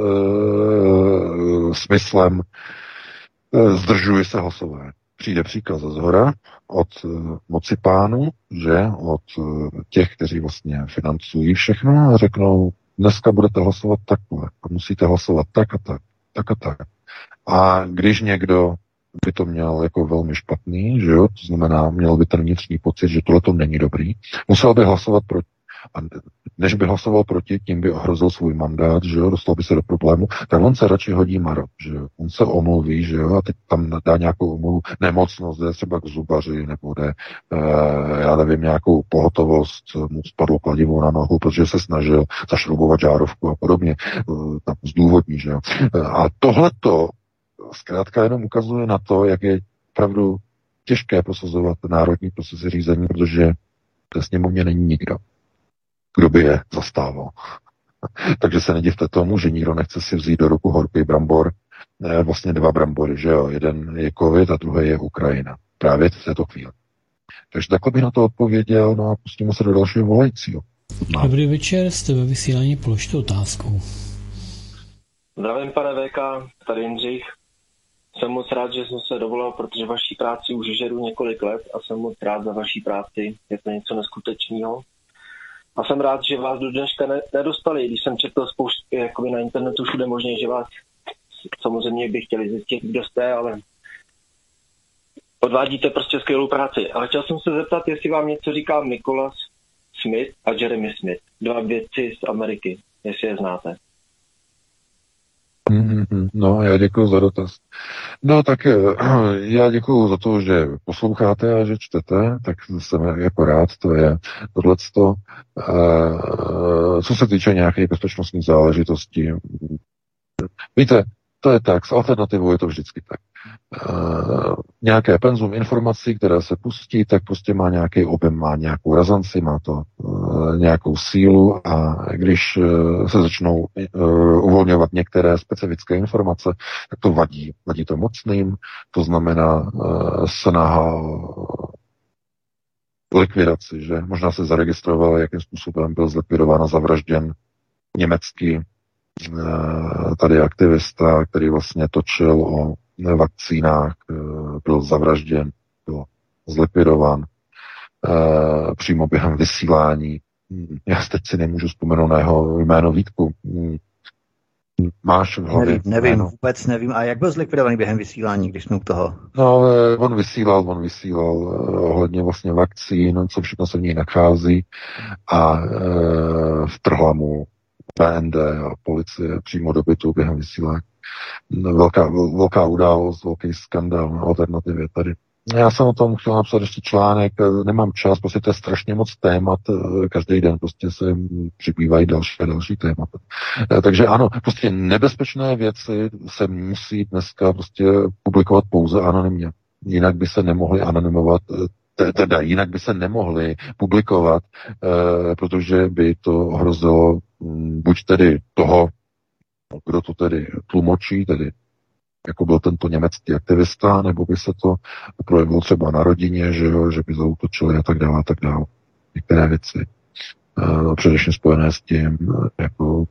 smyslem e, zdržuje se hlasování. Přijde příkaz ze zhora od e, moci pánu, že, od e, těch, kteří vlastně financují všechno a řeknou, dneska budete hlasovat takhle a musíte hlasovat tak a tak. tak a tak. A když někdo by to měl jako velmi špatný, že jo, to znamená, měl by ten vnitřní pocit, že tohle to není dobrý, musel by hlasovat proti. A než by hlasoval proti, tím by ohrozil svůj mandát, že jo, dostal by se do problému, tak on se radši hodí marot, že jo, on se omluví, že jo, a teď tam dá nějakou omluvu, nemocnost, jde třeba k zubaři, nebo jde, e, já nevím, nějakou pohotovost, mu spadlo kladivo na nohu, protože se snažil zašroubovat žárovku a podobně, e, tam zdůvodní, že jo. E, a tohleto zkrátka jenom ukazuje na to, jak je opravdu těžké prosazovat národní procesy řízení, protože ve sněmovně není nikdo, kdo by je zastával. Takže se nedivte tomu, že nikdo nechce si vzít do ruku horký brambor, vlastně dva brambory, že jo, jeden je covid a druhý je Ukrajina. Právě v této chvíli. Takže takhle bych na to odpověděl, no a pustíme se do dalšího volajícího. No. Dobrý večer, jste ve vysílání, položte otázku. Zdravím, pane V K, tady Jindřich. Jsem moc rád, že jsem se dovolal, protože vaší práci už žeru několik let a jsem moc rád za vaší práci. Je to něco neskutečného. A jsem rád, že vás do dneška ne- nedostali, když jsem četl spoustu jakoby na internetu všude možně, že vás samozřejmě by chtěli zjistit, kdo jste, ale odvádíte prostě skvělou práci. Ale chtěl jsem se zeptat, jestli vám něco říká Nicholas Smith a Jeremy Smith, dva vědci z Ameriky, jestli je znáte. No, já děkuji za dotaz. No, tak já děkuji za to, že posloucháte a že čtete, tak jsem jako rád, to je tohleto. Co se týče nějakých bezpečnostních záležitostí, víte, to je tak, s alternativou je to vždycky tak. Uh, nějaké penzum informací, které se pustí, tak prostě má nějaký objem, má nějakou razanci, má to uh, nějakou sílu a když uh, se začnou uh, uvolňovat některé specifické informace, tak to vadí. Vadí to mocným, to znamená uh, snaha likvidaci, že možná se zaregistroval, jakým způsobem byl zlikvidován a zavražděn německý tady aktivista, který vlastně točil o vakcínách, byl zavražděn, byl zlikvidován přímo během vysílání. Já teď si nemůžu vzpomenout na jeho jméno. Vítku. Máš v hlavě? Nevím, nevím vůbec nevím. A jak byl zlikvidovaný během vysílání, když jsme u toho? No, on vysílal, on vysílal ohledně vlastně vakcín, co všechno se v ní nachází a e, vtrhla mu P N D a policie přímo do bytu během vysílání. Velká, velká událost, velký skandál na Alternativě tady. Já jsem o tom chtěl napsat ještě článek, nemám čas, prostě to je strašně moc témat, každý den prostě se přibývají další a další témata. Takže ano, prostě nebezpečné věci se musí dneska prostě publikovat pouze anonymně. Jinak by se nemohly anonymovat, teda jinak by se nemohly publikovat, protože by to ohrozilo buď tedy toho, kdo to tedy tlumočí, tedy jako byl tento německý aktivista, nebo by se to projevilo třeba na rodině, že, jo, že by zaútočili a tak dále, a tak dále. Některé věci. E, především spojené s tím, jako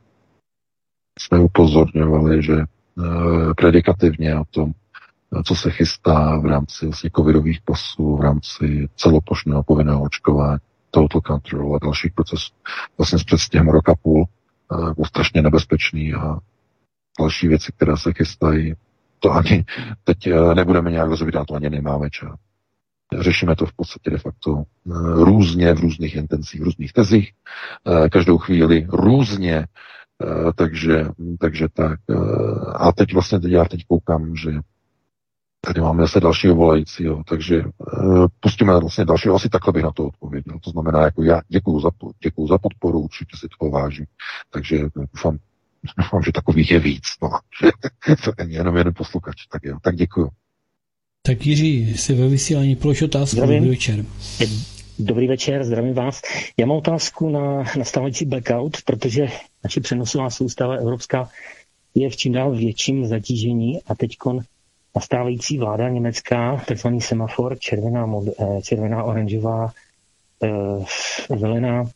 jsme upozorňovali, že e, predikativně o tom, co se chystá v rámci vlastně covidových pasů, v rámci celoplošného povinného očkování, total control a dalších procesů. Vlastně s předstihem roka půl e, byl strašně nebezpečný a další věci, které se chystají, to ani teď nebudeme nějak rozvídat, to ani nemáme čas. Řešíme to v podstatě de facto různě, v různých intencích, v různých tezích, každou chvíli různě, takže, takže tak. A teď vlastně já teď koukám, že tady máme zase dalšího volajícího, takže pustíme vlastně dalšího, asi takhle bych na to odpověděl. To znamená, jako já děkuju za, děkuju za podporu, určitě si toho vážím, takže doufám, Doufám, že takových je víc. No. To není jenom jeden posluchač. Tak jo, tak děkuju. Tak Jiří, si ve vysílání polož otázku. Zdravím. Dobrý večer. Dobrý večer, zdravím vás. Já mám otázku na nastávající blackout, protože naše přenosová soustava evropská je v čím dál větším zatížení a teďkon nastávající vláda německá, takzvaný semafor, červená, mod, červená, oranžová, zelená,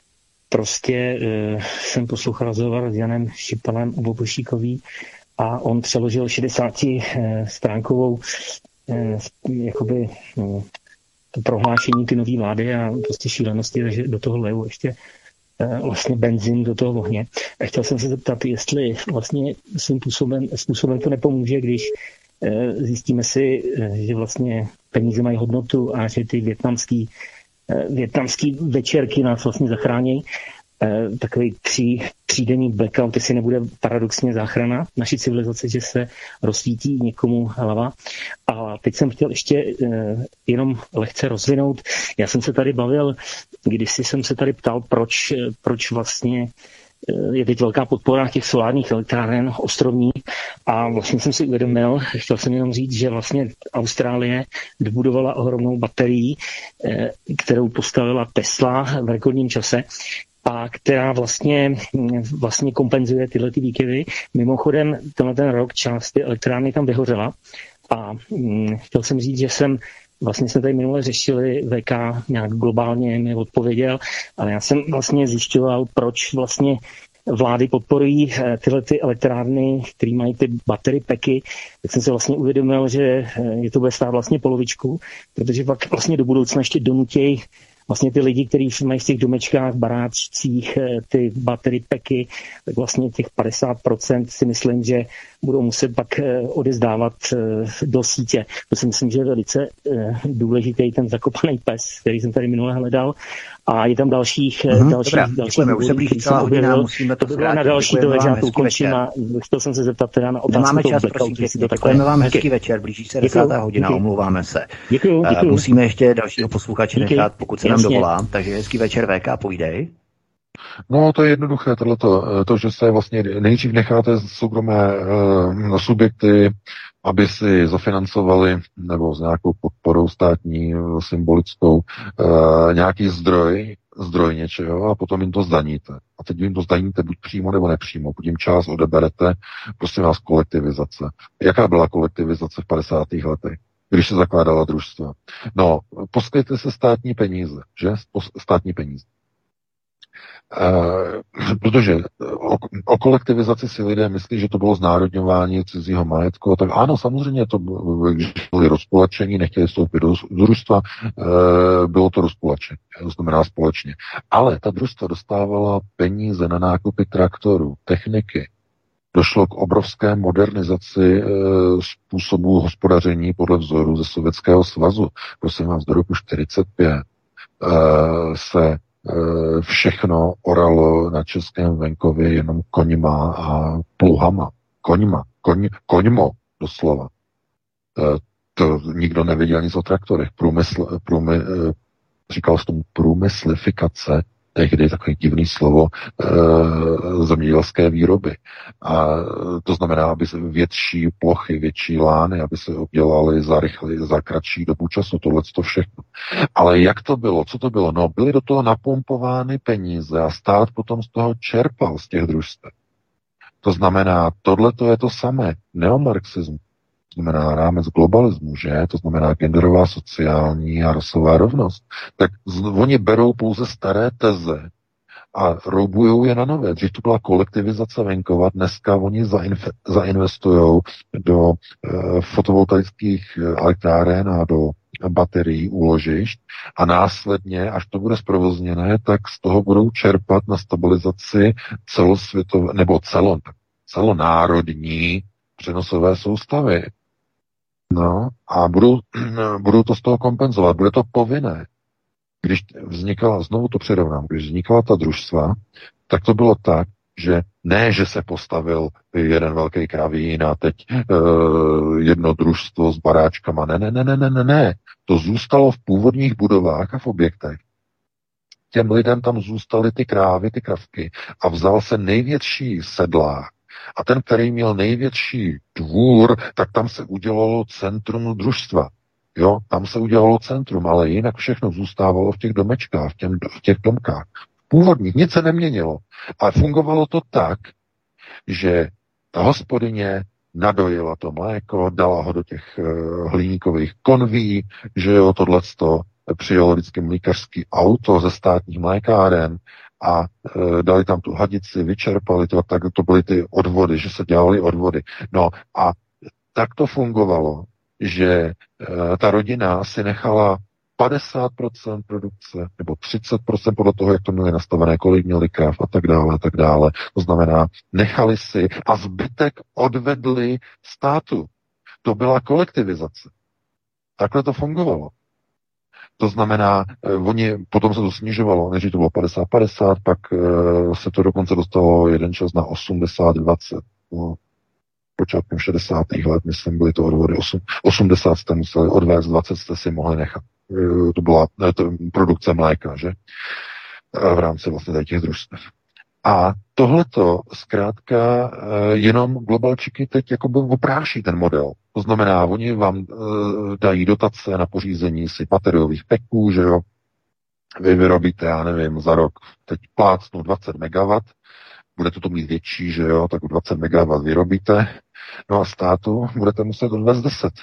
Prostě uh, jsem poslouchal rozhovor s Janem Šipalem Bobošíkový a on přeložil šedesátistránkovou uh, jakoby uh, prohlášení ty nové vlády a prostě šílenosti, takže do toho leju ještě uh, vlastně benzín do toho ohně. A chtěl jsem se zeptat, jestli vlastně svým způsobem, způsobem to nepomůže, když uh, zjistíme si, uh, že vlastně peníze mají hodnotu a že ty vietnamský Vietnamský večerky nás vlastně zachrání. Takový tří, třídenní blackout, jestli nebude paradoxně záchrana naší civilizace, že se rozsvítí někomu hlava. A teď jsem chtěl ještě jenom lehce rozvinout. Já jsem se tady bavil, když jsem se tady ptal, proč, proč vlastně je teď velká podpora těch solárních elektráren ostrovních a vlastně jsem si uvědomil, chtěl jsem jenom říct, že vlastně Austrálie vybudovala ohromnou baterii, kterou postavila Tesla v rekordním čase a která vlastně, vlastně kompenzuje tyhle ty výkyvy. Mimochodem, tenhle ten rok část ty elektrárny tam vyhořela a chtěl jsem říct, že jsem Vlastně jsme tady minule řešili, V K nějak globálně mi odpověděl, ale já jsem vlastně zjišťoval, proč vlastně vlády podporují tyhle ty elektrárny, které mají ty battery packy, tak jsem se vlastně uvědomil, že je to bude stát vlastně polovičku, protože pak vlastně do budoucna ještě donutějí vlastně ty lidi, kteří mají v těch domečkách, baráčcích ty battery packy, tak vlastně těch padesát procent si myslím, že budou muset pak odezdávat do sítě. To si myslím, že je velice důležitý ten zakopaný pes, který jsem tady minule hledal. A je tam dalších, mm-hmm, dalších, dobrá, dalších děkujeme, už se blíží celá hodina, musíme to bylo na další to, já to ukončím a chtěl jsem se zeptat teda na otázku. Nemáme čas, prosím, děkujeme vám hezký večer, blíží se desátá hodina, děkuju. Omlouváme se. Děkuju, děkuju. Musíme ještě dalšího posluchače nechat, pokud se nám dovolá, takže hezký večer, V K, povídej. No, to je jednoduché, tohleto, to, že se vlastně nejdřív necháte soukromé uh, subjekty, aby si zafinancovali, nebo s nějakou podporou státní, symbolickou, uh, nějaký zdroj, zdroj něčeho a potom jim to zdaníte. A teď jim to zdaníte buď přímo nebo nepřímo, buď jim část odeberete, prosím vás, kolektivizace. Jaká byla kolektivizace v padesátých letech, když se zakládala družstva? No, poskytli se státní peníze, že? Státní peníze. Protože o, o kolektivizaci si lidé myslí, že to bylo znárodňování cizího majetku. Tak ano, samozřejmě to když byli rozpolačení, nechtěli vstoupit do, do družstva, e, bylo to rozpolačení, to znamená společně. Ale ta družstva dostávala peníze na nákupy traktorů, techniky. Došlo k obrovské modernizaci e, způsobu hospodaření podle vzoru ze Sovětského svazu. Prosím vás, do roku čtyřicet pět e, se všechno oralo na českém venkově jenom koňma a pluhama. Koňma. Koň, koňmo, doslova. To nikdo nevěděl nic o traktorech. Průmysl, průmy, říkal se tomu průmyslifikace, tehdy takový divný slovo, e, zemědělské výroby. A to znamená, aby se větší plochy, větší lány, aby se obdělaly za rychlý, za kratší dobu času, tohle to všechno. Ale jak to bylo? Co to bylo? No, byly do toho napumpovány peníze a stát potom z toho čerpal z těch družstev. To znamená, tohle to je to samé. Neomarxismus. To znamená rámec globalismu, že? To znamená genderová, sociální a rasová rovnost. Tak z, oni berou pouze staré teze a roubují je na nové. Dřív to byla kolektivizace venkova, dneska oni zainvestují do e, fotovoltaických elektráren a do baterií, úložišť a následně, až to bude zprovozněné, tak z toho budou čerpat na stabilizaci celosvětové, nebo celo, celonárodní přenosové soustavy. No a budou, budou to z toho kompenzovat. Bude to povinné. Když vznikala, znovu to přirovnám, když vznikala ta družstva, tak to bylo tak, že ne, že se postavil jeden velký kravín a teď e, jedno družstvo s baráčkama. Ne, ne, ne, ne, ne, ne, ne. To zůstalo v původních budovách a v objektech. Těm lidem tam zůstaly ty krávy, ty kravky a vzal se největší sedlák. A ten, který měl největší dvůr, tak tam se udělalo centrum družstva. Jo, tam se udělalo centrum, ale jinak všechno zůstávalo v těch domečkách, v, těm, v těch domkách. Původních, nic se neměnilo. Ale fungovalo to tak, že ta hospodyně nadojila to mléko, dala ho do těch uh, hliníkových konví, že jo, tohleto přijelo vždycky mlýkařský auto ze státních mlékáren a e, dali tam tu hadici, vyčerpali to, tak to byly ty odvody, že se dělaly odvody. No a tak to fungovalo, že e, ta rodina si nechala padesát procent produkce, nebo třicet procent podle toho, jak to měli nastavené, kolik měli krav a tak dále, a tak dále. To znamená, nechali si a zbytek odvedli státu. To byla kolektivizace. Takhle to fungovalo. To znamená, eh, oni, potom se to snižovalo, než to bylo padesát padesát, pak eh, se to dokonce dostalo jeden čas na osmdesát dvacet. No, počátkem šedesátých let, myslím, byly to odvody. osmdesát jste museli odvést, dvacet jste si mohli nechat. Eh, to byla eh, to, produkce mléka, že? Eh, v rámci vlastně těch družstev. A tohleto zkrátka jenom globalčiky teď jakoby opráší ten model. To znamená, oni vám e, dají dotace na pořízení si bateriových peků, že jo. Vy vyrobíte, já nevím, za rok teď plácnu dvacet megawatt, budete to mít větší, že jo, tak dvacet megawatt vyrobíte, no a státu budete muset odvést deset.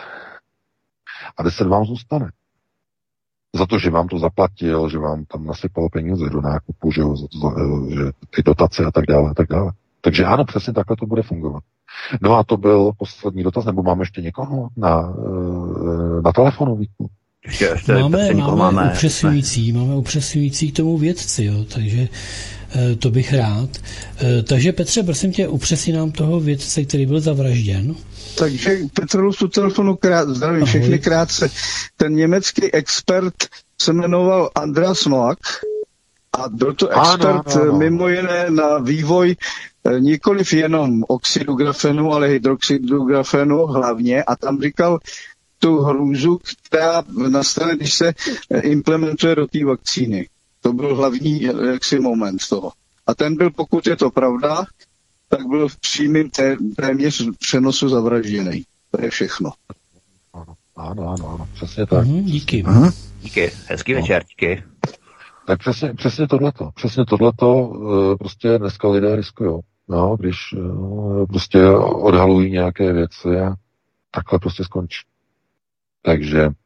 A deset vám zůstane. Za to, že vám to zaplatil, že vám tam nasypal peníze do nákupu, že, za to, že ty dotace a tak dále, a tak dále. Takže ano, přesně takhle to bude fungovat. No a to byl poslední dotaz, nebo máme ještě někoho na, na telefonu, Vítku? Ještě, ještě, máme, máme, máme upřesňující, máme upřesňující k tomu vědci, jo, takže to bych rád. Takže Petře, prosím tě, upřesni nám toho vědce, který byl zavražděn. Takže Petr tu telefonu krát, zdravím všechny krátce. Ten německý expert se jmenoval Andreas Noack a byl to expert ano, ano, ano. mimo jiné na vývoj nikoliv jenom oxidu grafenu, ale hydroxidu grafenu hlavně a tam říkal tu hrůzu, která nastane, když se implementuje do té vakcíny. To byl hlavní jaksi moment toho. A ten byl, pokud je to pravda, tak byl v přímým té, téměř přenosu zavražděný. To je všechno. Ano, ano, ano, ano. Přesně tak. Mm, díky. Aha. Díky, hezký večer, díky. Tak přesně, přesně tohleto. Přesně tohleto prostě dneska lidé riskujou. No, když prostě odhalují nějaké věci a takhle prostě skončí. Takže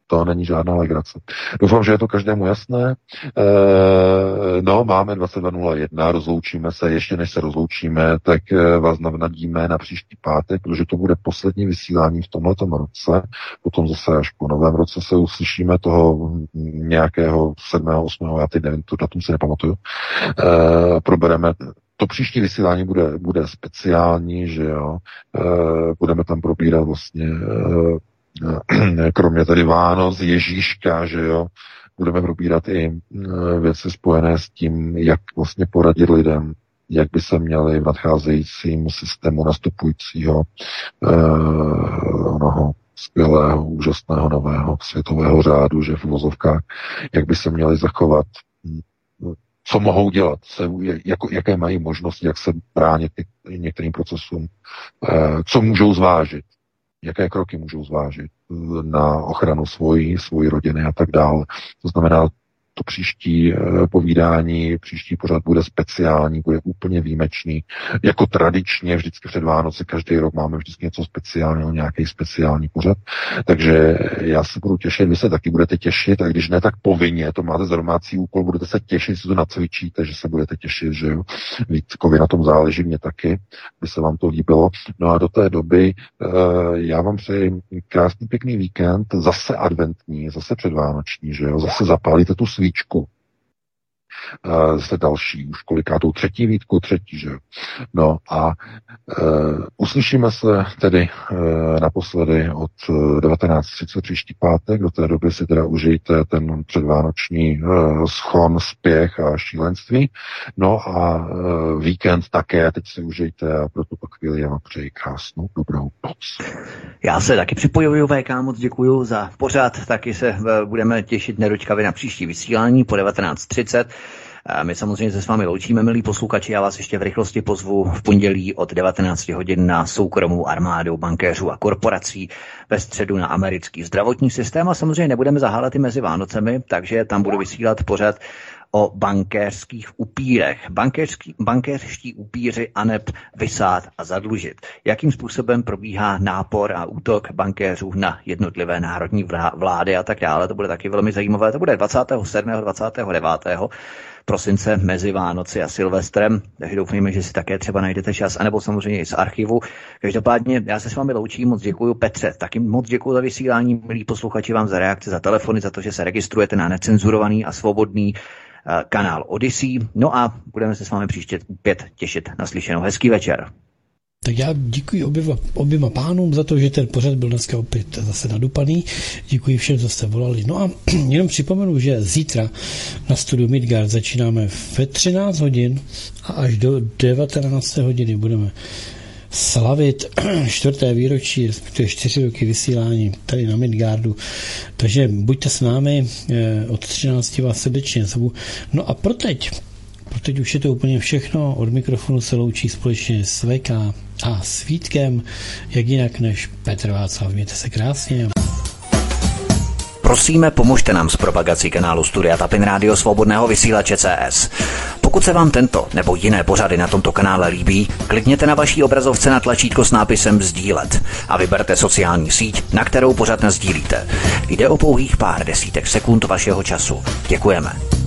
To není žádná legrace. Doufám, že je to každému jasné. E, no, máme dvacet dva nula jedna, rozloučíme se, ještě než se rozloučíme, tak vás navnadíme na příští pátek, protože to bude poslední vysílání v tomhletom roce. Potom zase až po novém roce se uslyšíme toho nějakého sedmého osmého já teď nevím, to datum si nepamatuju. E, probereme to příští vysílání bude, bude speciální, že jo. E, budeme tam probírat vlastně e, kromě tady Vánoc, Ježíška, že jo, budeme probírat i věci spojené s tím, jak vlastně poradit lidem, jak by se měli v nadcházejícím systému nastupujícího eh, onoho skvělého, úžasného, nového světového řádu, že v uvozovkách, jak by se měli zachovat, co mohou dělat, se, jako, jaké mají možnosti, jak se bránit některým procesům, eh, co můžou zvážit, jaké kroky můžou zvážit na ochranu svojí, svojí rodiny a tak dále. To znamená, to příští povídání, příští pořad bude speciální, bude úplně výjimečný. Jako tradičně vždycky před Vánoci, každý rok máme vždycky něco speciálního, nějaký speciální pořad. Takže já se budu těšit, vy se taky budete těšit, a když ne, tak povinně, to máte za domácí úkol, budete se těšit, si to nacvičíte, že se budete těšit, že jo. Vítkovi na tom záleží, mě taky, by se vám to líbilo. No a do té doby já vám přeji krásný, pěkný víkend, zase adventní, zase předvánoční, že jo, zase zapálíte tu svíčku. Uh, zase další, už kolikátou třetí Vítku, třetí, že jo. No a uh, uslyšíme se tedy uh, naposledy od uh, devatenáct třicet příští pátek, do té doby si teda užijte ten předvánoční uh, schon, spěch a šílenství. No a uh, víkend také teď si užijte a pro tuto chvíli já vám přeji krásnou, dobrou noc. Já se taky připojuju, V K, moc děkuju za pořad, taky se uh, budeme těšit nedočkavě na příští vysílání po devatenáct třicet. My samozřejmě se s vámi loučíme, milí posluchači, já vás ještě v rychlosti pozvu v pondělí od devatenáct hodin na soukromou armádu bankéřů a korporací, ve středu na americký zdravotní systém a samozřejmě nebudeme zahádat i mezi Vánocemi, takže tam budu vysílat pořad o bankéřských upírech. Bankéřský, bankéřští upíři aneb vysát a zadlužit. Jakým způsobem probíhá nápor a útok bankéřů na jednotlivé národní vlády a tak dále. To bude taky velmi zajímavé. To bude dvacátého sedmého dvacátého devátého prosince mezi Vánoci a Silvestrem, takže doufujeme, že si také třeba najdete čas, anebo samozřejmě i z archivu. Každopádně já se s vámi loučím, moc děkuju Petře, taky moc děkuju za vysílání, milí posluchači, vám za reakce, za telefony, za to, že se registrujete na necenzurovaný a svobodný uh, kanál Odyssey. No a budeme se s vámi příště opět těšit na slyšenou. Hezký večer. Tak já děkuji oběma, oběma pánům za to, že ten pořad byl dneska opět zase nadupaný. Děkuji všem, co jste volali. No a jenom připomenu, že zítra na studiu Midgard začínáme ve třináct hodin a až do devatenáct hodiny budeme slavit čtvrté výročí, respektive čtyři roky vysílání tady na Midgardu. Takže buďte s námi, od třinácti vás srdečně zvu. No a pro teď, pro teď už je to úplně všechno. Od mikrofonu se loučí společně s V K a s Vítkem, jak jinak než Petr Václav. Mějte se krásně. Prosíme, pomožte nám s propagací kanálu Studia Tapin Rádio Svobodného vysílače C S. Pokud se vám tento nebo jiné pořady na tomto kanále líbí, klikněte na vaší obrazovce na tlačítko s nápisem sdílet a vyberte sociální síť, na kterou pořad nasdílíte. Jde o pouhých pár desítek sekund vašeho času. Děkujeme.